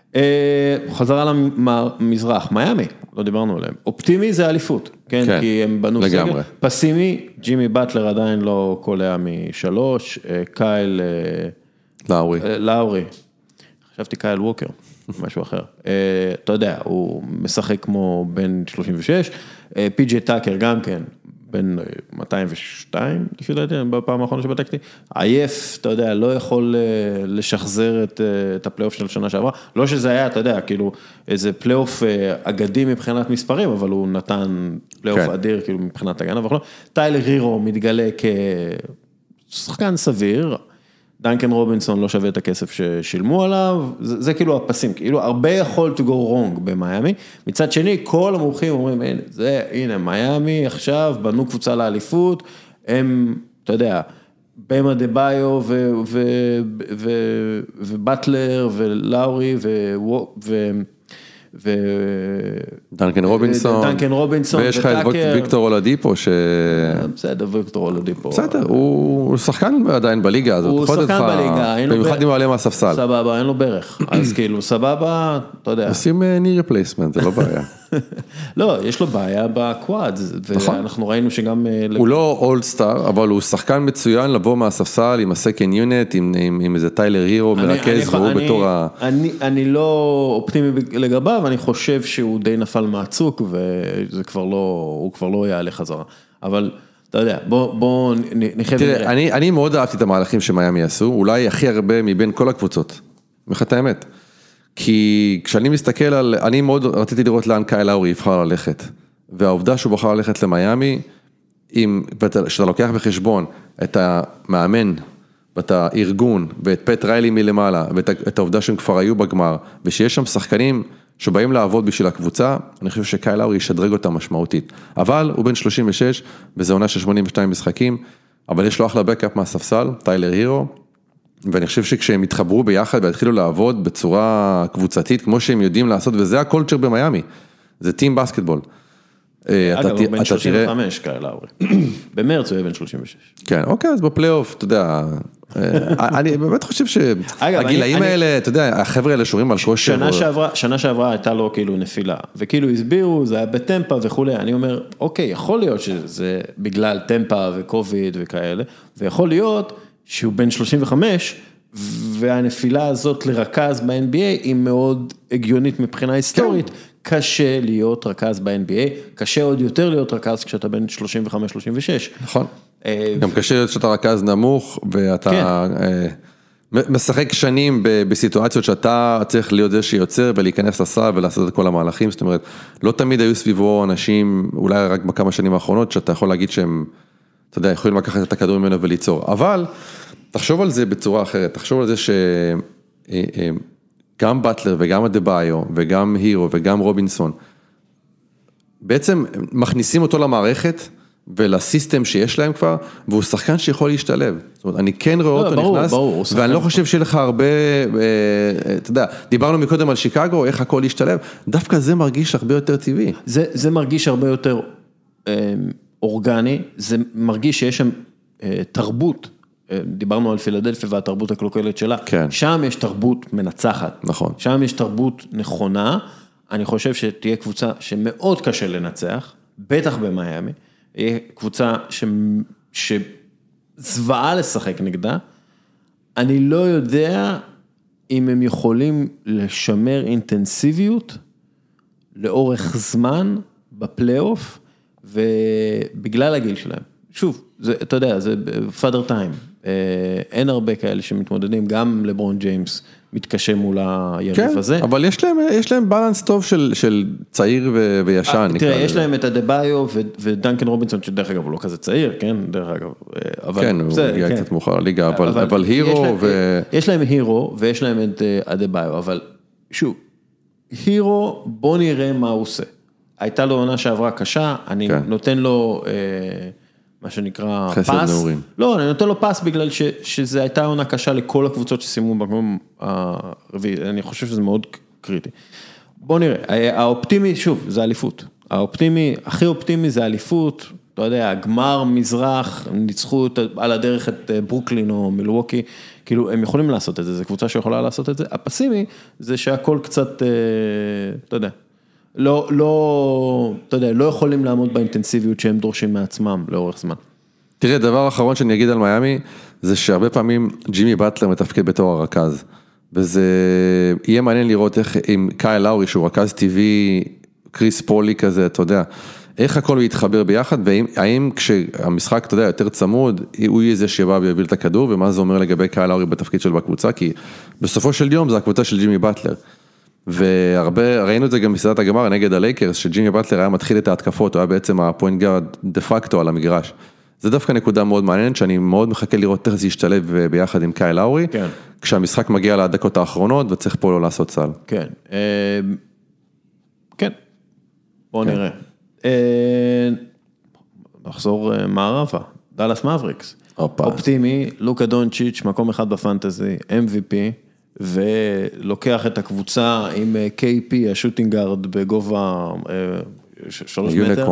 חזרה למזרח, מיאמי, לא דיברנו עליהם. אופטימי זה אליפות, כן? כי הם בנו סגל. פסימי, ג'ימי באטלר עדיין לא קולע משלוש, קייל... לאורי. לאורי. חשבתי קייל ווקר, משהו אחר. אתה יודע, הוא משחק כמו בן שלושים ושש, פי.ג'יי טאקר גם כן. בין מאתיים ושתיים, לפי דעתי, בפעם האחרונה שבדקתי, עייף, אתה יודע, לא יכול לשחזר את, את הפלייאוף של השנה שעברה, לא שזה היה, אתה יודע, כאילו, איזה פלייאוף אגדי מבחינת מספרים, אבל הוא נתן פלייאוף כן. אדיר, כאילו, מבחינת הגנה וכו'. טיילר הירו מתגלה כשחקן סביר, דנקן רובינסון לא שווה את הכסף ששילמו עליו, זה, זה כאילו הפסים, כאילו הרבה יכול to go wrong במיימי, מצד שני כל המומחים אומרים, הנה, זה, הנה, מיימי עכשיו בנו קבוצה לאליפות, הם, אתה יודע, במה דה ביו ובטלר ולאורי ו... דנקן רובינסון, דנקן רובינסון, ויש לך את ויקטור אולדיפו, ש... בסדר, ויקטור אולדיפו. בסדר, הוא שחקן עדיין בליגה הזאת. הוא שחקן בליגה. במיוחד אם הוא עולה מהספסל. סבבה, אין לו ברך. אז כאילו, סבבה, אתה יודע. עושים knee replacement, זה לא בעיה. לא, יש לו בעיה בקוואד, ואנחנו ראינו שגם... הוא לא אולדסטאר, אבל הוא שחקן מצוין לבוא מהספסל עם הסקנד יוניט, עם איזה טיילר הירו מרכז, והוא בתור ה... אני לא אופטימי לגביו, אני חושב שהוא די נפל מהצוק, וזה כבר לא, הוא כבר לא יעלה חזרה. אבל, אתה יודע, בוא נחיה ונראה. תראה, אני מאוד אהבתי את המהלכים שמיימי עשו, אולי הכי הרבה מבין כל הקבוצות. מחת האמת. כי כשאני מסתכל על, אני מאוד רציתי לראות לאן קייל לאורי יבחר ללכת, והעובדה שהוא בחר ללכת למיימי, אם, שאתה לוקח בחשבון את המאמן, ואת הארגון, ואת פט ריילי מלמעלה, ואת העובדה שהם כבר היו בגמר, ושיש שם שחקנים שבאים לעבוד בשביל הקבוצה, אני חושב שקייל לאורי ישדרג אותה משמעותית. אבל הוא בן שלושים ושש, וזה עונה של שמונים ושתיים משחקים, אבל יש לו אחלה בקאפ מהספסל, טיילר הירו, ואני חושב שכשהם התחברו ביחד והתחילו לעבוד בצורה קבוצתית, כמו שהם יודעים לעשות, וזה הקולצ'ר במיימי, זה טים בסקטבול. אגב, הוא בן שלושים וחמש, קייל לאורי. במרץ הוא יהיה בן שלושים ושש. כן, אוקיי, אז בפלייאוף, אתה יודע, אני באמת חושב שהגילאים האלה, אתה יודע, החבר'ה האלה שורים על כושר. שנה שעברה הייתה לו כאילו נפילה, וכאילו הסבירו, זה היה בטמפה וכולי, אני אומר, אוקיי, יכול להיות שזה בגלל טמפה וקוביד וכאלה, ויכול להיות שהוא בן שלושים וחמש, והנפילה הזאת לרכז ב-אן בי איי היא מאוד הגיונית מבחינה היסטורית, קשה להיות רכז ב-אן בי איי, קשה עוד יותר להיות רכז כשאתה בן שלושים וחמש שלושים ושש. נכון. גם קשה להיות שאתה רכז נמוך, ואתה משחק שנים בסיטואציות שאתה צריך להיות זה שיוצר, ולהיכנס לסל ולעשות את כל המהלכים, זאת אומרת, לא תמיד היו סביבו אנשים, אולי רק בכמה שנים האחרונות, שאתה יכול להגיד שהם, אתה יודע, יכולים לקחת את הכדור ממנו וליצור, אבל תחשוב על זה בצורה אחרת, תחשוב על זה שגם באטלר וגם אדבאיו וגם הירו וגם רובינסון, בעצם מכניסים אותו למערכת ולסיסטם שיש להם כבר, והוא שחקן שיכול להשתלב. זאת אומרת, אני כן רואה אותו נכנס, ואני לא חושב שיהיה לך הרבה, אתה יודע, דיברנו מקודם על שיקגו, איך הכל להשתלב, דווקא זה מרגיש הרבה יותר טבעי. זה מרגיש הרבה יותר אורגני, זה מרגיש שיש שם תרבות, דיברנו על פילדלפיה והתרבות הקלוקלת שלה, כן. שם יש תרבות מנצחת, נכון. שם יש תרבות נכונה, אני חושב שתהיה קבוצה שמאוד קשה לנצח, בטח במיימי, יהיה קבוצה ש... שזוועה לשחק נגדה, אני לא יודע אם הם יכולים לשמר אינטנסיביות לאורך זמן בפלייאוף, ובגלל הגיל שלהם. שוב, זה, אתה יודע, זה father time, אין הרבה כאלה שמתמודדים, גם לברון ג'יימס מתקשה מול היריב כן, הזה. אבל יש להם, יש להם בלנס טוב של, של צעיר ו, וישן. תראה, יש להם את אדבאיו ודנקן רובינסון, שדרך אגב הוא לא כזה צעיר, כן, דרך אגב. אבל כן, הוא הגיע כן. קצת מאוחר לליגה, אבל, אבל, אבל הירו להם, ו... יש להם הירו ויש להם את אדבאיו, אבל שוב, הירו, בוא נראה מה הוא עושה. הייתה לו עונה שעברה קשה, אני כן. נותן לו... אה, מה שנקרא פס, נעורים. לא, אני נותן לו פס בגלל ש, שזה הייתה עונה קשה לכל הקבוצות שסיימו במקום הרביעי, אני חושב שזה מאוד קריטי. בוא נראה, האופטימי, שוב, זה אליפות, האופטימי, הכי אופטימי זה אליפות, אתה יודע, גמר מזרח, ניצחו על הדרך את ברוקלין או מילווקי, כאילו הם יכולים לעשות את זה, זו קבוצה שיכולה לעשות את זה, הפסימי זה שהכל קצת, אתה יודע, לא, לא, אתה יודע, לא יכולים לעמוד באינטנסיביות שהם דורשים מעצמם לאורך זמן. תראה, דבר אחרון שאני אגיד על מיימי, זה שהרבה פעמים ג'ימי באטלר מתפקד בתור הרכז, וזה יהיה מעניין לראות איך עם קייל לאורי, שהוא רכז טבעי, קריס פולי כזה, אתה יודע, איך הכל יתחבר ביחד, והאם כשהמשחק, אתה יודע, יותר צמוד, הוא יהיה זה שבא ויוביל את הכדור, ומה זה אומר לגבי קייל לאורי בתפקיד שלו בקבוצה, כי בסופו של יום זה הקבוצה של ג'ימי באטלר. והרבה, ראינו את זה גם בסדרת הגמר נגד הלייקרס, שג'ימי באטלר היה מתחיל את ההתקפות, הוא היה בעצם הפוינט גארד דה פקטו על המגרש. זה דווקא נקודה מאוד מעניינת, שאני מאוד מחכה לראות איך זה ישתלב ביחד עם קייל לאורי, כן. כשהמשחק מגיע לדקות האחרונות, וצריך פה לא לעשות סל. כן, כן, בואו נראה. נחזור מערבה, דלס מאבריקס, אופטימי, לוקה דונצ'יץ', מקום אחד בפנטזי, אם וי פי, ולוקח את הקבוצה עם קיי פי, השוטינגארד בגובה שלוש מטר.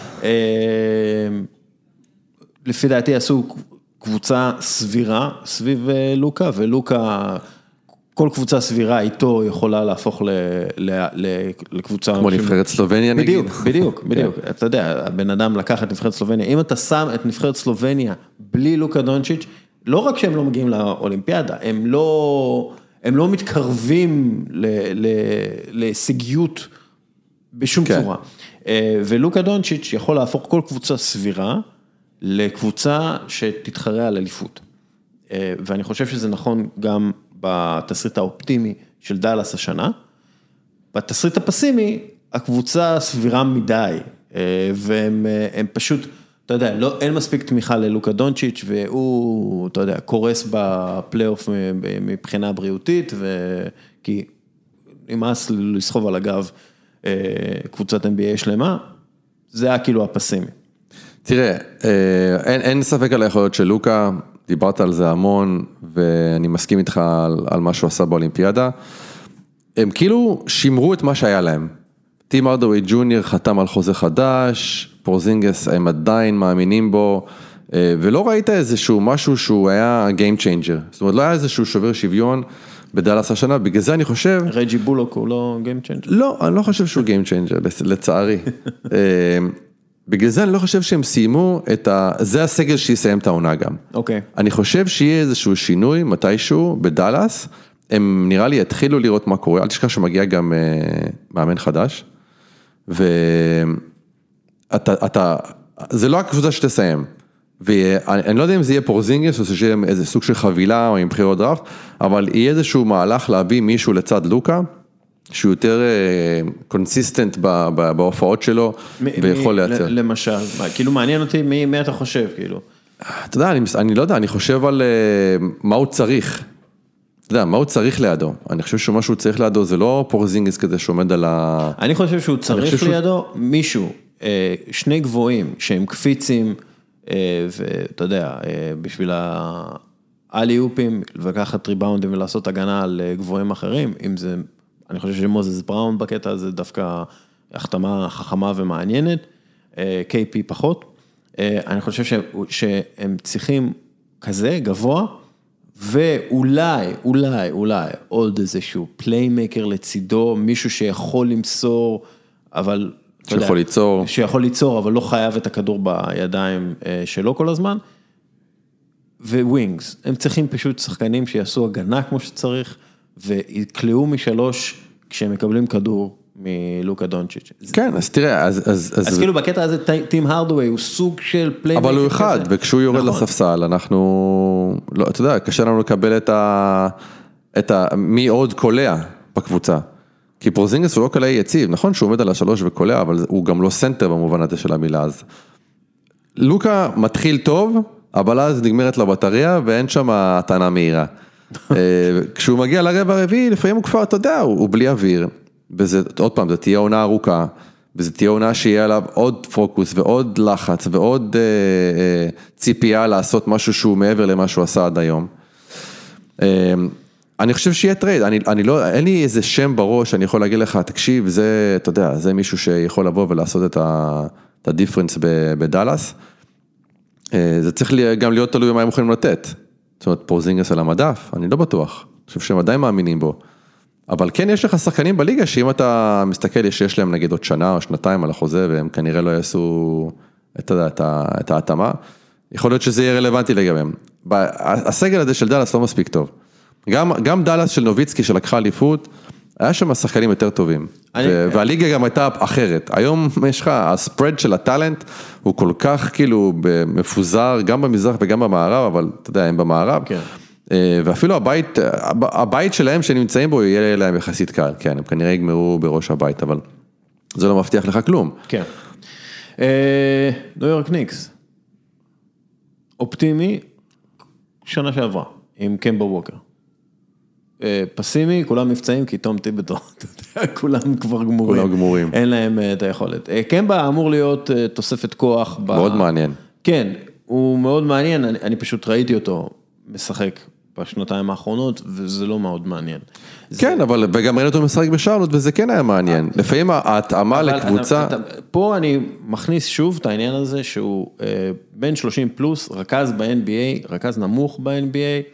לפי דעתי עשו קבוצה סבירה סביב לוקה, ולוקה, כל קבוצה סבירה איתו יכולה להפוך לקבוצה... כמו נבחרת סלובניה נגיד. בדיוק, בדיוק, בדיוק. אתה יודע, הבן אדם לקח את נבחרת סלובניה, אם אתה שם את נבחרת סלובניה בלי לוקה דונצ'יץ', לא רק שהם לא מגיעים לאולימפיאדה, הם לא... הם לא מתקרבים להישגיות בשום צורה. ולוקה דונצ'יץ' יכול להפוך כל קבוצה סבירה לקבוצה שתתחרה על אליפות. ואני חושב שזה נכון גם בתסריט האופטימי של דלס השנה. בתסריט הפסימי, הקבוצה סבירה מדי, והם פשוט... אתה יודע, לא, אין מספיק תמיכה ללוקה דונצ'יץ' והוא, אתה יודע, קורס בפלייאוף מבחינה בריאותית, כי נמאס לסחוב על הגב קבוצת אן בי איי שלמה, זה היה כאילו הפסימי. תראה, אין, אין ספק על היכולות של לוקה, דיברת על זה המון, ואני מסכים איתך על, על מה שהוא עשה באולימפיאדה, הם כאילו שימרו את מה שהיה להם. טים ארדווי ג'וניור חתם על חוזה חדש, פורזינגס הם עדיין מאמינים בו, ולא ראית איזשהו משהו שהוא היה game changer, זאת אומרת לא היה איזשהו שובר שוויון בדלס השנה, בגלל זה אני חושב... רג'י בולוק הוא לא game changer? לא, אני לא חושב שהוא game changer, לצערי. בגלל זה אני לא חושב שהם סיימו את ה... זה הסגל שיסיים את העונה גם. אוקיי. אני חושב שיהיה איזשהו שינוי מתישהו בדלס, הם נראה לי יתחילו לראות מה קורה, אל תשכח שמגיע גם מאמן חדש, ואתה, אתה, זה לא הקבוצה שתסיים, ואני לא יודע אם זה יהיה פורזינגס, או שיהיה איזה סוג של חבילה, או עם בחירות דראפט, אבל יהיה איזשהו מהלך להביא מישהו לצד לוקה, שהוא יותר קונסיסטנט בהופעות שלו, ויכול לייצר. למשל, כאילו מעניין אותי, מי אתה חושב, כאילו? אתה יודע, אני לא יודע, אני חושב על מה הוא צריך, אתה יודע, מה הוא צריך לידו? אני חושב שמה שהוא צריך לידו זה לא פורזינגס כזה שעומד על ה... אני חושב שהוא צריך לידו מישהו, שני גבוהים שהם קפיצים, ואתה יודע, בשביל האלי-אופים, לקחת ריבאונדים ולעשות הגנה על גבוהים אחרים, אם זה, אני חושב שמוזס בראון בקטע הזה דווקא החתמה חכמה ומעניינת, קיי פי פחות, אני חושב שהם צריכים כזה גבוה, ואולי, אולי, אולי, עוד איזשהו פליימקר לצידו, מישהו שיכול למסור, אבל... שיכול ליצור. שיכול ליצור, אבל לא חייב את הכדור בידיים שלו כל הזמן. וווינגס, הם צריכים פשוט שחקנים שיעשו הגנה כמו שצריך, ויקלעו משלוש כשהם מקבלים כדור מלוקה דונצ'יץ'. כן, אז תראה, אז... אז, אז כאילו בקטע הזה, טים הרדווי הוא סוג של פליימקר. אבל הוא אחד, וכשהוא יורד לספסל, אנחנו... לא, אתה יודע, קשה לנו לקבל את ה... את ה... מי עוד קולע בקבוצה. כי פורזינגס הוא לא קולע יציב, נכון שהוא עומד על השלוש וקולע, אבל הוא גם לא סנטר במובן הזה של המילה, אז לוקה מתחיל טוב, אבל אז נגמרת לו בטריה, ואין שם הטענה מהירה. כשהוא מגיע לרבע הרביעי, לפעמים הוא כבר, אתה יודע, הוא בלי אוויר, וזה, עוד פעם, זה תהיה עונה ארוכה, וזה תהיה עונה שיהיה עליו עוד פוקוס, ועוד לחץ, ועוד אה, אה, ציפייה לעשות משהו שהוא מעבר למה שהוא עשה עד היום. אה, אני חושב שיהיה טרייד, אני, אני לא, אין לי איזה שם בראש, אני יכול להגיד לך, תקשיב, זה, אתה יודע, זה מישהו שיכול לבוא ולעשות את ה, את הדיפרנס בדלס. זה צריך גם להיות תלוי מה הם יכולים לתת. זאת אומרת, פורזינגס על המדף, אני לא בטוח. אני חושב שהם עדיין מאמינים בו. אבל כן יש לך שחקנים בליגה, שאם אתה מסתכל, שיש להם נגיד עוד שנה או שנתיים על החוזה, והם כנראה לא יעשו את, את, את ההתאמה, יכול להיות שזה יהיה רלוונטי לגביהם. הסגל הזה של דלס לא מספיק טוב. גם, גם דלס של נוביצקי שלקחה אליפות, היה שם שחקנים יותר טובים, אני... והליגה גם הייתה אחרת. היום יש לך, הספרד של הטלנט הוא כל כך כאילו מפוזר, גם במזרח וגם במערב, אבל אתה יודע, הם במערב, כן. ואפילו הבית, הבית שלהם שנמצאים בו יהיה להם יחסית קל, כן, הם כנראה יגמרו בראש הבית, אבל זה לא מבטיח לך כלום. כן. ניו יורק ניקס, אופטימי, שנה שעברה, עם קמבה ווקר. פסימי, כולם מבצעים, כי תום טיבטו, כולם כבר גמורים. כולם גמורים. אין להם את היכולת. קמבה אמור להיות תוספת כוח. מאוד מעניין. כן, הוא מאוד מעניין, אני, אני פשוט ראיתי אותו משחק בשנתיים האחרונות, וזה לא מאוד מעניין. כן, זה... אבל וגם ראיתי אותו משחק בשרלוט, וזה כן היה מעניין. לפעמים ההתאמה לקבוצה... אתה, פה אני מכניס שוב את העניין הזה, שהוא בין שלושים פלוס, רכז ב-אן בי איי, רכז נמוך ב-אן בי איי,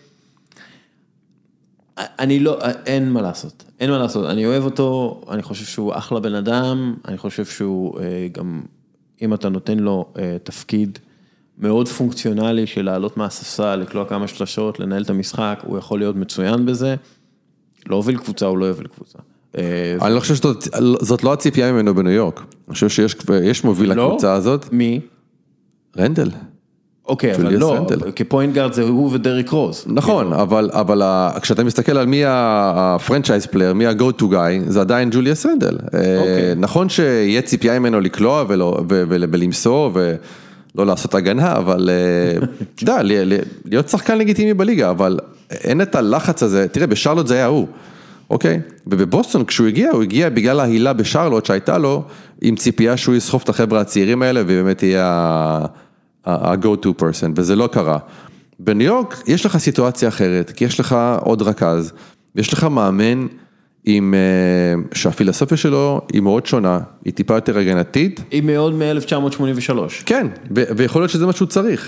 אני לא, אין מה לעשות, אין מה לעשות, אני אוהב אותו, אני חושב שהוא אחלה בן אדם, אני חושב שהוא גם, אם אתה נותן לו תפקיד מאוד פונקציונלי של לעלות מהספסל, לקלוע כמה שלשות, לנהל את המשחק, הוא יכול להיות מצוין בזה, לא הוביל קבוצה, הוא לא הוביל קבוצה. אני לא חושב שזאת לא הציפייה ממנו בניו יורק, אני חושב שיש מוביל לקבוצה הזאת. מי? רנדל. אוקיי, אבל לא, כפוינט גארד זה הוא ודריק רוז. נכון, אבל כשאתה מסתכל על מי הפרנצ'ייז פלייר, מי ה-go to guy, זה עדיין ג'וליאס רנדל. נכון שיהיה ציפייה ממנו לקלוע ולמסור ולא לעשות הגנה, אבל אתה יודע, להיות שחקן לגיטימי בליגה, אבל אין את הלחץ הזה, תראה, בשרלוט זה היה הוא, אוקיי? ובבוסטון כשהוא הגיע, הוא הגיע בגלל ההילה בשרלוט שהייתה לו, עם ציפייה שהוא יסחוף את החבר'ה הצעירים האלה, ובאמת יהיה ה-go to person, וזה לא קרה. בניו יורק יש לך סיטואציה אחרת, כי יש לך עוד רכז, יש לך מאמן עם, שהפילוסופיה שלו היא מאוד שונה, היא טיפה יותר הגנתית. היא מאוד מ-אלף תשע מאות שמונים ושלוש. כן, ויכול להיות שזה מה שהוא צריך.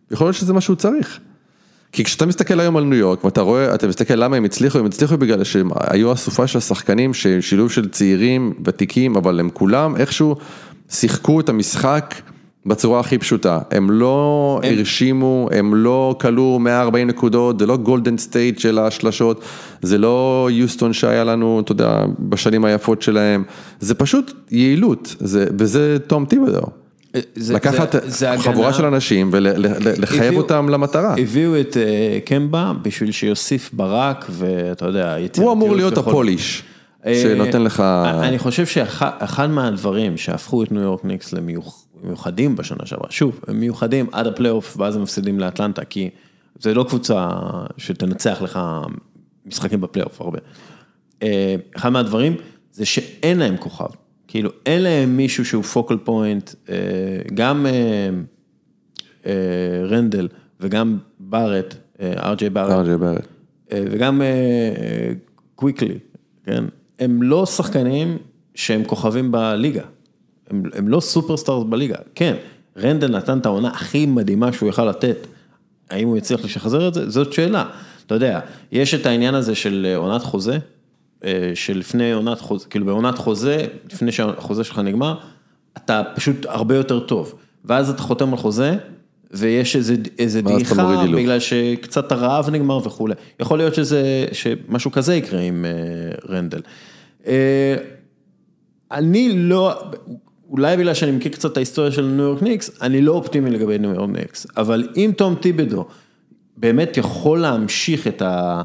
יכול להיות שזה מה שהוא צריך. כי כשאתה מסתכל היום על ניו יורק, ואתה רואה, אתה מסתכל למה הם הצליחו, הם הצליחו בגלל שהם היו אסופה של השחקנים, שילוב של צעירים, ותיקים, אבל הם כולם איכשהו שיחקו את המשחק בצורה הכי פשוטה. הם לא הם... הרשימו, הם לא קלו מאה וארבעים נקודות, זה לא גולדן סטייט של השלשות, זה לא יוסטון שהיה לנו, אתה יודע, בשנים היפות שלהם, זה פשוט יעילות, זה, וזה תום טיבדו. זה, לקחת זה, זה חבורה הגנה, של אנשים ולחייב הביאו, אותם למטרה. הביאו את uh, קמבה בשביל שיוסיף ברק ואתה יודע, הוא אמור להיות בכל... הפוליש שנותן לך... אני חושב שאחד מהדברים שהפכו את ניו יורק ניקס למיוחדים בשנה שעברה, שוב, הם מיוחדים עד הפלייאוף ואז הם מפסידים לאטלנטה, כי זה לא קבוצה שתנצח לך משחקים בפלייאוף הרבה. אחד מהדברים זה שאין להם כוכב. כאילו, אין להם מישהו שהוא פוקל פוינט, גם רנדל וגם בארט, אר ג'יי בארט, וגם קוויקלי, כן? הם לא שחקנים שהם כוכבים בליגה, הם, הם לא סופרסטארס בליגה, כן, רנדל נתן את העונה הכי מדהימה שהוא יכל לתת, האם הוא יצליח לשחזר את זה? זאת שאלה, אתה יודע, יש את העניין הזה של עונת חוזה, שלפני עונת חוזה, כאילו בעונת חוזה, לפני שהחוזה שלך נגמר, אתה פשוט הרבה יותר טוב, ואז אתה חותם על חוזה, ויש איזה, איזה דעיכה, בגלל שקצת הרעב נגמר וכו'. יכול להיות שזה, שמשהו כזה יקרה עם רנדל. אני לא, אולי בגלל שאני מכיר קצת את ההיסטוריה של ניו יורק ניקס, אני לא אופטימי לגבי ניו יורק ניקס, אבל אם תום טיבדו באמת יכול להמשיך את ה...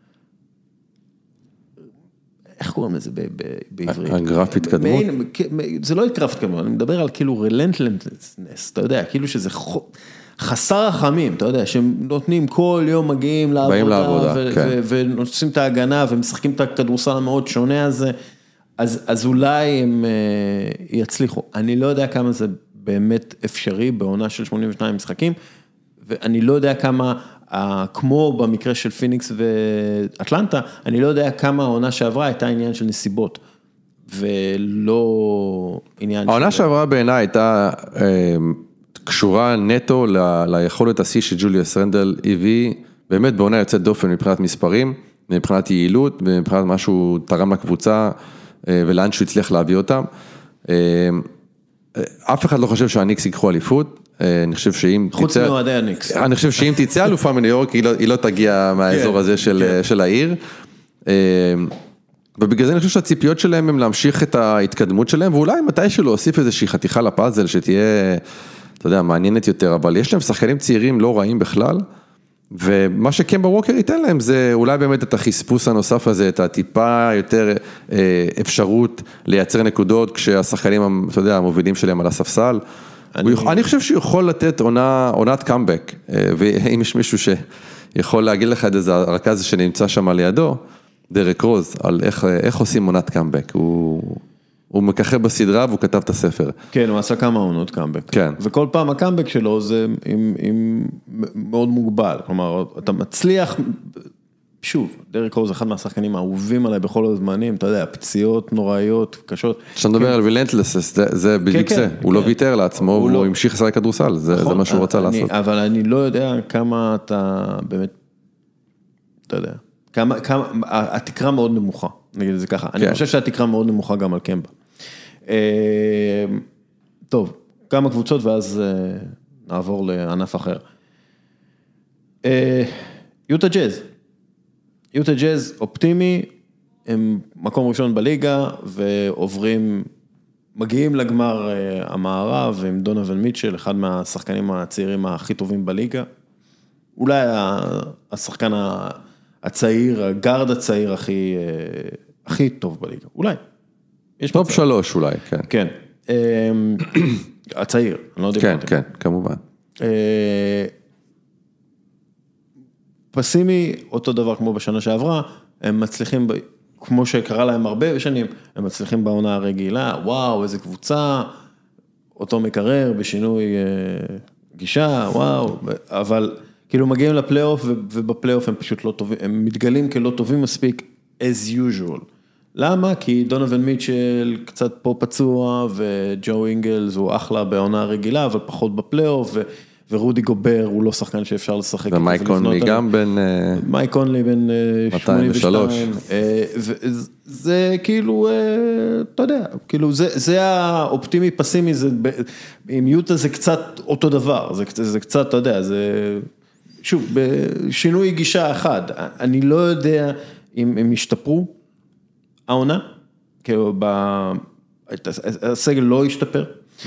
איך קוראים לזה בעברית? הגרף התקדמות? זה לא גרף התקדמות, אני מדבר על כאילו relentlessness, אתה יודע, כאילו שזה חסר רחמים, אתה יודע, שהם נותנים כל יום מגיעים לעבודה, ונוצאים את ההגנה, ומשחקים את הכדורסל המאוד שונה הזה, אז אולי הם יצליחו. אני לא יודע כמה זה באמת אפשרי בעונה של שמונים ושניים משחקים, ואני לא יודע כמה... כמו במקרה של פיניקס ואטלנטה, אני לא יודע כמה העונה שעברה הייתה עניין של נסיבות, ולא עניין... העונה שעברה בעיניי הייתה קשורה נטו ליכולת השיא שג'וליוס רנדל הביא, באמת בעונה יוצאת דופן מבחינת מספרים, מבחינת יעילות, מבחינת משהו תרם לקבוצה, ולאן שהוא הצליח להביא אותם. אף אחד לא חושב שהניקס ייקחו אליפות, אני חושב שאם חוץ מאוהדי הניקס. אני חושב שאם תצא אלופה מניו יורק, היא לא תגיע מהאזור הזה של העיר. ובגלל זה אני חושב שהציפיות שלהם הם להמשיך את ההתקדמות שלהם, ואולי מתישהו להוסיף איזושהי חתיכה לפאזל, שתהיה, אתה יודע, מעניינת יותר, אבל יש להם שחקנים צעירים לא רעים בכלל, ומה שקמבה ווקר ייתן להם זה אולי באמת את החספוס הנוסף הזה, את הטיפה יותר אפשרות לייצר נקודות, כשהשחקנים, אתה יודע, המובילים שלהם על הספסל, אני חושב שהוא יכול לתת עונת קאמבק, ואם יש מישהו שיכול להגיד לך את זה, הרכז שנמצא שם על ידו, דרק רוז, על איך עושים עונת קאמבק, הוא מככב בסדרה והוא כתב את הספר. כן, הוא עשה כמה עונות קאמבק. כן. וכל פעם הקאמבק שלו זה מאוד מוגבל, כלומר, אתה מצליח, שוב, דרק רוז אחד מהשחקנים האהובים עליי בכל הזמנים, אתה יודע, פציעות נוראיות, קשות. כשאתה מדבר על relentless, זה בדיוק זה, הוא לא ויתר לעצמו, הוא המשיך לשחק כדורסל, זה מה שהוא רצה לעשות. אבל אני לא יודע כמה אתה באמת, אתה יודע, כמה, התקרה מאוד נמוכה, נגיד את זה ככה, אני חושב שהתקרה מאוד נמוכה גם על קמבה. טוב, כמה קבוצות ואז נעבור לענף אחר. יוטה ג'אז. יוטה ג'אז אופטימי, הם מקום ראשון בליגה, ועוברים, מגיעים לגמר המערב, עם דונוון מיטשל, אחד מהשחקנים הצעירים הכי טובים בליגה, אולי השחקן הצעיר, הגארד הצעיר הכי, הכי טוב בליגה, אולי. טופ שלוש אולי, כן. כן, הצעיר, אני לא יודע. כן, כן, כמובן. פסימי, אותו דבר כמו בשנה שעברה, הם מצליחים, כמו שקרה להם הרבה שנים, הם מצליחים בעונה הרגילה, וואו, איזה קבוצה, אותו מקרר, בשינוי גישה, וואו, אבל כאילו מגיעים לפלייאוף, ובפלייאוף הם פשוט לא טובים, הם מתגלים כלא טובים מספיק, as usual. למה? כי דונוון מיטשל קצת פה פצוע, וג'ו אינגלס הוא אחלה בעונה הרגילה, אבל פחות בפלייאוף, ורודי גובר הוא לא שחקן שאפשר לשחק. ומייק קונלי גם בין... מייק קונלי בין שמונים ושתיים. זה כאילו, אתה יודע, כאילו זה האופטימי פסימי, עם יוטה זה קצת אותו דבר, זה קצת, אתה יודע, זה... שוב, בשינוי גישה אחד, אני לא יודע אם הם ישתפרו, העונה, כאילו, הסגל לא ישתפר,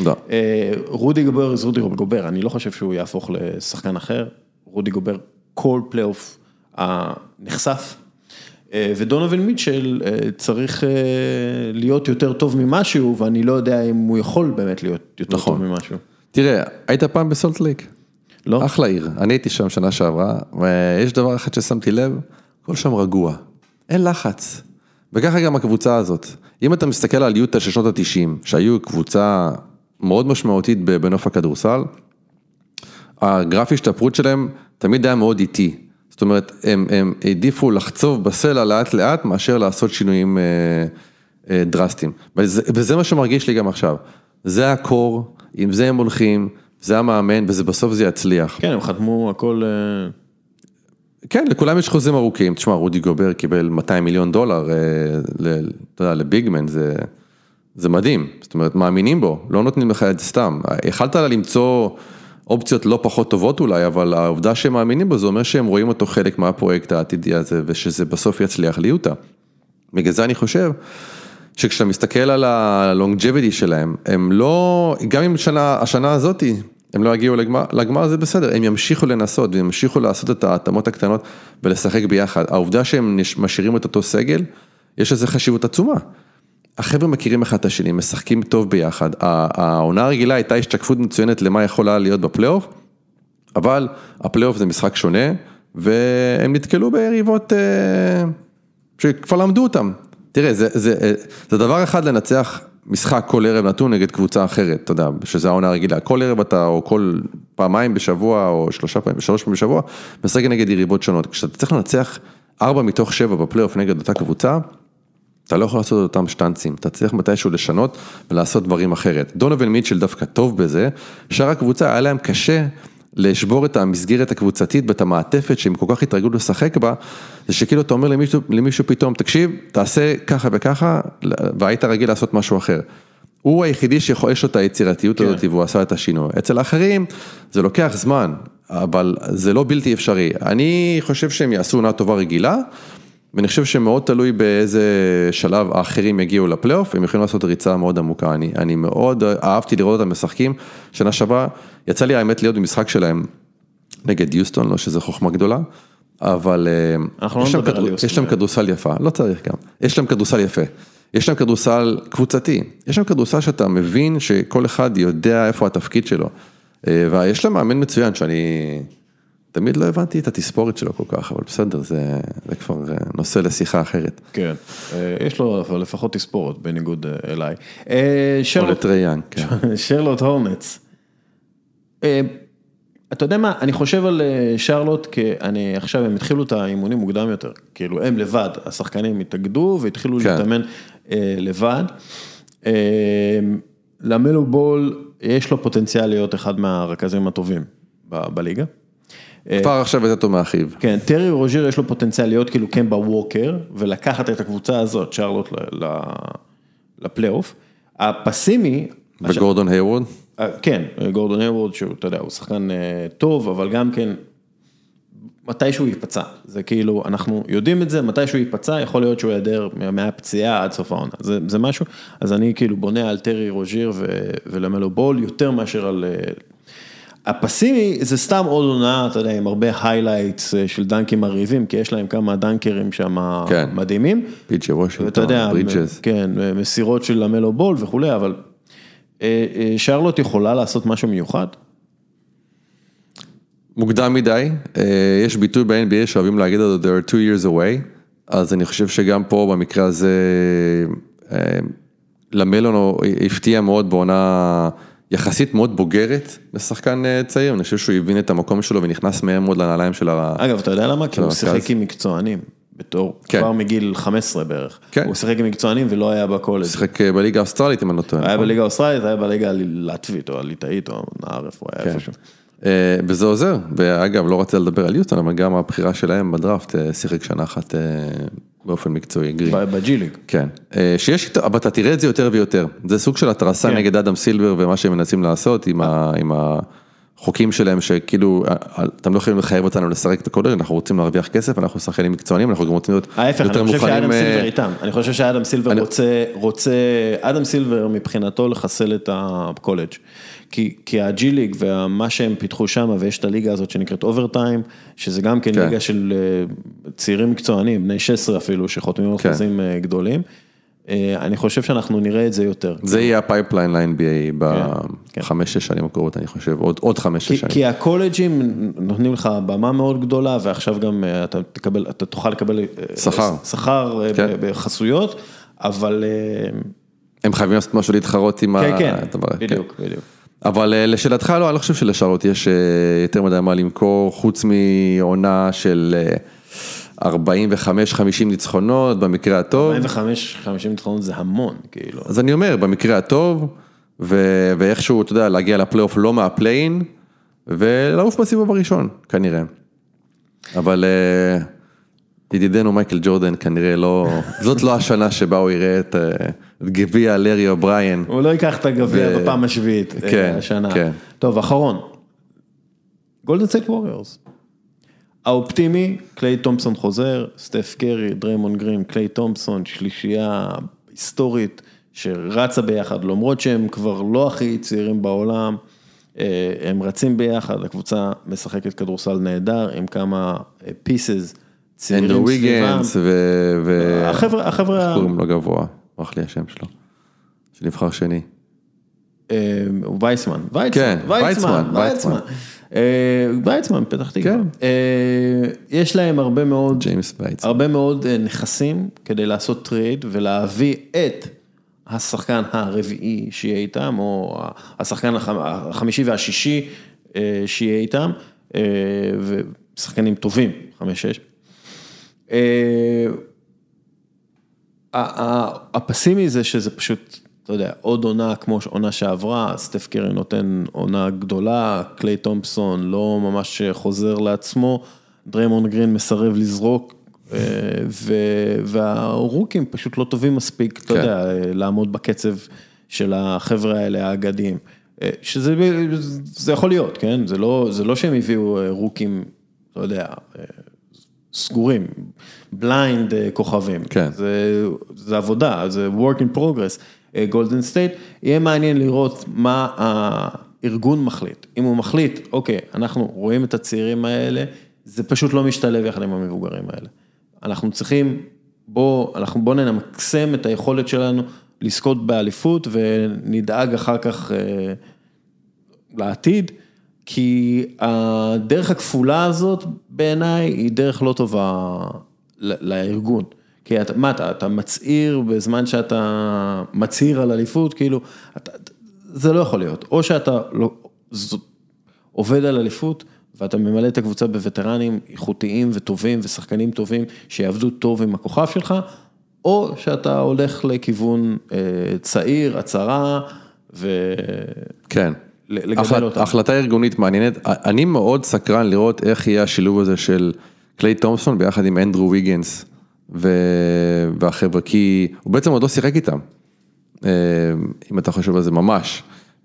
רודי גובר, זה רודי גובר, אני לא חושב שהוא יהפוך לשחקן אחר, רודי גובר, כל פלייאוף נחשף, ודונובל מיטשל צריך להיות יותר טוב ממשהו, ואני לא יודע אם הוא יכול באמת להיות יותר טוב ממשהו. תראה, היית פעם בסולט לייק? לא. אחלה עיר, אני הייתי שם שנה שעברה, ויש דבר אחד ששמתי לב, כל שם רגוע, אין לחץ, וככה גם הקבוצה הזאת. אם אתה מסתכל על יוטה של שנות ה-תשעים, שהיו קבוצה מאוד משמעותית בנוף הכדורסל, הגרף השתפרות שלהם תמיד היה מאוד איטי, זאת אומרת, הם, הם העדיפו לחצוב בסלע לאט לאט, מאשר לעשות שינויים אה, אה, דרסטיים, וזה, וזה מה שמרגיש לי גם עכשיו, זה הקור, עם זה הם הולכים, זה המאמן, וזה בסוף זה יצליח. כן, הם חתמו הכל... כן, לכולם יש חוזים ארוכים. תשמע, רודי גובר קיבל מאתיים מיליון דולר, אתה יודע, לביגמן, זה, זה מדהים. זאת אומרת, מאמינים בו, לא נותנים לך את זה סתם. יכלת לה למצוא אופציות לא פחות טובות אולי, אבל העובדה שהם מאמינים בו, זה אומר שהם רואים אותו חלק מהפרויקט העתידי הזה, ושזה בסוף יצליח ליוטה. בגלל זה אני חושב... שכשאתה מסתכל על הלונג'ביטי שלהם, הם לא, גם אם שנה, השנה הזאת, הם לא הגיעו לגמר, לגמר זה בסדר, הם ימשיכו לנסות, וימשיכו לעשות את ההתאמות הקטנות, ולשחק ביחד. העובדה שהם משאירים את אותו סגל, יש לזה חשיבות עצומה. החבר'ה מכירים אחד את השני, משחקים טוב ביחד. העונה הרגילה הייתה השתקפות מצוינת למה יכולה להיות בפלייאוף, אבל הפלייאוף זה משחק שונה, והם נתקלו ביריבות שכבר למדו אותם. תראה, זה, זה, זה דבר אחד לנצח משחק כל ערב נתון נגד קבוצה אחרת, אתה יודע, שזה העונה הרגילה. כל ערב אתה, או כל פעמיים בשבוע, או שלושה פעמים, שלוש פעמים בשבוע, משחק נגד יריבות שונות. כשאתה צריך לנצח ארבע מתוך שבע בפלייאוף נגד אותה קבוצה, אתה לא יכול לעשות אותם שטנצים, אתה צריך מתישהו לשנות ולעשות דברים אחרת. דונובל מיטשל דווקא טוב בזה, שאר הקבוצה היה להם קשה לשבור את המסגרת הקבוצתית ואת המעטפת שהם כל כך התרגלו לשחק בה, זה שכאילו אתה אומר למישהו, למישהו פתאום, תקשיב, תעשה ככה וככה, והיית רגיל לעשות משהו אחר. הוא היחידי שיכול, יש לו את היצירתיות הזאת, והוא עשה את השינוי. אצל האחרים, זה לוקח זמן, אבל זה לא בלתי אפשרי. אני חושב שהם יעשו עונה טובה רגילה, ואני חושב שמאוד תלוי באיזה שלב האחרים יגיעו לפלייאוף, הם יכולים לעשות ריצה מאוד עמוקה. אני, אני מאוד אהבתי לראות אותם משחקים, שנה שבה יצא לי האמת להיות במשחק שלהם נגד יוסטון, לא שזה חוכמה גדולה, אבל יש להם, כדור, יש להם כדורסל יפה, לא צריך גם, יש להם כדורסל יפה, יש להם כדורסל קבוצתי, יש להם כדורסל שאתה מבין שכל אחד יודע איפה התפקיד שלו, ויש להם מאמן מצוין שאני... תמיד לא הבנתי את התספורת שלו כל כך, אבל בסדר, זה, זה כבר נושא לשיחה אחרת. כן, יש לו לפחות תספורת, בניגוד אליי. או לטריאן, כן. שרלוט הורנטס. אתה יודע מה, אני חושב על שרלוט, כי אני עכשיו, הם התחילו את האימונים מוקדם יותר, כאילו הם לבד, השחקנים התאגדו והתחילו להתאמן לבד. למלו בול, יש לו פוטנציאל להיות אחד מהרכזים הטובים בליגה. כבר עכשיו את אותו מאחיו. כן, טרי רוז'יר יש לו פוטנציאל להיות כאילו קמבה ווקר, ולקחת את הקבוצה הזאת, שרלוט לפלייאוף. הפסימי... וגורדון היוורד? כן, גורדון היוורד, שהוא, אתה יודע, הוא שחקן טוב, אבל גם כן, מתי שהוא ייפצע. זה כאילו, אנחנו יודעים את זה, מתי שהוא ייפצע, יכול להיות שהוא יעדר מהפציעה עד סוף העונה. זה, זה משהו, אז אני כאילו בונה על טרי רוז'יר ולמלו בול, יותר מאשר על... הפסימי זה סתם עוד עונה, אתה יודע, עם הרבה היילייטס של דנקים מרהיבים, כי יש להם כמה דנקרים שם כן. מדהימים. פיצ'ה וושינגטון, ברידג'ס. כן, מסירות של למלו בול וכולי, אבל שרלוט יכולה לעשות משהו מיוחד? מוקדם מדי, יש ביטוי ב-אן בי איי שאוהבים להגיד אותו, there are two years away, אז אני חושב שגם פה במקרה הזה, למלו הפתיע מאוד בעונה... יחסית מאוד בוגרת לשחקן צעיר, אני חושב שהוא הבין את המקום שלו ונכנס מהר מאוד לנעליים של הרכז. אגב, אתה יודע למה? כי הוא שיחק עם מקצוענים, בתור, כבר מגיל חמש עשרה בערך. הוא שיחק עם מקצוענים ולא היה בקולג'. שיחק בליגה האוסטרלית, אם אני לא טועה. היה בליגה האוסטרלית, היה בליגה הלטבית או הליטאית או נערף, הוא היה איפשהו. וזה עוזר, ואגב, לא רציתי לדבר על יוסטון, אבל גם הבחירה שלהם בדראפט שיחק שנה אחת באופן מקצועי, גרין. בג'י-ליג. כן, שיש, אבל אתה תראה את זה יותר ויותר, זה סוג של התרסה נגד אדם סילבר, ומה שהם מנסים לעשות עם החוקים שלהם, שכאילו, אתם לא יכולים לחייב אותנו לשחק את הקודר, אנחנו רוצים להרוויח כסף, אנחנו שחקנים מקצוענים, אנחנו גם רוצים להיות יותר מוכנים. ההפך, אני חושב שאדם סילבר איתם, אני חושב שאדם סילבר רוצה, אדם סילבר מבחינתו לחסל את הקולג'. כי, כי הג'י-ליג ומה שהם פיתחו שם, ויש את הליגה הזאת שנקראת אוברטיים, שזה גם כן, כן. ליגה של צעירים מקצוענים, בני שש עשרה אפילו, שחותמים על כן. חוזים גדולים, אני חושב שאנחנו נראה את זה יותר. זה יהיה הפייפליין ל-אן בי איי בחמש, שש שנים הקרובות, אני חושב, עוד, עוד חמש, שש שנים. כי הקולג'ים נותנים לך במה מאוד גדולה, ועכשיו גם אתה תקבל, אתה תוכל לקבל שכר, שכר כן. בחסויות, אבל... הם חייבים לעשות משהו להתחרות עם כן, כן, בדיוק, בדיוק. אבל לשאלתך לא, אני לא חושב שלשאלות יש יותר מדי מה למכור, חוץ מעונה של ארבעים וחמש חמישים ניצחונות, במקרה הטוב. ארבעים וחמש חמישים ניצחונות זה המון, כאילו. אז אני אומר, במקרה הטוב, ו- ואיכשהו, אתה יודע, להגיע לפלייאוף לא מהפליין, ולעוף בסיבוב הראשון, כנראה. אבל ידידנו מייקל ג'ורדן, כנראה לא, זאת לא השנה שבה הוא יראה את... גביע לארי אובריין. הוא לא ייקח את הגביע בפעם השביעית השנה. טוב, אחרון. גולדן סטייט ווריורס. האופטימי, קליי תומפסון חוזר, סטף קרי, דריימונד גרין, קליי תומפסון, שלישייה היסטורית שרצה ביחד, למרות שהם כבר לא הכי צעירים בעולם, הם רצים ביחד, הקבוצה משחקת כדורסל נהדר, עם כמה פיסס צעירים סביבם. אנדרו ויגנס ו... החבר'ה, החבר'ה... קוראים לו גבוה. הולך לי השם שלו, שנבחר שני. וייצמן, כן, וייצמן, וייצמן, וייצמן, פתח תקווה. יש להם הרבה מאוד, הרבה מאוד נכסים כדי לעשות טרייד ולהביא את השחקן הרביעי שיהיה איתם, או השחקן החמישי והשישי שיהיה איתם, ושחקנים טובים, חמש שש. הפסימי זה שזה פשוט, אתה יודע, עוד עונה כמו עונה שעברה, סטף קרי נותן עונה גדולה, קליי תומפסון לא ממש חוזר לעצמו, דריימונד גרין מסרב לזרוק, והרוקים פשוט לא טובים מספיק, אתה יודע, לעמוד בקצב של החבר'ה האלה האגדיים, שזה זה יכול להיות, כן? זה לא, זה לא שהם הביאו רוקים, אתה יודע, סגורים, בליינד כוכבים, כן. זה, זה עבודה, זה work in progress, גולדן סטייט, יהיה מעניין לראות מה הארגון מחליט, אם הוא מחליט, אוקיי, אנחנו רואים את הצעירים האלה, זה פשוט לא משתלב יחד עם המבוגרים האלה, אנחנו צריכים, בוא, אנחנו בוא נמקסם את היכולת שלנו, לזכות באליפות, ונדאג אחר כך אה, לעתיד, כי הדרך הכפולה הזאת בעיניי היא דרך לא טובה לארגון. כי אתה, מה אתה, אתה מצעיר בזמן שאתה מצעיר על אליפות, כאילו, אתה, זה לא יכול להיות. או שאתה לא, עובד על אליפות, ואתה ממלא את הקבוצה בווטרנים איכותיים וטובים ושחקנים טובים, שיעבדו טוב עם הכוכב שלך, או שאתה הולך לכיוון אה, צעיר, הצהרה, ו... כן. החלטה ארגונית מעניינת, אני מאוד סקרן לראות איך יהיה השילוב הזה של קליי תומפסון ביחד עם אנדרו ויגנס והחבר'ה, כי הוא בעצם עוד לא שיחק איתם, אם אתה חושב על זה ממש,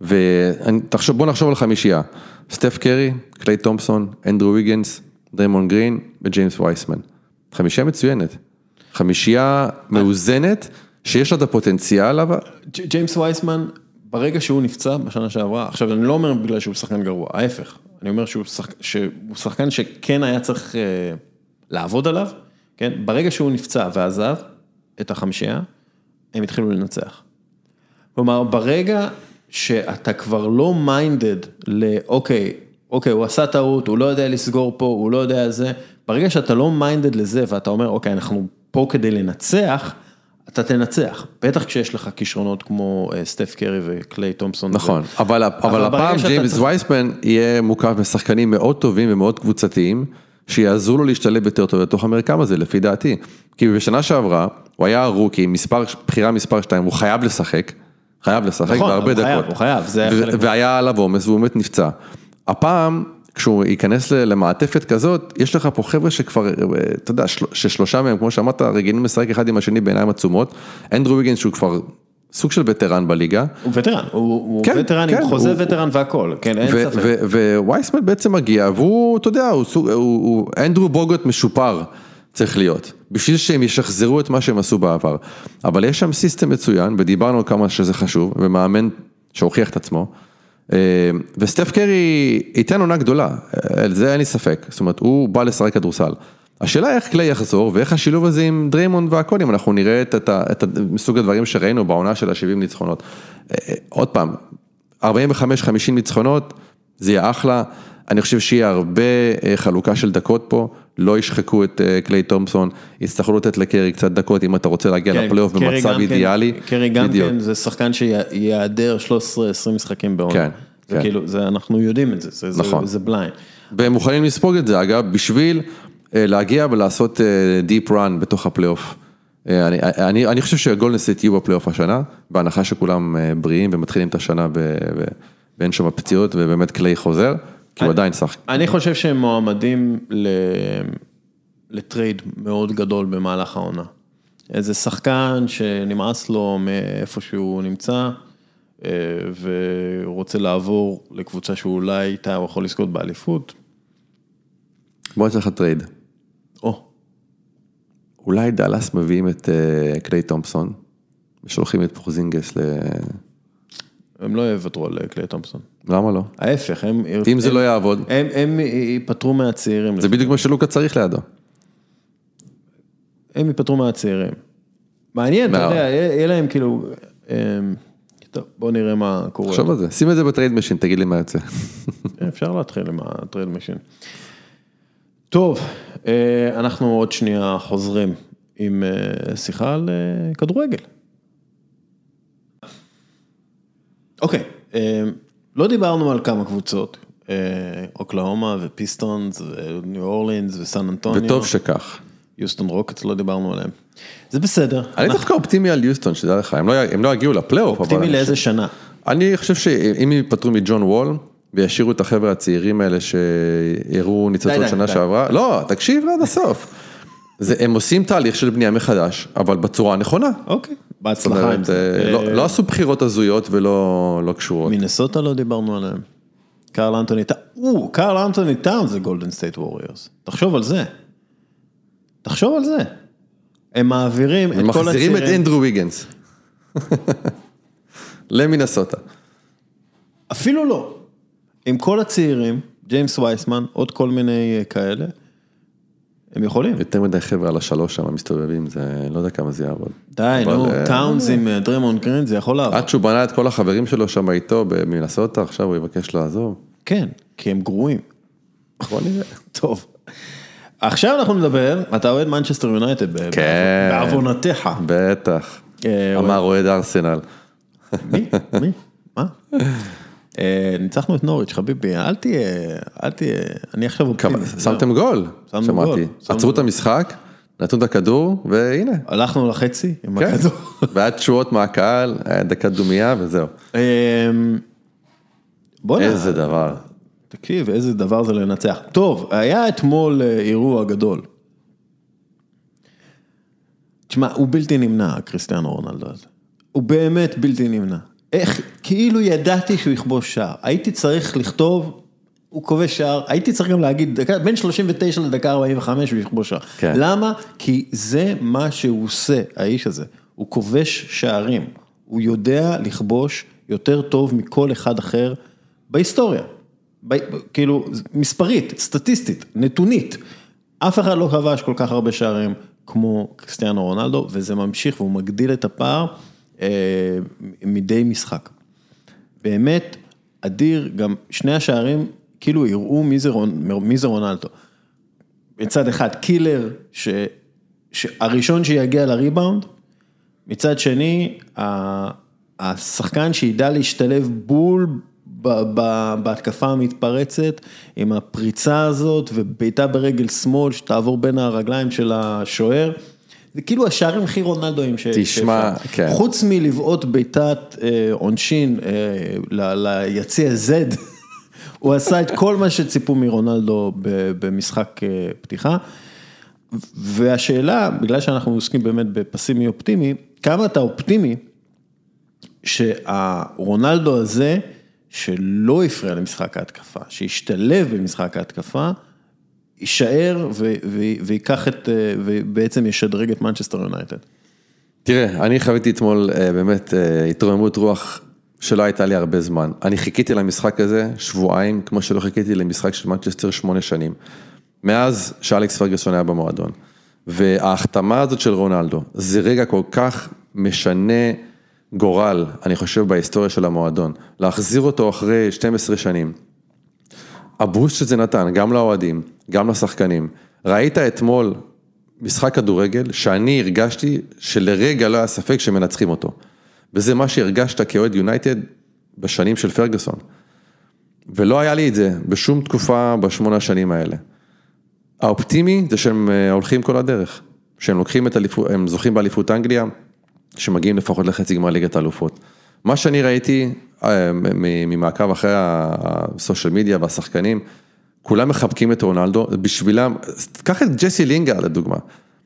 ובוא נחשוב על חמישייה, סטף קרי, קליי תומפסון, אנדרו ויגנס, דריימונד גרין וג'יימס וייסמן, חמישייה מצוינת, חמישייה מאוזנת, שיש לה את הפוטנציאל, אבל... ג'יימס וייסמן, ברגע שהוא נפצע בשנה שעברה, עכשיו אני לא אומר בגלל שהוא שחקן גרוע, ההפך, אני אומר שהוא שחק, שהוא שחקן שכן היה צריך אה, לעבוד עליו, כן? ברגע שהוא נפצע ועזב את החמישייה, הם התחילו לנצח. כלומר, ברגע שאתה כבר לא מיינדד לאוקיי, אוקיי, הוא עשה טעות, הוא לא יודע לסגור פה, הוא לא יודע זה, ברגע שאתה לא מיינדד לזה, ואתה אומר, אוקיי, אנחנו פה כדי לנצח, אתה תנצח, בטח כשיש לך כישרונות כמו סטף קרי וקליי תומפסון. נכון, אבל הפעם ג'יימס וייסמן יהיה מוקף בשחקנים מאוד טובים ומאוד קבוצתיים, שיעזרו לו להשתלב יותר טוב לתוך המרקם הזה, לפי דעתי. כי בשנה שעברה, הוא היה רוקי, בחירה מספר שתיים, הוא חייב לשחק, חייב לשחק בהרבה דקות. הוא חייב, זה היה חלק. והיה עליו עומס, והוא באמת נפצע. הפעם, כשהוא ייכנס למעטפת כזאת, יש לך פה חבר'ה שכבר, אתה יודע, ששלושה מהם, כמו שאמרת, רגילים לשחק אחד עם השני בעיניים עצומות, אנדרו ויגינס שהוא כבר סוג של וטרן בליגה. הוא וטרן, הוא וטרן עם חוזה וטרן והכל, כן, אין ספק. ווייסמן בעצם מגיע, והוא, אתה יודע, הוא אנדרו בוגוט משופר, צריך להיות, בשביל שהם ישחזרו את מה שהם עשו בעבר. אבל יש שם סיסטם מצוין, ודיברנו כמה שזה חשוב, ומאמן שהוכיח את עצמו, וסטף קרי ייתן עונה גדולה, על זה אין לי ספק, זאת אומרת, הוא בא לשחק כדורסל. השאלה איך קליי יחזור, ואיך השילוב הזה עם דריימונד והכל, אם אנחנו נראה את, את, את מסוג הדברים שראינו בעונה של ה-שבעים ניצחונות. עוד פעם, ארבעים וחמש חמישים ניצחונות, זה יהיה אחלה, אני חושב שיהיה הרבה חלוקה של דקות פה, לא ישחקו את קליי תומפסון, יצטרכו לתת לקרי קצת דקות, אם אתה רוצה להגיע כן, לפלייאוף במצב אידיאלי. קרי גם בדיוק. כן, זה שחקן שיעדר שלוש עשרה עשרים משחקים בעונה. כן, זה כן. כאילו, זה, אנחנו יודעים את זה, זה, נכון. זה, זה בליינד. והם מוכנים לספוג את זה, אגב, בשביל להגיע ולעשות דיפ רן בתוך הפלייאוף. אני, אני, אני חושב שהגולדן סטייט יהיו בפלייאוף השנה, בהנחה שכולם בריאים ומתחילים את השנה ואין שם פציעות ובאמת קליי חוזר. כי הוא עדיין שחק. אני חושב שהם מועמדים לטרייד מאוד גדול במהלך העונה. איזה שחקן שנמאס לו מאיפה שהוא נמצא, ורוצה לעבור לקבוצה שאולי איתה הוא יכול לזכות באליפות. בוא נצא לך טרייד. או. אולי דלס מביאים את קליי תומפסון, ושולחים את פורזינגס ל... הם לא יוותרו על קליי תומפסון. למה לא? ההפך, הם... אם זה לא יעבוד. הם, הם ייפטרו מהצעירים. זה בדיוק מה שלוקה צריך לידו. הם ייפטרו מהצעירים. מעניין, אתה יודע, יהיה להם כאילו... טוב, בוא נראה מה קורה. חשוב על זה, שים את זה בטרייד משין, תגיד לי מה יוצא. אפשר להתחיל עם הטרייד משין. טוב, אנחנו עוד שנייה חוזרים עם שיחה על כדורגל. אוקיי, לא דיברנו על כמה קבוצות, אוקלהומה ופיסטונס וניו אורלינס וסן אנטוניו. וטוב שכך. יוסטון רוקטס לא דיברנו עליהם. זה בסדר. אני דווקא אופטימי על יוסטון, שדע לך, הם לא יגיעו לפלייאוף. אופטימי לאיזה שנה? אני חושב שאם ייפטרו מג'ון וול, וישירו את החבר'ה הצעירים האלה שיראו ניצוצות שנה שעברה, לא, תקשיב עד הסוף. הם עושים תהליך של בנייה מחדש, אבל בצורה הנכונה. אוקיי, בהצלחה עם זה. לא עשו בחירות הזויות ולא קשורות. מינסוטה לא דיברנו עליהם. קארל אנטוני טאונס, או, קארל אנטוני טאונס זה גולדן סטייט ווריורס. תחשוב על זה. תחשוב על זה. הם מעבירים את כל הצירים. הם מחזירים את אנדרו ויגינס. למינסוטה. אפילו לא. עם כל הצעירים, ג'יימס וייסמן, עוד כל מיני כאלה, הם יכולים. יותר מדי חבר'ה על השלוש שם מסתובבים, זה לא יודע כמה זה יעבוד. די, נו, טאונס עם דריימונד גרין, זה יכול לעבוד. עד שהוא בנה את כל החברים שלו שם איתו במינסוטה, עכשיו הוא יבקש לעזוב. כן, כי הם גרועים. בוא נראה. טוב. עכשיו אנחנו נדבר, אתה אוהד מנצ'סטר יונייטד, בעוונותיך. בטח. אמר אוהד ארסנל. מי? מי? מה? ניצחנו את נוריץ', חביבי, אל תהיה, אל תהיה, אני עכשיו אופטימי. שמתם גול, שמעתי. עצרו את המשחק, נתנו את הכדור, והנה. הלכנו לחצי עם הכדור. ועד תשואות מהקהל, דקת דומיה וזהו. איזה דבר. תקשיב, איזה דבר זה לנצח. טוב, היה אתמול אירוע גדול. תשמע, הוא בלתי נמנע, קריסטיאנו רונלדו הזה. הוא באמת בלתי נמנע. איך, כאילו ידעתי שהוא יכבוש שער. הייתי צריך לכתוב, הוא כובש שער, הייתי צריך גם להגיד, בין שלושים ותשע לדקה ארבעים וחמש הוא יכבוש שער. כן. למה? כי זה מה שהוא עושה, האיש הזה. הוא כובש שערים. הוא יודע לכבוש יותר טוב מכל אחד אחר בהיסטוריה. ב, כאילו, מספרית, סטטיסטית, נתונית. אף אחד לא כבש כל כך הרבה שערים כמו קריסטיאנו רונלדו, וזה ממשיך והוא מגדיל את הפער, מדי משחק. באמת, אדיר, גם שני השערים, כאילו יראו מי זה, מי זה רונלדו. מצד אחד, קילר, ש, שהראשון שיגיע לריבאונד, מצד שני, השחקן שידע להשתלב בול בהתקפה המתפרצת, עם הפריצה הזאת, וביתה ברגל שמאל, שתעבור בין הרגליים של השוער, זה כאילו השערים הכי רונלדויים תשמע, כן. חוץ מלבעוט ביתת עונשין ליציע זד, הוא עשה את כל מה שציפו מרונלדו במשחק פתיחה, והשאלה, בגלל שאנחנו עוסקים באמת בפסימי אופטימי, כמה אתה אופטימי שהרונלדו הזה, שלא יפריע למשחק ההתקפה, שישתלב במשחק ההתקפה, יישאר ויקח את, ובעצם ישדרג את מנצ'סטר יונייטד. תראה, אני חוויתי אתמול באמת התרוממות רוח שלא הייתה לי הרבה זמן. אני חיכיתי למשחק הזה שבועיים, כמו שלא חיכיתי למשחק של מנצ'סטר שמונה שנים. מאז שאלכס פרגוסון היה במועדון. וההחתמה הזאת של רונלדו, זה רגע כל כך משנה גורל, אני חושב, בהיסטוריה של המועדון. להחזיר אותו אחרי שתים עשרה שנים. הבוסט שזה נתן, גם לאוהדים, גם לשחקנים. ראית אתמול משחק כדורגל, שאני הרגשתי שלרגע לא היה ספק שמנצחים אותו. וזה מה שהרגשת כאוהד יונייטד בשנים של פרגוסון. ולא היה לי את זה בשום תקופה בשמונה השנים האלה. האופטימי זה שהם הולכים כל הדרך. שהם לוקחים את אליפות, הם זוכים באליפות אנגליה, שמגיעים לפחות לחצי גמר ליגת האלופות. מה שאני ראיתי ממעקב אחרי הסושיאל מדיה והשחקנים, כולם מחבקים את רונלדו, בשבילם, קח את ג'סי לינגר לדוגמה,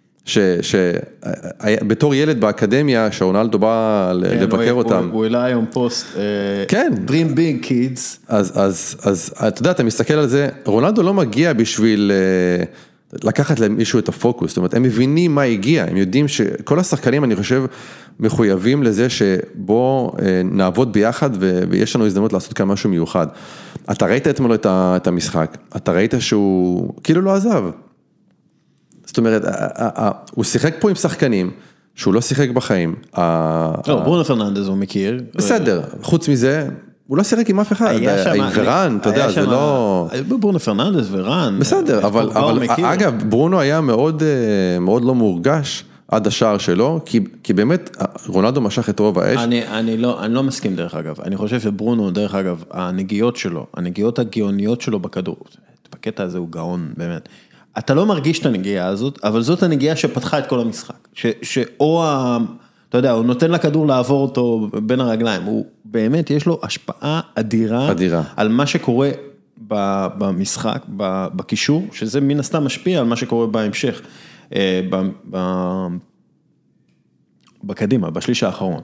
שבתור ילד באקדמיה, שרונלדו בא לבקר אותם. הוא העלה היום פוסט, Dream Big Kids. אז אתה יודע, אתה מסתכל על זה, רונלדו לא מגיע בשביל לקחת למישהו את הפוקוס, זאת אומרת, הם מבינים מה הגיע, הם יודעים שכל השחקנים, אני חושב, מחויבים לזה שבו נעבוד ביחד, ויש לנו הזדמנות לעשות כאן משהו מיוחד. אתה ראית אתמול את המשחק, אתה ראית שהוא כאילו לא עזב. זאת אומרת, הוא שיחק פה עם שחקנים, שהוא לא שיחק בחיים. לא, ברונו פרננדז הוא מכיר. בסדר, חוץ מזה, הוא לא שיחק עם אף אחד, ורן, אתה יודע, זה לא... ברונו פרננדז ורן. בסדר, אבל אגב, ברונו היה מאוד לא מורגש עד השער שלו, כי באמת רונלדו משך את רוב האש. אני לא מסכים דרך אגב, אני חושב שברונו דרך אגב, הנגיעות שלו, הנגיעות הגאוניות שלו בכדור, בקטע הזה הוא גאון באמת. אתה לא מרגיש את הנגיעה הזאת, אבל זאת הנגיעה שפתחה את כל המשחק, שאו ה... אתה יודע, הוא נותן לכדור לעבור אותו בין הרגליים, הוא באמת, יש לו השפעה אדירה, אדירה. על מה שקורה במשחק, בקישור, שזה מן הסתם משפיע על מה שקורה בהמשך, בקדימה, בשליש האחרון.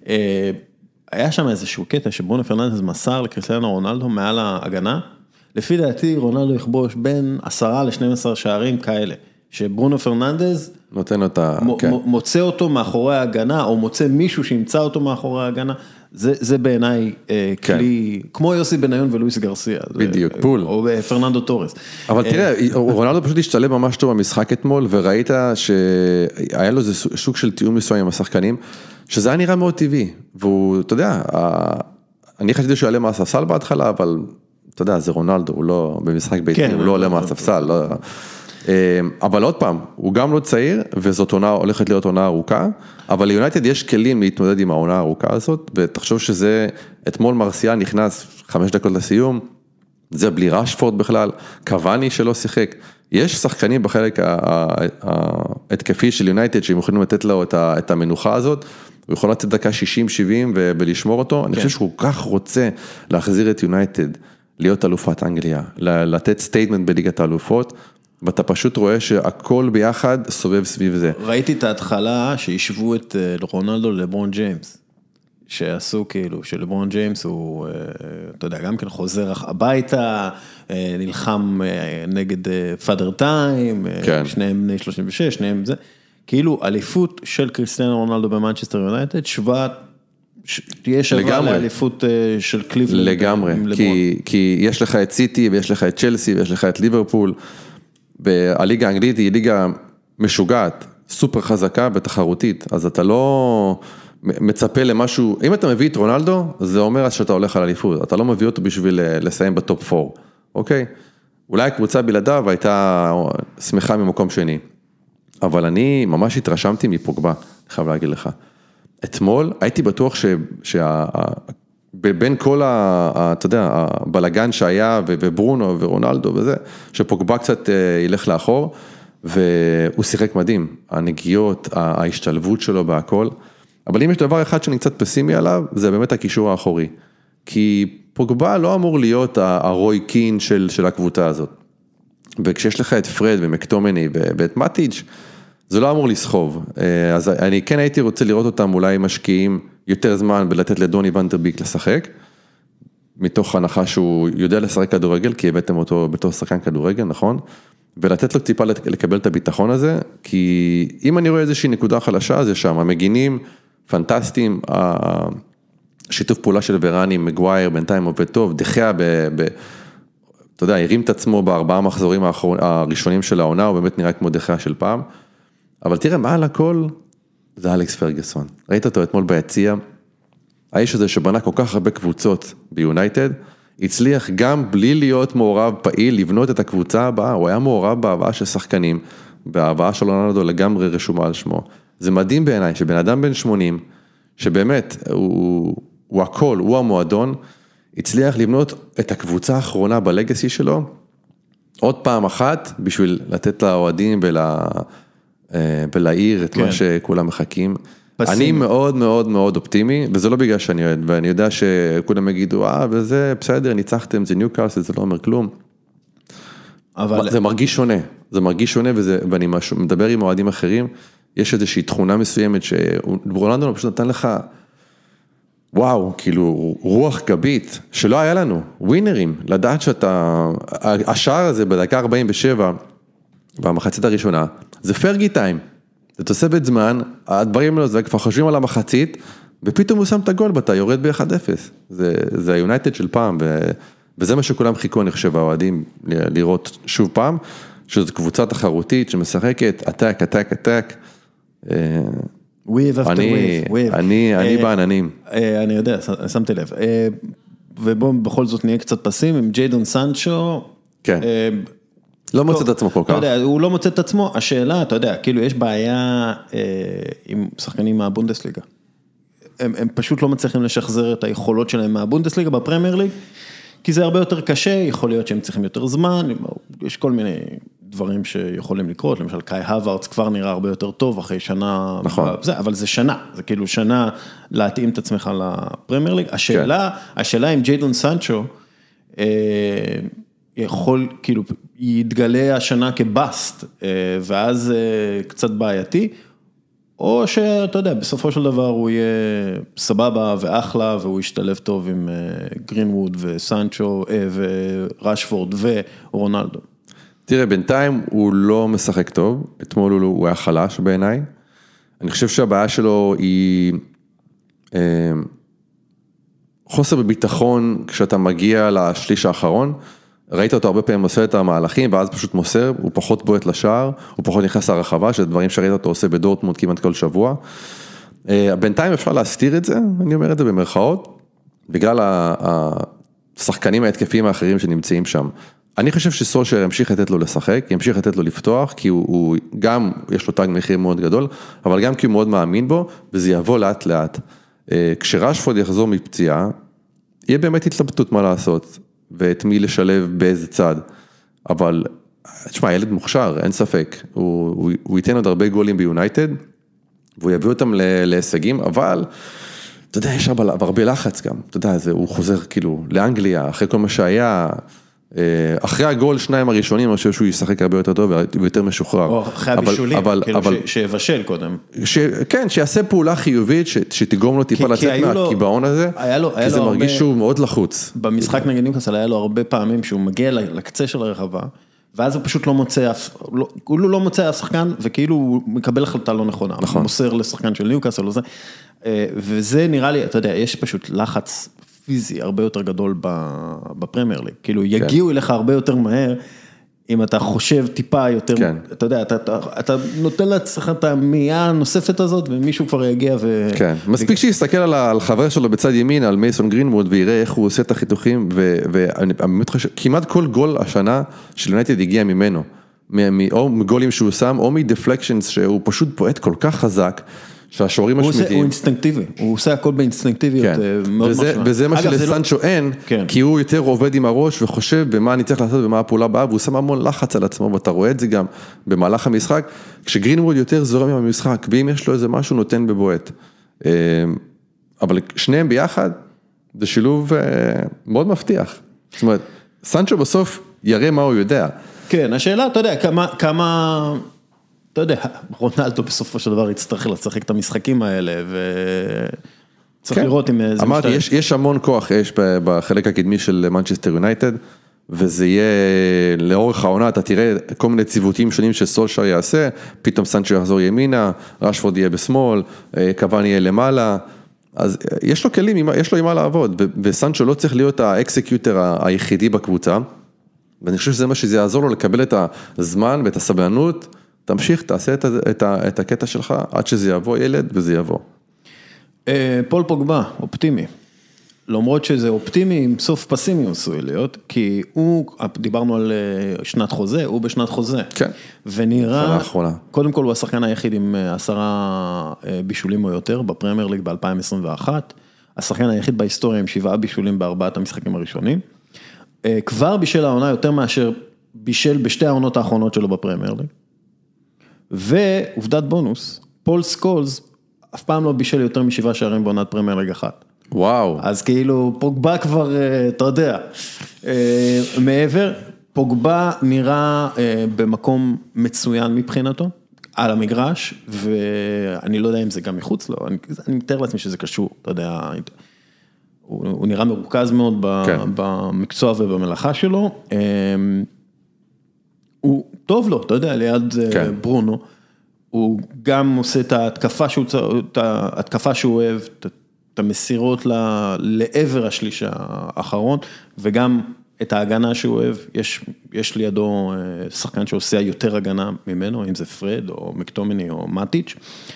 היה שם איזשהו קטע שברונו פרננדז מסר לקריסטיאנו רונלדו מעל ההגנה, לפי דעתי רונלדו יכבוש בין עשרה ל-שנים עשר שערים כאלה, שברונו פרננדז נותן אותה, כן. מוצא אותו מאחורי ההגנה, או מוצא מישהו שימצא אותו מאחורי ההגנה, זה, זה בעיניי כן. כלי, כמו יוסי בניון ולואיס גרסיה. בדיוק, פול. או פרננדו טורס. אבל תראה, רונלדו פשוט השתלב ממש טוב במשחק אתמול, וראית שהיה לו איזה סוג של תיאום מסוים עם השחקנים, שזה היה נראה מאוד טבעי, והוא, אתה יודע, אני חשבתי שהוא עלה מהספסל בהתחלה, אבל אתה יודע, זה רונלדו, הוא לא, במשחק ביתי, הוא לא עולה מהספסל, לא... אבל עוד פעם, הוא גם לא צעיר, וזאת עונה, הולכת להיות עונה ארוכה, אבל ליונייטד יש כלים להתמודד עם העונה הארוכה הזאת, ותחשוב שזה, אתמול מרסיאל נכנס חמש דקות לסיום, זה בלי רשפורד בכלל, קוואני שלא שיחק, יש שחקנים בחלק ההתקפי של יונייטד, שהם יכולים לתת לו את המנוחה הזאת, הוא יכול לתת דקה שישים שבעים ולשמור אותו, אני חושב שהוא כך רוצה להחזיר את יונייטד, להיות אלופת אנגליה, לתת סטייטמנט בליגת האלופות, ואתה פשוט רואה שהכל ביחד סובב סביב זה. ראיתי את ההתחלה שישבו את רונלדו לברון ג'יימס, שעשו כאילו, שלברון ג'יימס הוא, אתה יודע, גם כן חוזר הביתה, נלחם נגד פאדר טיים, כן. שניהם בני שלושים ושש, שניהם זה, כאילו אליפות של קריסטיאנו רונלדו במנצ'סטר יונייטד, שווה, תהיה שווה לאליפות של קליבלנד. לגמרי, כי, כי יש לך את סיטי, ויש לך את צ'לסי, ויש לך את ליברפול, והליגה האנגלית היא ליגה משוגעת, סופר חזקה ותחרותית, אז אתה לא מצפה למשהו, אם אתה מביא את רונלדו, זה אומר שאתה הולך על אליפות, אתה לא מביא אותו בשביל לסיים בטופ ארבע, אוקיי? אולי הקבוצה בלעדיו הייתה שמחה ממקום שני, אבל אני ממש התרשמתי מפוגבה, אני חייב להגיד לך. אתמול הייתי בטוח ש... שה... בין כל ה... אתה יודע, הבלגן שהיה, וברונו ורונלדו וזה, שפוגבה קצת ילך לאחור, והוא שיחק מדהים, הנגיעות, ההשתלבות שלו בהכל, אבל אם יש דבר אחד שאני קצת פסימי עליו, זה באמת הקישור האחורי, כי פוגבה לא אמור להיות הרוי קין של, של הקבוצה הזאת. וכשיש לך את פרד ומקטומני ואת מטיץ', זה לא אמור לסחוב. אז אני כן הייתי רוצה לראות אותם אולי משקיעים יותר זמן ולתת לדוני ונדרביק לשחק, מתוך הנחה שהוא יודע לשחק כדורגל, כי הבאתם אותו בתור שחקן כדורגל, נכון? ולתת לו טיפה לקבל את הביטחון הזה, כי אם אני רואה איזושהי נקודה חלשה, זה שם, המגינים פנטסטיים, השיתוף פעולה של ורני, מגווייר, בינתיים עובד טוב, דחיה, ב, ב, אתה יודע, הרים את עצמו בארבעה מחזורים האחרון, הראשונים של העונה, הוא באמת נראה כמו דחיה של פעם, אבל תראה, מעל הכל, זה אלכס פרגוסון. ראית אותו אתמול ביציע, האיש הזה שבנה כל כך הרבה קבוצות ביונייטד, הצליח גם בלי להיות מעורב פעיל, לבנות את הקבוצה הבאה, הוא היה מעורב בהבאה של שחקנים, בהבאה של רונלדו לגמרי רשומה על שמו. זה מדהים בעיניי, שבן אדם בן שמונים, שבאמת הוא, הוא הכל, הוא המועדון, הצליח לבנות את הקבוצה האחרונה בלגסי שלו, עוד פעם אחת, בשביל לתת לאוהדים ולה, ולעיר את כן. מה שכולם מחכים. פסים. אני מאוד מאוד מאוד אופטימי, וזה לא בגלל שאני אוהד, ואני יודע שכולם יגידו, אה, וזה בסדר, ניצחתם, זה ניוקאסל, זה לא אומר כלום. אבל... זה מרגיש שונה, זה מרגיש שונה, וזה, ואני מדבר עם אוהדים אחרים, יש איזושהי תכונה מסוימת, שרונלדו פשוט נתן לך, וואו, כאילו, רוח גבית, שלא היה לנו, ווינרים, לדעת שאתה, השער הזה בדקה ארבעים ושבע, במחצית הראשונה, זה פרגי טיים, זה תוספת זמן, הדברים האלה, זה כבר חושבים על המחצית, ופתאום הוא שם את הגול, ואתה יורד ב-אחד אפס, זה, זה היונייטד של פעם, ו, וזה מה שכולם חיכו, אני חושב, האוהדים, לראות שוב פעם, שזו קבוצה תחרותית, שמשחקת, עתק, עתק, עתק, וויב אפטר וויב, אני בעננים. אני יודע, שמתי לב, ובואו בכל זאת נהיה קצת פסים, עם ג'יידון סנצ'ו, כן. לא מוצא את עצמו כל כך. הוא לא מוצא את עצמו, השאלה, אתה יודע, כאילו יש בעיה עם שחקנים מהבונדסליגה. הם פשוט לא מצליחים לשחזר את היכולות שלהם מהבונדסליגה בפרמייר ליג, כי זה הרבה יותר קשה, יכול להיות שהם צריכים יותר זמן, יש כל מיני דברים שיכולים לקרות, למשל קאי הווארץ כבר נראה הרבה יותר טוב אחרי שנה, נכון. אבל זה שנה, זה כאילו שנה להתאים את עצמך לפרמייר ליג. השאלה, השאלה אם ג'יידון סנצ'ו, יכול, כאילו, יתגלה השנה כבאסט, ואז קצת בעייתי, או שאתה יודע, בסופו של דבר הוא יהיה סבבה ואחלה, והוא ישתלב טוב עם גרינווד וסנצ'ו ורשפורד ורונלדו. תראה, בינתיים הוא לא משחק טוב, אתמול הוא היה חלש בעיניי, אני חושב שהבעיה שלו היא חוסר בביטחון כשאתה מגיע לשליש האחרון, ראית אותו הרבה פעמים עושה את המהלכים, ואז פשוט מוסר, הוא פחות בועט לשער, הוא פחות נכנס לרחבה, שזה דברים שראית אותו עושה בדורטמונד כמעט כל שבוע. בינתיים אפשר להסתיר את זה, אני אומר את זה במרכאות, בגלל השחקנים ההתקפיים האחרים שנמצאים שם. אני חושב שסולשר ימשיך לתת לו לשחק, ימשיך לתת לו לפתוח, כי הוא, הוא גם, יש לו תג מחיר מאוד גדול, אבל גם כי הוא מאוד מאמין בו, וזה יבוא לאט לאט. כשרשפורד יחזור מפציעה, יהיה באמת התלבטות מה לעשות. ואת מי לשלב באיזה צד, אבל, תשמע, ילד מוכשר, אין ספק, הוא, הוא, הוא ייתן עוד הרבה גולים ביונייטד, והוא יביא אותם להישגים, אבל, אתה יודע, יש הרבה לחץ גם, אתה יודע, זה, הוא חוזר כאילו לאנגליה, אחרי כל מה שהיה, אחרי הגול, שניים הראשונים, אני חושב שהוא ישחק הרבה יותר טוב, ויותר משוחרר. או אחרי הבישולים, כאילו שיבשל קודם. כן, שיעשה פעולה חיובית, שתגרום לו טיפה לצאת מהקיבעון הזה, כי זה מרגיש שהוא מאוד לחוץ. במשחק נגד ניוקאסל היה לו הרבה פעמים, שהוא מגיע לקצה של הרחבה, ואז הוא פשוט לא מוצא אף, הוא לא מוצא אף שחקן, וכאילו הוא מקבל החלטה לא נכונה. הוא מוסר לשחקן של ניוקאסל, וזה נראה לי, אתה יודע, יש פשוט לחץ פיזי הרבה יותר גדול בפרמייר ליג, כאילו יגיעו אליך הרבה יותר מהר, אם אתה חושב טיפה יותר, אתה יודע, אתה נותן לעצמך את המיה הנוספת הזאת, ומישהו כבר יגיע ו... כן, מספיק שיסתכל על חבר שלו בצד ימין, על מייסון גרינווד, ויראה איך הוא עושה את החיתוכים, וכמעט כל גול השנה של יונייטד הגיע ממנו, או מגולים שהוא שם, או מדפלקשנס שהוא פשוט פועט כל כך חזק, שהשוערים משמיטים. הוא אינסטינקטיבי, הוא עושה הכל באינסטינקטיביות מאוד משמעותית. וזה מה שלסנצ'ו אין, כי הוא יותר עובד עם הראש וחושב במה אני צריך לעשות ומה הפעולה הבאה, והוא שם המון לחץ על עצמו, ואתה רואה את זה גם במהלך המשחק, כשגרינווד יותר זורם עם המשחק, ואם יש לו איזה משהו נותן בבועט. אבל שניהם ביחד, זה שילוב מאוד מבטיח. זאת אומרת, סנצ'ו בסוף יראה מה הוא יודע. כן, השאלה, אתה יודע, כמה, כמה, אתה יודע, רונלדו בסופו של דבר יצטרך לשחק את המשחקים האלה, וצריך כן. לראות אם זה אמרתי, יש, יש המון כוח, יש בחלק הקדמי של מנצ'סטר יונייטד, וזה יהיה לאורך העונה, אתה תראה כל מיני ציוותים שונים שסולשר יעשה, פתאום סנצ'ו יחזור ימינה, רשפורד יהיה בשמאל, קוואני יהיה למעלה, אז יש לו כלים, יש לו עם מה לעבוד, וסנצ'ו לא צריך להיות האקסקיוטר היחידי בקבוצה, ואני חושב שזה מה שזה יעזור לו לקבל את הזמן ואת הסבלנות, תמשיך, תעשה את, את, את הקטע שלך, עד שזה יבוא ילד וזה יבוא. פול פוגבה, אופטימי. למרות שזה אופטימי עם סוף פסימי עשוי להיות, כי הוא, דיברנו על שנת חוזה, הוא בשנת חוזה. כן. ונראה, קודם כל הוא השחקן היחיד עם עשרה בישולים או יותר, בפרמייר ליג ב-אלפיים עשרים ואחת, השחקן היחיד בהיסטוריה עם שבעה בישולים בארבעת המשחקים הראשונים, כבר בישל העונה יותר מאשר בישל בשתי העונות האחרונות שלו בפרמייר ליג, ועובדת בונוס, פול סקולס אף פעם לא בישל יותר משבעה שערים בעונת פרמייר ליג אחת. וואו. אז כאילו פוגבה כבר, אתה יודע, מעבר, פוגבה נראה במקום מצוין מבחינתו, על המגרש, ואני לא יודע אם זה גם מחוץ לו, אני, אני מתאר לעצמי שזה קשור, אתה יודע, הוא, הוא נראה מרוכז מאוד כן. במקצוע ובמלאכה שלו, הוא טוב לו, אתה יודע, ליד כן. ברונו, הוא גם עושה את ההתקפה שהוא, את ההתקפה שהוא אוהב, את המסירות לעבר השליש האחרון, וגם את ההגנה שהוא אוהב, יש, יש לידו שחקן שעושה יותר הגנה ממנו, אם זה פרד או מקטומני או מטיץ',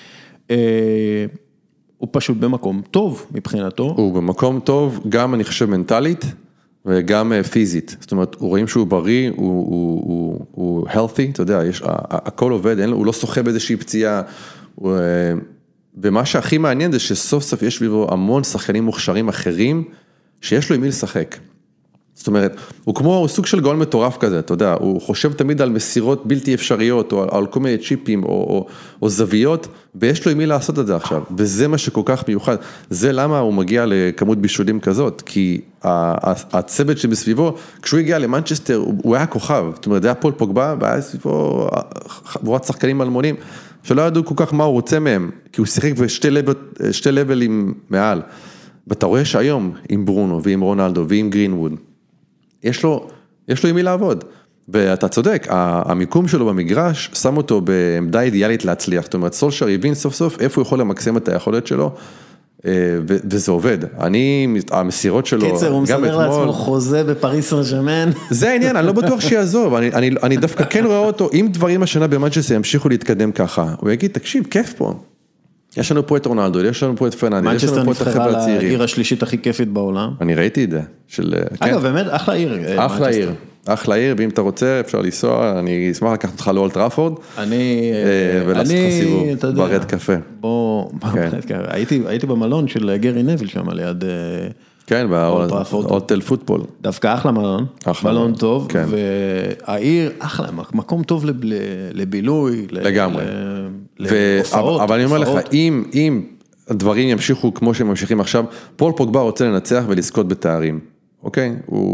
הוא פשוט במקום טוב מבחינתו. הוא במקום טוב, גם אני חושב מנטלית, וגם פיזית, זאת אומרת, הוא רואים שהוא בריא, הוא, הוא, הוא, הוא healthy, אתה יודע, יש, הכל עובד, אין, הוא לא שוחה באיזושהי פציעה, הוא, ומה שהכי מעניין זה שסוף סוף יש ביבו המון שחקנים מוכשרים אחרים, שיש לו עם מי לשחק. זאת אומרת, הוא כמו, הוא סוג של גול מטורף כזה, אתה יודע, הוא חושב תמיד על מסירות בלתי אפשריות, או על, על כל מיני צ'יפים, או, או, או זוויות, ויש לו עם מי לעשות את זה עכשיו, וזה מה שכל כך מיוחד, זה למה הוא מגיע לכמות בישולים כזאת, כי הצוות שבסביבו, כשהוא הגיע למנצ'סטר, הוא היה כוכב, זאת אומרת, זה היה פול פוגבה, והיה סביבו חבורת שחקנים אלמונים, שלא ידעו כל כך מה הוא רוצה מהם, כי הוא שיחק בשתי לבל, שתי לבלים מעל, ואתה רואה שהיום, עם ברונו, ועם רונלדו, ועם גרינווד, יש לו, יש לו עם מי לעבוד, ואתה צודק, המיקום שלו במגרש, שם אותו בעמדה אידיאלית להצליח, זאת אומרת, סולשר הבין סוף סוף, איפה הוא יכול למקסם את היכולת שלו, וזה עובד, אני, המסירות שלו, קיצר, הוא מסדר לעצמו חוזה בפריס סן ז'רמן. זה העניין, אני לא בטוח שיעזוב, אני, אני, אני דווקא כן רואה אותו, אם דברים השנה במנצ'סטר ימשיכו להתקדם ככה, הוא יגיד, תקשיב, כיף פה, יש לנו פה את רונלדו, יש לנו פה את פרננדס, יש לנו פה את החבר'ה הצעירים. מנצ'סטר נבחרה לעיר השלישית הכי כיפית בעולם. אני ראיתי את זה. אגב, באמת, אחלה עיר. אחלה עיר, אחלה עיר, ואם אתה רוצה, אפשר לנסוע, אני אשמח לקחת אותך לאולד טראפורד. אני, ולעשות לך סיבוב, ברד קפה. בוא, הייתי במלון של גרי נביל שם, ליד... כן, בהוטל פוטבול. דווקא אחלה מלון, מלון טוב, והעיר אחלה, מקום טוב לבילוי, לגמרי. אבל אני אומר לך, אם הדברים ימשיכו כמו שהם ממשיכים עכשיו, פול פוגבה רוצה לנצח ולזכות בתארים, אוקיי?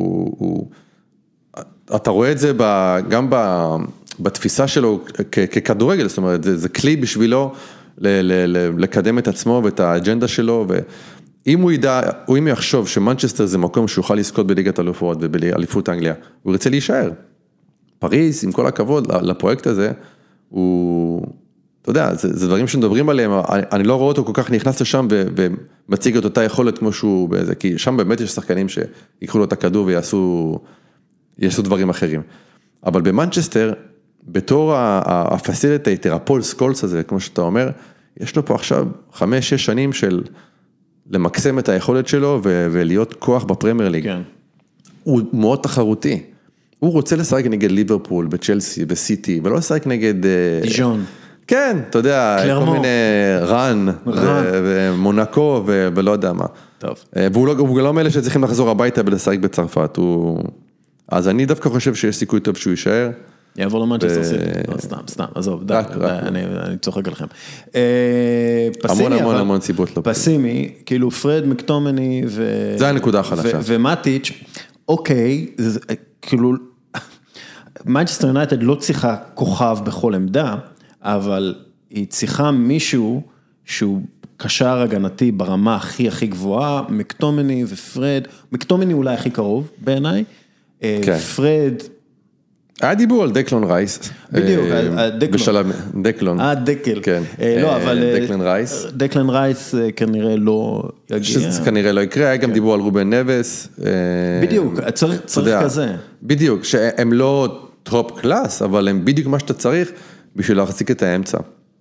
אתה רואה את זה גם בתפיסה שלו ככדורגל, זאת אומרת, זה כלי בשבילו לקדם את עצמו ואת האג'נדה שלו, ו... אם הוא ידע, או אם יחשוב שמנצ'סטר זה מקום שיוכל לזכות בליגת אלופות ובאליפות אנגליה, הוא ירצה להישאר. פריז, עם כל הכבוד לפרויקט הזה, הוא, אתה יודע, זה, זה דברים שמדברים עליהם, אני, אני לא רואה אותו כל כך נכנס לשם ו, ומציג את אותה יכולת כמו שהוא באיזה, כי שם באמת יש שחקנים שיקחו לו את הכדור ויעשו יעשו דברים אחרים. אבל במנצ'סטר, בתור הפסיליטייטר, הפול סקולס הזה, כמו שאתה אומר, יש לו פה עכשיו חמש, שש שנים של... למקסם את היכולת שלו ולהיות כוח בפרמייר ליג. כן. הוא מאוד תחרותי. הוא רוצה לשחק נגד ליברפול, בצ'לסי, בסיטי, ולא לשחק נגד... דיז'ון. כן, אתה יודע, כל מיני רן, ומונקו, ולא יודע מה. טוב. והוא לא מאלה שצריכים לחזור הביתה ולשחק בצרפת. אז אני דווקא חושב שיש סיכוי טוב שהוא יישאר. יעבור למנצ'סטר סיטי, לא, סתם, סתם, עזוב, די, אני צוחק עליכם. המון המון המון סיבות לא. פסימי, כאילו פרד, מקטומני ו... זה הנקודה החדשה. ומטיץ', אוקיי, כאילו, מנצ'סטר יונייטד לא צריכה כוכב בכל עמדה, אבל היא צריכה מישהו שהוא קשר הגנתי ברמה הכי הכי גבוהה, מקטומני ופרד, מקטומני אולי הכי קרוב בעיניי, פרד... היה דיבור על דקלון רייס. בדיוק, דקלון. בשלב, דקלון. אה, דקל. כן. לא, אבל... דקלן רייס. דקלן רייס כנראה לא יגיע. שזה כנראה לא יקרה, היה גם דיבור על רובן נבס. בדיוק, צריך כזה. בדיוק, שהם לא טופ קלאס, אבל הם בדיוק מה שאתה צריך בשביל להחזיק את האמצע.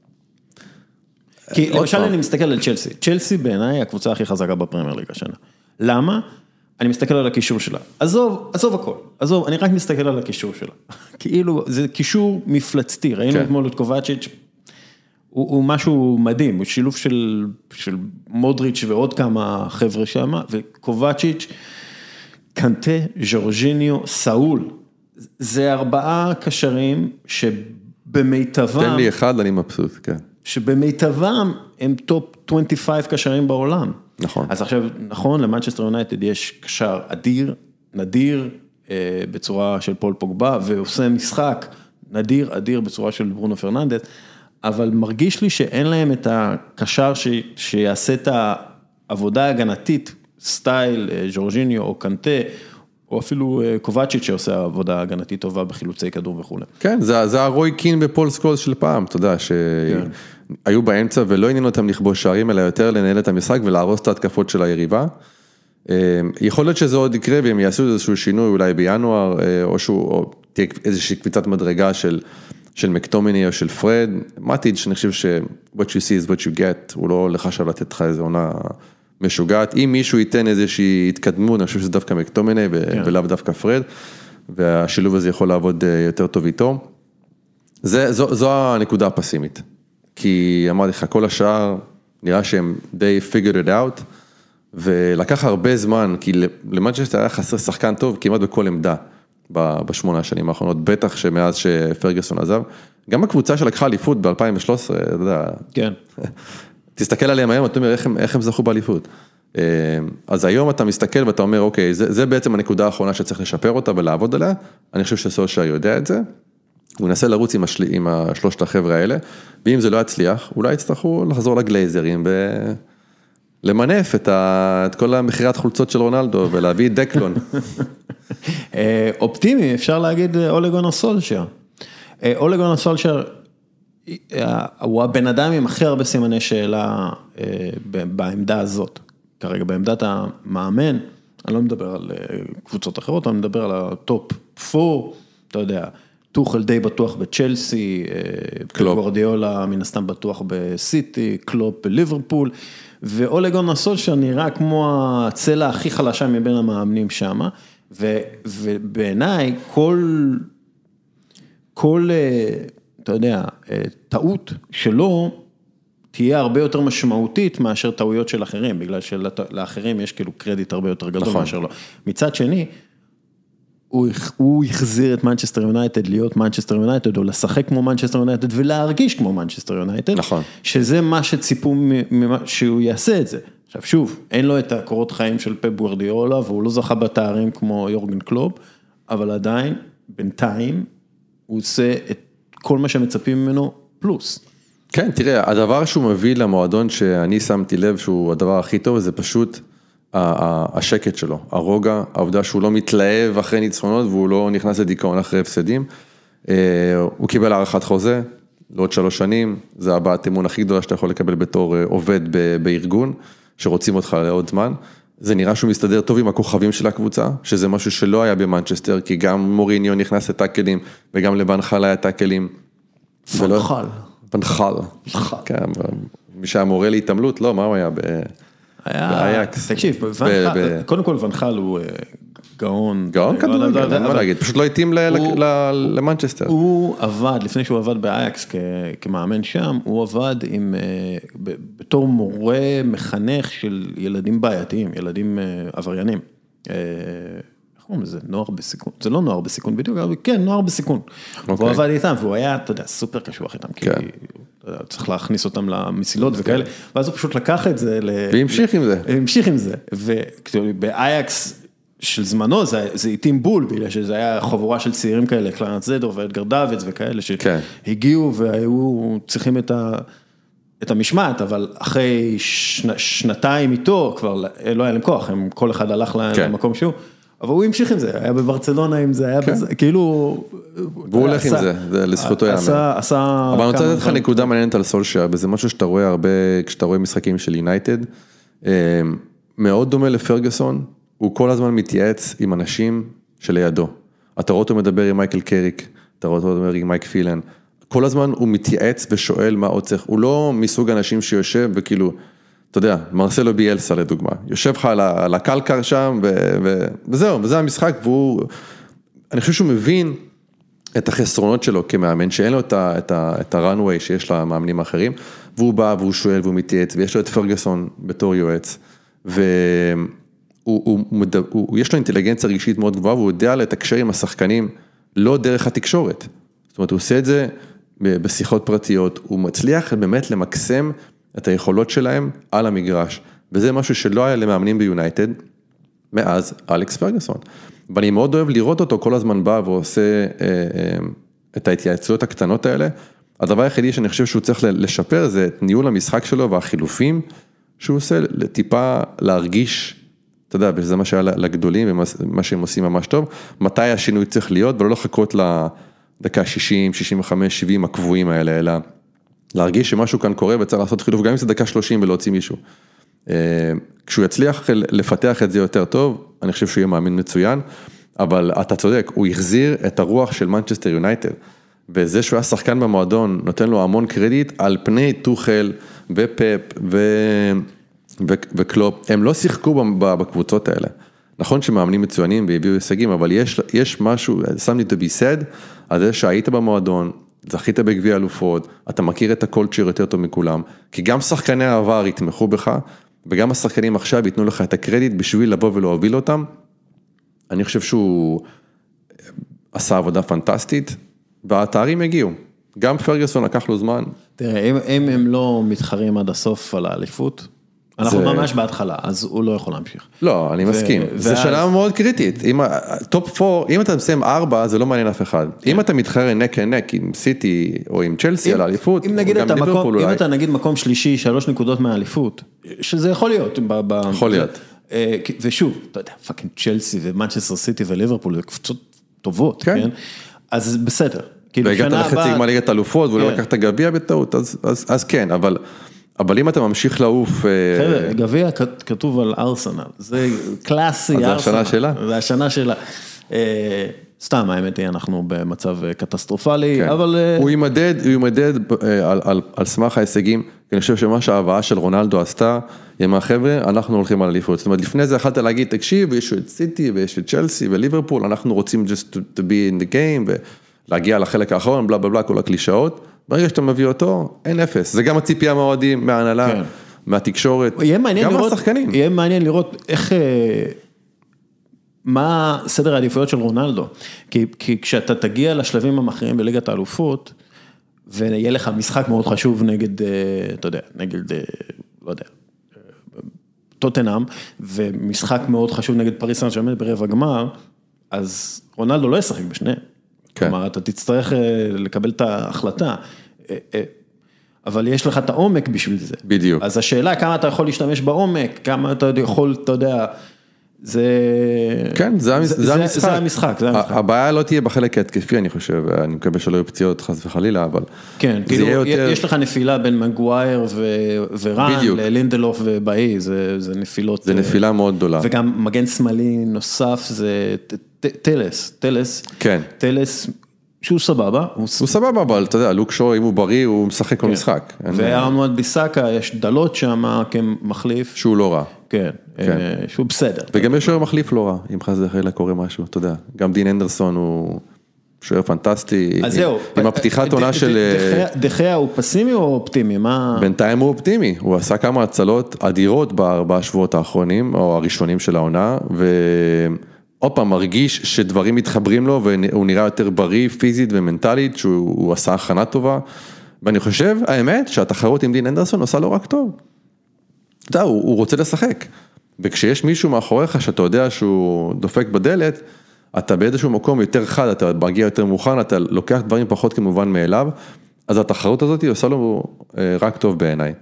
כי למשל אני מסתכל על צ'לסי. צ'לסי בעיניי הקבוצה הכי חזקה בפרמייר ליג השנה. למה? אני מסתכל על הקישור שלה. עזוב, עזוב הכל. עזוב, אני רק מסתכל על הקישור שלה. כאילו, זה קישור מפלצתי. ראינו אתמול את קובצ'יץ', הוא משהו מדהים, הוא שילוב של, של מודריץ' ועוד כמה חבר'ה שם, וקובצ'יץ', קנטה, ז'ורג'יניו, סאול. זה ארבעה קשרים שבמיטבם... תן לי אחד, אני מבסוט, כן. שבמיטבם הם טופ עשרים וחמש קשרים בעולם. נכון. אז עכשיו, נכון, למנצ'סטר יונייטד יש קשר אדיר, נדיר, בצורה של פול פוגבה, ועושה משחק נדיר, אדיר בצורה של ברונו פרננדס, אבל מרגיש לי שאין להם את הקשר ש, שיעשה את העבודה ההגנתית, סטייל ז'ורג'יניו או קנטה, או אפילו קובצ'יץ' שעושה עבודה הגנתית טובה בחילוצי כדור וכו'. כן, זה, זה הרוי קין בפול סקולס של פעם, אתה יודע, שהיו באמצע ולא עניינו אותם לכבוש שערים, אלא יותר לנהל את המשחק ולהרוס את ההתקפות של היריבה. יכול להיות שזה עוד יקרה, והם יעשו איזשהו שינוי אולי בינואר, או שהוא, או תהיה איזושהי קפיצת מדרגה של, של מקטומני או של פרד. מטיץ' שאני חושב ש- what you see is what you get, הוא לא הולך עכשיו לתת לך איזו עונה משוגעת. אם מישהו ייתן איזושהי התקדמות, אני חושב שזה דווקא מקטומני ו- ולאו דווקא פרד, והשילוב הזה יכול לעבוד יותר טוב איתו. זה, זו, זו הנקודה הפסימית. כי אמרתי לך, כל השאר נראה שהם די figured it out, ולקח הרבה זמן, כי למנצ'סטר היה חסר שחקן טוב כמעט בכל עמדה בשמונה השנים האחרונות, בטח שמאז שפרגוסון עזב. גם הקבוצה שלקחה אליפות ב-אלפיים ושלוש עשרה, אתה יודע, כן. תסתכל עליהם היום, אתה אומר, איך הם, איך הם זכו באליפות. אז היום אתה מסתכל ואתה אומר, אוקיי, זה, זה בעצם הנקודה האחרונה שצריך לשפר אותה ולעבוד עליה. אני חושב שסולשר יודע את זה. הוא ינסה לרוץ עם, השל... עם השלושת החבר'ה האלה, ואם זה לא יצליח, אולי יצטרכו לחזור לגלייזרים ולמנף את, ה... את כל המחירת חולצות של רונלדו ולהביא את דקלון. אופטימי, אפשר להגיד אולה גונר סולשר. אולה גונר סולשר הוא הבן אדם עם הכי הרבה סימני שאלה בעמדה הזאת. כרגע בעמדת המאמן, אני לא מדבר על קבוצות אחרות, אני מדבר על הטופ פור, אתה יודע, טוחל די בטוח בצ'לסי, גוארדיולה מן הסתם בטוח בסיטי, קלופ בליברפול, ואולה גונר סולשר נראה כמו הצלע הכי חלשה מבין המאמנים שם, ובעיניי כל, כל, אתה יודע, טעות שלו תהיה הרבה יותר משמעותית מאשר טעויות של אחרים, בגלל שלאחרים יש כאילו קרדיט הרבה יותר גדול מאשר לו. מצד שני, הוא, הוא החזיר את מנצ'סטר יונייטד להיות מנצ'סטר יונייטד, או לשחק כמו מנצ'סטר יונייטד, ולהרגיש כמו מנצ'סטר יונייטד, נכון. שזה מה שציפו שהוא יעשה את זה. עכשיו שוב, אין לו את הקורות חיים של פפ גוארדיולה, והוא לא זכה בתארים כמו יורגן קלופ, אבל עדיין, בינתיים, הוא עושה את כל מה שמצפים ממנו, פלוס. כן, תראה, הדבר שהוא מביא למועדון שאני שמתי לב שהוא הדבר הכי טוב, זה פשוט השקט שלו, הרוגע, העובדה שהוא לא מתלהב אחרי ניצחונות, והוא לא נכנס לדיכאון אחרי הפסדים. הוא קיבל הערכת חוזה, לעוד שלוש שנים, זה הבעת אמון הכי גדולה שאתה יכול לקבל בתור עובד בארגון, שרוצים אותך לעוד זמן. זה נראה שהוא מסתדר טוב עם הכוכבים של הקבוצה, שזה משהו שלא היה במנצ'סטר, כי גם מוריניו נכנס לטאקלים, וגם לבנחל היה טאקלים. בנחל. בנחל. כן, מי שהיה מורה להתעמלות, לא, מה הוא היה ב... באייקס. תקשיב, קודם כל ונחל הוא גאון. גאון כדורגל, אין מה להגיד, פשוט לא התאים למנצ'סטר. הוא עבד, לפני שהוא עבד באייקס כמאמן שם, הוא עבד בתור מורה מחנך של ילדים בעייתיים, ילדים עבריינים. איך קוראים לזה? נוער בסיכון. זה לא נוער בסיכון בדיוק, אבל כן, נוער בסיכון. והוא עבד איתם, והוא היה, אתה יודע, סופר קשוח איתם, כי צריך להכניס אותם למסילות וכאלה, ואז הוא פשוט לקח את זה. והמשיך עם זה. המשיך עם זה. ובאייקס של זמנו, זה התאים בול, בגלל שזה היה חבורה של צעירים כאלה, קלרנס זדור ואדגר דווידס וכאלה, שהגיעו והיו צריכים את ה... את המשמעת, אבל אחרי שנתיים איתו, כבר לא היה להם כוח, הם כל אחד הלך למקום שהוא, אבל הוא המשיך עם זה, היה בברצלונה עם זה, היה בזה, כאילו... והוא הולך עם זה, זה לזכותו יאמן. עשה, עשה... אבל אני רוצה לתת לך נקודה מעניינת על סולשייר, וזה משהו שאתה רואה הרבה, כשאתה רואה משחקים של יונייטד, מאוד דומה לפרגוסון, הוא כל הזמן מתייעץ עם אנשים שלידו. אתה רואה אותו מדבר עם מייקל קריק, אתה רואה אותו מדבר עם מייק פילן, כל הזמן הוא מתייעץ ושואל מה עוד צריך, הוא לא מסוג אנשים שיושב וכאילו, אתה יודע, מרסלו ביאלסה לדוגמה, יושב לך על הקלקר שם, וזהו, וזה המשחק, והוא, אני חושב שהוא מבין את החסרונות שלו כמאמן, שאין לו את הרנווי שיש למאמנים האחרים, והוא בא והוא שואל והוא מתייעץ, ויש לו את פרגוסון בתור יועץ, ויש לו אינטליגנציה רגשית מאוד גבוהה, והוא יודע לתקשר עם השחקנים, לא דרך התקשורת, זאת אומרת, הוא עושה את זה בשיחות פרטיות, הוא מצליח באמת למקסם את היכולות שלהם על המגרש, וזה משהו שלא היה למאמנים ביונייטד, מאז אלכס פרגוסון. ואני מאוד אוהב לראות אותו, כל הזמן בא ועושה אה, אה, את ההתייעצויות הקטנות האלה. הדבר היחידי שאני חושב שהוא צריך לשפר, זה את ניהול המשחק שלו והחילופים שהוא עושה, טיפה להרגיש, אתה יודע, וזה מה שהיה לגדולים, ומה שהם עושים ממש טוב, מתי השינוי צריך להיות, ולא לחכות לדקה שישים, שישים וחמש, שבעים הקבועים האלה, אלא להרגיש שמשהו כאן קורה, וצריך לעשות חילוף, גם אם זה דקה שלושים ולהוציא מישהו. כשהוא יצליח לפתח את זה יותר טוב, אני חושב שהוא יהיה מאמין מצוין, אבל אתה צודק, הוא החזיר את הרוח של מנצ'סטר יונייטד, וזה שהוא היה שחקן במועדון, נותן לו המון קרדיט, על פני טוחל ופפ ו... ו... וקלופ, הם לא שיחקו בקבוצות האלה. נכון שמאמנים מצוינים והביאו הישגים, אבל יש, יש משהו, something to be said, על זה שהיית במועדון, זכית בגביע אלופות, אתה מכיר את הקולצ'ר יותר טוב מכולם, כי גם שחקני העבר יתמכו בך, וגם השחקנים עכשיו ייתנו לך את הקרדיט בשביל לבוא ולהוביל אותם. אני חושב שהוא עשה עבודה פנטסטית, והתארים הגיעו. גם פרגוסון לקח לו זמן. תראה, אם, אם הם לא מתחרים עד הסוף על האליפות, אנחנו זה... ממש בהתחלה, אז הוא לא יכול להמשיך. לא, אני מסכים. ו... זה ואז... שאלה מאוד קריטית. אם, טופ ארבע, אם אתה מסיים ארבע, זה לא מעניין אף אחד. כן. אם אתה מתחרה נק נק עם סיטי או עם צ'לסי אם, על האליפות, אם נגיד אתה מקום, אם אתה נגיד מקום שלישי, שלוש נקודות מהאליפות, שזה יכול להיות. ב, ב, יכול להיות. ושוב, אתה יודע, פאקינג צ'לסי ומנצ'סטר סיטי וליברפול, זה קבוצות טובות, כן? כן? אז בסדר. והגעת לחצי עם ליגת אלופות, ולא לקחת גביע בטעות, אז, אז, אז כן, אבל... אבל אם אתה ממשיך לעוף... חבר'ה, גביע כתוב על ארסנל, זה קלאסי ארסנל. זה השנה שלה? זה השנה שלה. סתם, האמת היא, אנחנו במצב קטסטרופלי, אבל... הוא יימדד, הוא יימדד על סמך ההישגים, כי אני חושב שמה שההבאה של רונלדו עשתה, ימה חבר'ה, אנחנו הולכים על אליפות. זאת אומרת, לפני זה יכלת להגיד, תקשיב, יש את סיטי, ויש את צ'לסי, וליברפול, אנחנו רוצים just to be in the game, ולהגיע לחלק האחרון, בלה בלה בלה, כל הקלישאות. ברגע שאתה מביא אותו, אין אפס. זה גם הציפייה מהאוהדים, מההנהלה, כן. מהתקשורת, גם מהשחקנים. יהיה מעניין לראות איך, מה סדר העדיפויות של רונלדו. כי, כי כשאתה תגיע לשלבים המכריעים בליגת האלופות, ויהיה לך משחק מאוד חשוב נגד, אתה יודע, נגד, לא יודע, טוטנהאם, ומשחק מאוד חשוב נגד פריס סן ז'רמן ברבע גמר, אז רונלדו לא ישחק בשניהם. כלומר, אתה תצטרך לקבל את ההחלטה, אבל יש לך את העומק בשביל זה. בדיוק. אז השאלה, כמה אתה יכול להשתמש בעומק, כמה אתה יכול, אתה יודע, זה... כן, זה המשחק. זה המשחק, זה המשחק. הבעיה לא תהיה בחלק ההתקפי, אני חושב, אני מקווה שלא יהיו פציעות חס וחלילה, אבל... כן, כאילו, יש לך נפילה בין מגווייר ורן, ללינדלוף ובאי, זה נפילות... זה נפילה מאוד גדולה. וגם מגן שמאלי נוסף, זה... טלס, טלס, כן. טלס, שהוא סבבה. הוא סבבה, אבל אתה יודע, לוק שו, אם הוא בריא, הוא משחק כל משחק. וארמוד ביסקה, יש דלות שם כמחליף. שהוא לא רע. כן, שהוא בסדר. וגם יש שוער מחליף לא רע, אם חס וחלילה קורה משהו, אתה יודע. גם דין אנדרסון הוא שוער פנטסטי. אז זהו. עם הפתיחת עונה של... דחיה הוא פסימי או אופטימי? בינתיים הוא אופטימי. הוא עשה כמה הצלות אדירות בארבעה שבועות האחרונים, או הראשונים של העונה, ו... עוד פעם מרגיש שדברים מתחברים לו, והוא נראה יותר בריא, פיזית ומנטלית, שהוא עשה הכנה טובה, ואני חושב, האמת, שהתחרות עם דין אנדרסון עושה לו רק טוב. אתה יודע, הוא, הוא רוצה לשחק, וכשיש מישהו מאחוריך, שאתה יודע שהוא דופק בדלת, אתה באיזשהו מקום יותר חד, אתה מגיע יותר מוכן, אתה לוקח דברים פחות כמובן מאליו, אז התחרות הזאת עושה לו רק טוב בעיניי.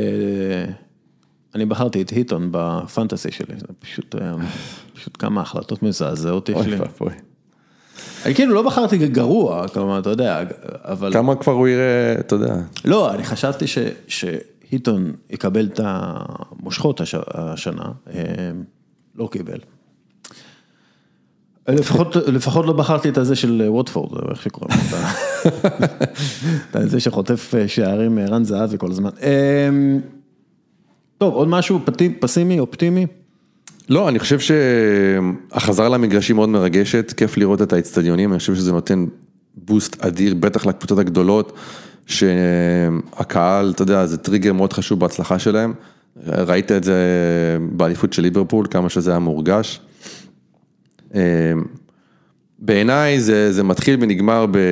אני בחרתי את היטון בפנטסי שלי, זה פשוט, פשוט כמה החלטות מזעזעות יש לי. אני כאילו לא בחרתי גרוע, כלומר, אתה יודע, אבל... כמה כבר הוא יראה, אתה יודע. לא, אני חשבתי שהיטון יקבל את המושכות השנה, לא קיבל. לפחות, לפחות לא בחרתי את הזה של ווטפורד, איך שקוראים אותה. את זה שחוטף שערים רן זהבי כל הזמן. טוב, עוד משהו פסימי, אופטימי? לא, אני חושב שהחזרה למגרשים מאוד מרגשת, כיף לראות את האצטדיונים, אני חושב שזה נותן בוסט אדיר, בטח לקבוצות הגדולות, שהקהל, אתה יודע, זה טריגר מאוד חשוב בהצלחה שלהם, ראית את זה באליפות של ליברפול, כמה שזה היה מורגש. בעיניי זה, זה מתחיל ונגמר ב,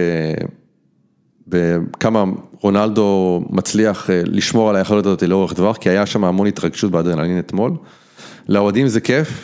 בכמה רונלדו מצליח לשמור על היכולת הזאת לאורך דבר, כי היה שם המון התרגשות באדרנלין אתמול. לאוהדים זה כיף,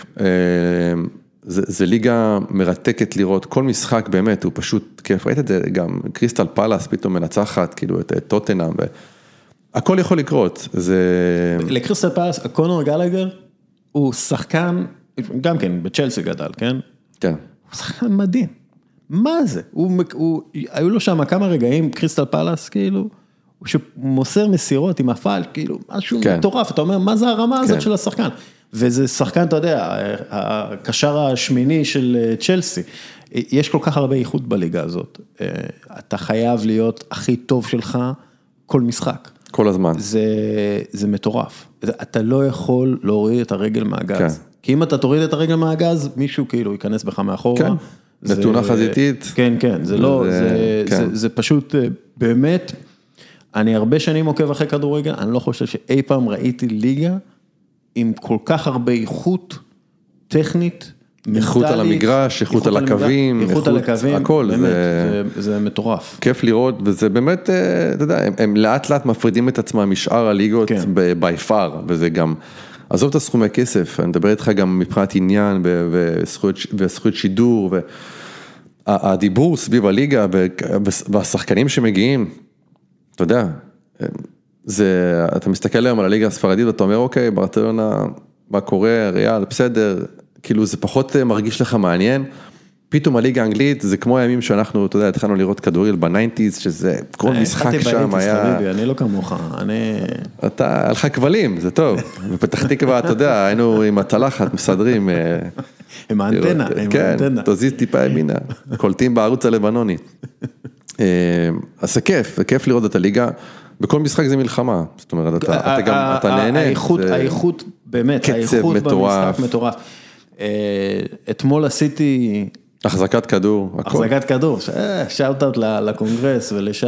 זה, זה ליגה מרתקת לראות, כל משחק באמת הוא פשוט כיף, ראית את זה גם קריסטל פלאס פתאום מנצחת, כאילו את טוטנהאם, הכל יכול לקרות. זה... לקריסטל פלאס, קונור גלגר הוא שחקן, גם כן בצ'לסי גדל, כן? כן. הוא שחקן מדהים. מה זה? הוא, הוא, היו לו שם כמה רגעים, קריסטל פלאס, כאילו, הוא שמוסר מסירות עם הפעל, כאילו, משהו כן. מטורף, אתה אומר, מה זה הרמה כן. הזאת של השחקן? וזה שחקן, אתה יודע, הקשר השמיני של צ'לסי, יש כל כך הרבה איכות בליגה הזאת, אתה חייב להיות הכי טוב שלך כל משחק. כל הזמן. זה, זה מטורף. אתה לא יכול להוריד את הרגל מהגז. כן. כי אם אתה תוריד את הרגל מהגז, מישהו כאילו ייכנס בך מאחורה. כן. נתונה חזיתית. כן, כן. זה לא, זה, כן. זה, זה פשוט באמת, אני הרבה שנים עוקב אחרי כדורגל, אני לא חושב שאי פעם ראיתי ליגה עם כל כך הרבה איכות טכנית, איכות על המגרש, איכות על הקווים, איכות על הקווים, הכל, באמת, זה, זה מטורף. כיף לראות, וזה באמת, אתה יודע, הם, הם לאט לאט מפרידים את עצמם משאר הליגות כן. ב-by far, וזה גם, עזוב את הסכומי כסף, אני מדבר איתך גם מבחינת עניין, וזכויות, וזכויות שידור, והדיבור סביב הליגה, והשחקנים שמגיעים, אתה יודע, זה, אתה מסתכל היום על הליגה הספרדית, ואתה אומר, אוקיי, ברצלונה, מה קורה, ריאל, בסדר, כאילו זה פחות מרגיש לך מעניין, פתאום הליגה האנגלית, זה כמו הימים שאנחנו, אתה יודע, התחלנו לראות כדורגל בניינטיז, שזה כל משחק שם היה... אני לא כמוך, אני... אתה, הלכה כבלים, זה טוב, בפתח תקווה, אתה יודע, היינו עם הצלחת, מסדרים... עם האנטנה, עם האנטנה. כן, תוזיז טיפה ימינה, קולטים בערוץ הלבנוני. אז זה כיף, זה כיף לראות את הליגה, בכל משחק זה מלחמה, זאת אומרת, אתה גם, אתה נהנה. האיכות, באמת, האיכות במשחק מטורף. אתמול עשיתי... החזקת כדור. החזקת כדור, שאוט-אוט לקונגרס ולשי.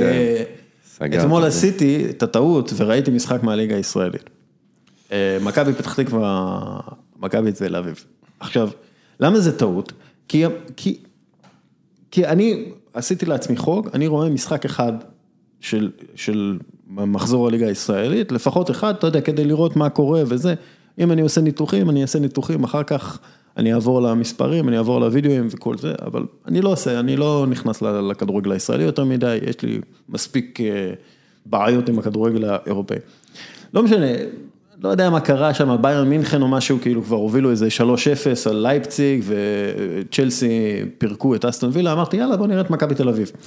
אתמול עשיתי את הטעות וראיתי משחק מהליגה הישראלית. מכבי פתח תקווה, מכבי תל אביב. עכשיו, למה זה טעות? כי, כי, כי אני עשיתי לעצמי חוג, אני רואה משחק אחד של, של מחזור הליגה הישראלית, לפחות אחד, אתה יודע, כדי לראות מה קורה וזה. אם אני עושה ניתוחים, אני אעשה ניתוחים, אחר כך אני אעבור למספרים, אני אעבור לוידאוים וכל זה, אבל אני לא עושה, אני לא נכנס לכדורגל הישראלי יותר מדי, יש לי מספיק בעיות עם הכדורגל האירופאי. לא משנה, לא יודע מה קרה שם, ביירן מינכן או משהו, כאילו כבר הובילו איזה שלוש אפס על לייפציג, וצ'לסי פירקו את אסטון וילה, אמרתי, יאללה, בוא נראה את מכבי תל אביב.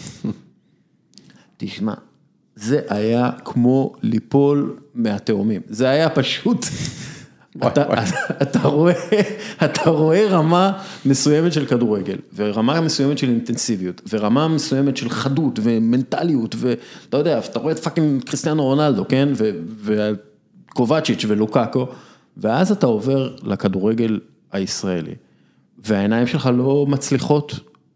תשמע, זה היה כמו ליפול מהתאומים, זה היה פשוט... אתה, אתה רואה, אתה רואה רמה מסוימת של כדורגל, ורמה מסוימת של אינטנסיביות, ורמה מסוימת של חדות ומנטליות, ואתה יודע, אתה רואה את פאקינג קריסטיאנו רונלדו, כן? וקובצ'יץ' ולוקאקו, ואז אתה עובר לכדורגל הישראלי, והעיניים שלך לא מצליחות,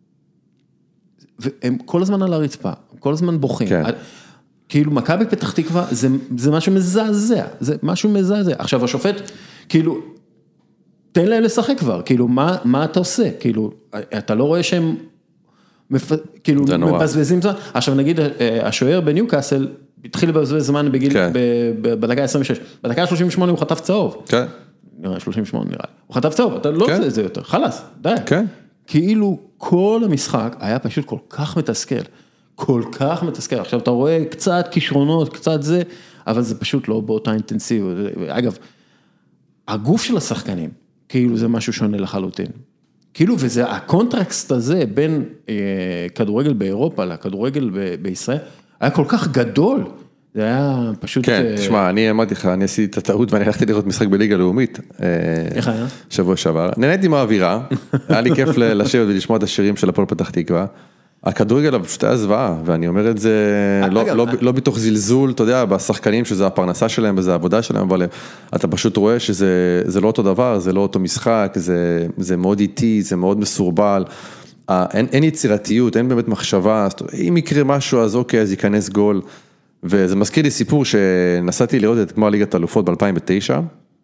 והם כל הזמן על הרצפה, כל הזמן בוכים. כן. כאילו מכבי פתח תקווה, זה, זה משהו מזעזע, זה משהו מזעזע. עכשיו השופט, כאילו, תן להם לשחק כבר, כאילו, מה, מה אתה עושה? כאילו, אתה לא רואה שהם, כאילו, מבזבזים זמן. עכשיו נגיד, השוער בניוקאסל, התחיל לבזבז זמן בגיל, בדקה עשרים ושש, בדקה שלושים ושמונה הוא חטף צהוב. כן. נראה, שלושים ושמונה נראה. הוא חטף צהוב, אתה לא עושה את זה יותר, חלס, די. כן. כאילו, כל המשחק היה פשוט כל כך מתסכל, כל כך מתסכל. עכשיו אתה רואה קצת כישרונות, קצת זה, אבל זה פשוט לא באותה אינטנסיביות. אגב, הגוף של השחקנים, כאילו זה משהו שונה לחלוטין. כאילו, וזה, הקונטרקסט הזה בין אה, כדורגל באירופה לכדורגל ב- בישראל, היה כל כך גדול, זה היה פשוט... כן, אה... תשמע, אני אמרתי לך, אני עשיתי את הטעות ואני הלכתי לראות משחק בליגה לאומית. איך היה? שבוע שעבר. נהניתי מהאווירה, היה לי כיף לשבת ולשמוע את השירים של הפועל פתח תקווה. הכדורגל פשוט היה זוועה, ואני אומר את זה לא, לא, לא בתוך זלזול, אתה יודע, בשחקנים שזה הפרנסה שלהם וזה העבודה שלהם, אבל אתה פשוט רואה שזה זה לא אותו דבר, זה לא אותו משחק, זה, זה מאוד איטי, זה מאוד מסורבל, אין, אין יצירתיות, אין באמת מחשבה, אם יקרה משהו אז אוקיי, אז ייכנס גול, וזה מזכיר לי סיפור שנסעתי לראות את גמר ליגת האלופות ב-אלפיים ותשע,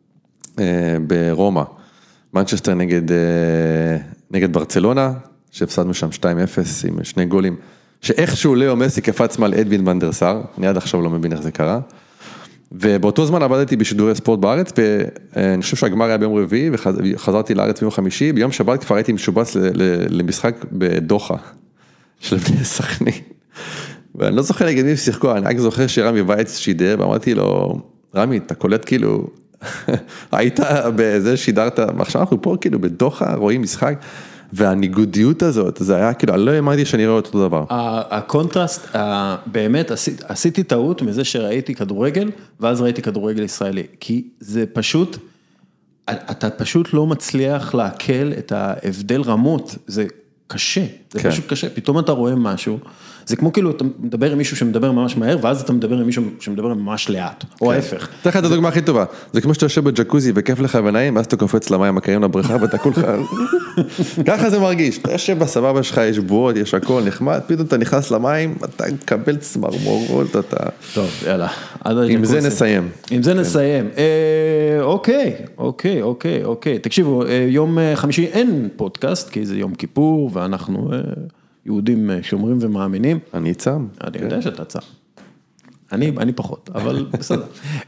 ברומא, מנצ'סטר נגד, נגד ברצלונה, שהפסדנו שם שתיים אפס עם שני גולים, שאיכשהו לאו מסי קפץ מעל אדווין ון דר סאר, אני עד עכשיו לא מבין איך זה קרה, ובאותו זמן עבדתי בשידורי ספורט בארץ, ואני חושב שהגמר היה ביום רביעי, וחזרתי לארץ ביום חמישי, ביום שבת כבר הייתי משובץ למשחק בדוחה, של בני סכנין, ואני לא זוכר נגד מי שיחקו, אני רק זוכר שרמי וייץ שידר, ואמרתי לו, רמי, אתה קולט כאילו, היית בזה שידרת, עכשיו אנחנו פה כאילו בדוחה, רואים משחק, והניגודיות הזאת, זה היה כאילו, אני לא האמנתי שאני רואה אותו דבר. הקונטרסט, באמת עשיתי טעות מזה שראיתי כדורגל, ואז ראיתי כדורגל ישראלי, כי זה פשוט, אתה פשוט לא מצליח להקל את ההבדל רמות, זה קשה, זה פשוט קשה, פתאום אתה רואה משהו, זה כמו כאילו, אתה מדבר עם מישהו שמדבר ממש מהר, ואז אתה מדבר עם מישהו שמדבר ממש לאט, או ההפך. תראה לך את הדוגמה הכי טובה, זה כמו שאתה יושב בג'קוזי וכיף לך ונעים, ואז אתה קופץ למים הקרים לבריכה ואתה כולך, ככה זה מרגיש, אתה יושב בסבבה שלך, יש בועות, יש הכל נחמד, פתאום אתה נכנס למים, אתה מקבל צמרמורות, אתה... טוב, יאללה. עם זה נסיים. עם זה נסיים. אוקיי, אוקיי, אוקיי, אוקיי. תקשיבו, יום חמישי אין פודקאסט, כי זה יום כיפור, ואנחנו... יהודים שומרים ומאמינים. אני צם. אני יודע שאתה צם. אני, אני פחות, אבל בסדר.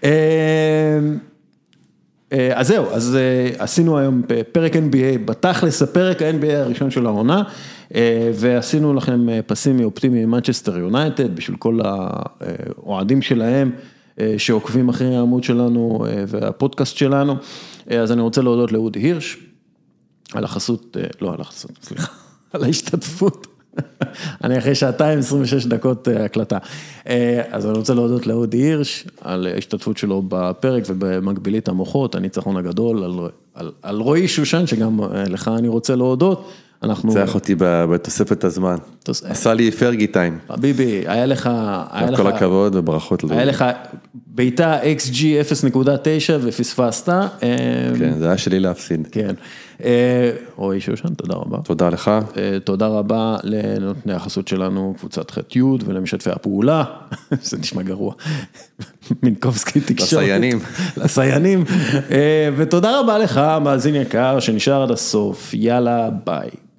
אז זהו, אז עשינו היום פרק אן בי איי, בתכלס הפרק ה-אן בי איי הראשון של העונה, ועשינו לכם פסימי אופטימי מנצ'סטר יונייטד, בשביל כל האוהדים שלהם, שעוקבים אחרי העמוד שלנו והפודקאסט שלנו. אז אני רוצה להודות לאודי הירש, על החסות, לא על החסות, סליחה, על ההשתתפות. אני אחרי שעתיים, עשרים ושש דקות הקלטה. אז אני רוצה להודות לאודי הירש, על ההשתתפות שלו בפרק ובמקבילית המוחות, הניצחון הגדול, על, על, על רועי שושן, שגם לך אני רוצה להודות. אנחנו... צריך אותי בתוספת הזמן. תוס... עשה לי פרגי טיים. ביבי, היה לך... היה כל לך... הכבוד וברכות. היה לך ביתה אקס ג'י אפס נקודה תשע ופספסת. כן, זה היה שלי להפסיד. כן. רועי שושן, תודה רבה. תודה לך. תודה רבה לנותני החסות שלנו, קבוצת חטיות ולמשתפי הפעולה. זה נשמע גרוע. מינקובסקי תקשורת. לסיינים. לסיינים. ותודה רבה לך, מאזין יקר, שנשאר עד הסוף. יאללה, ביי.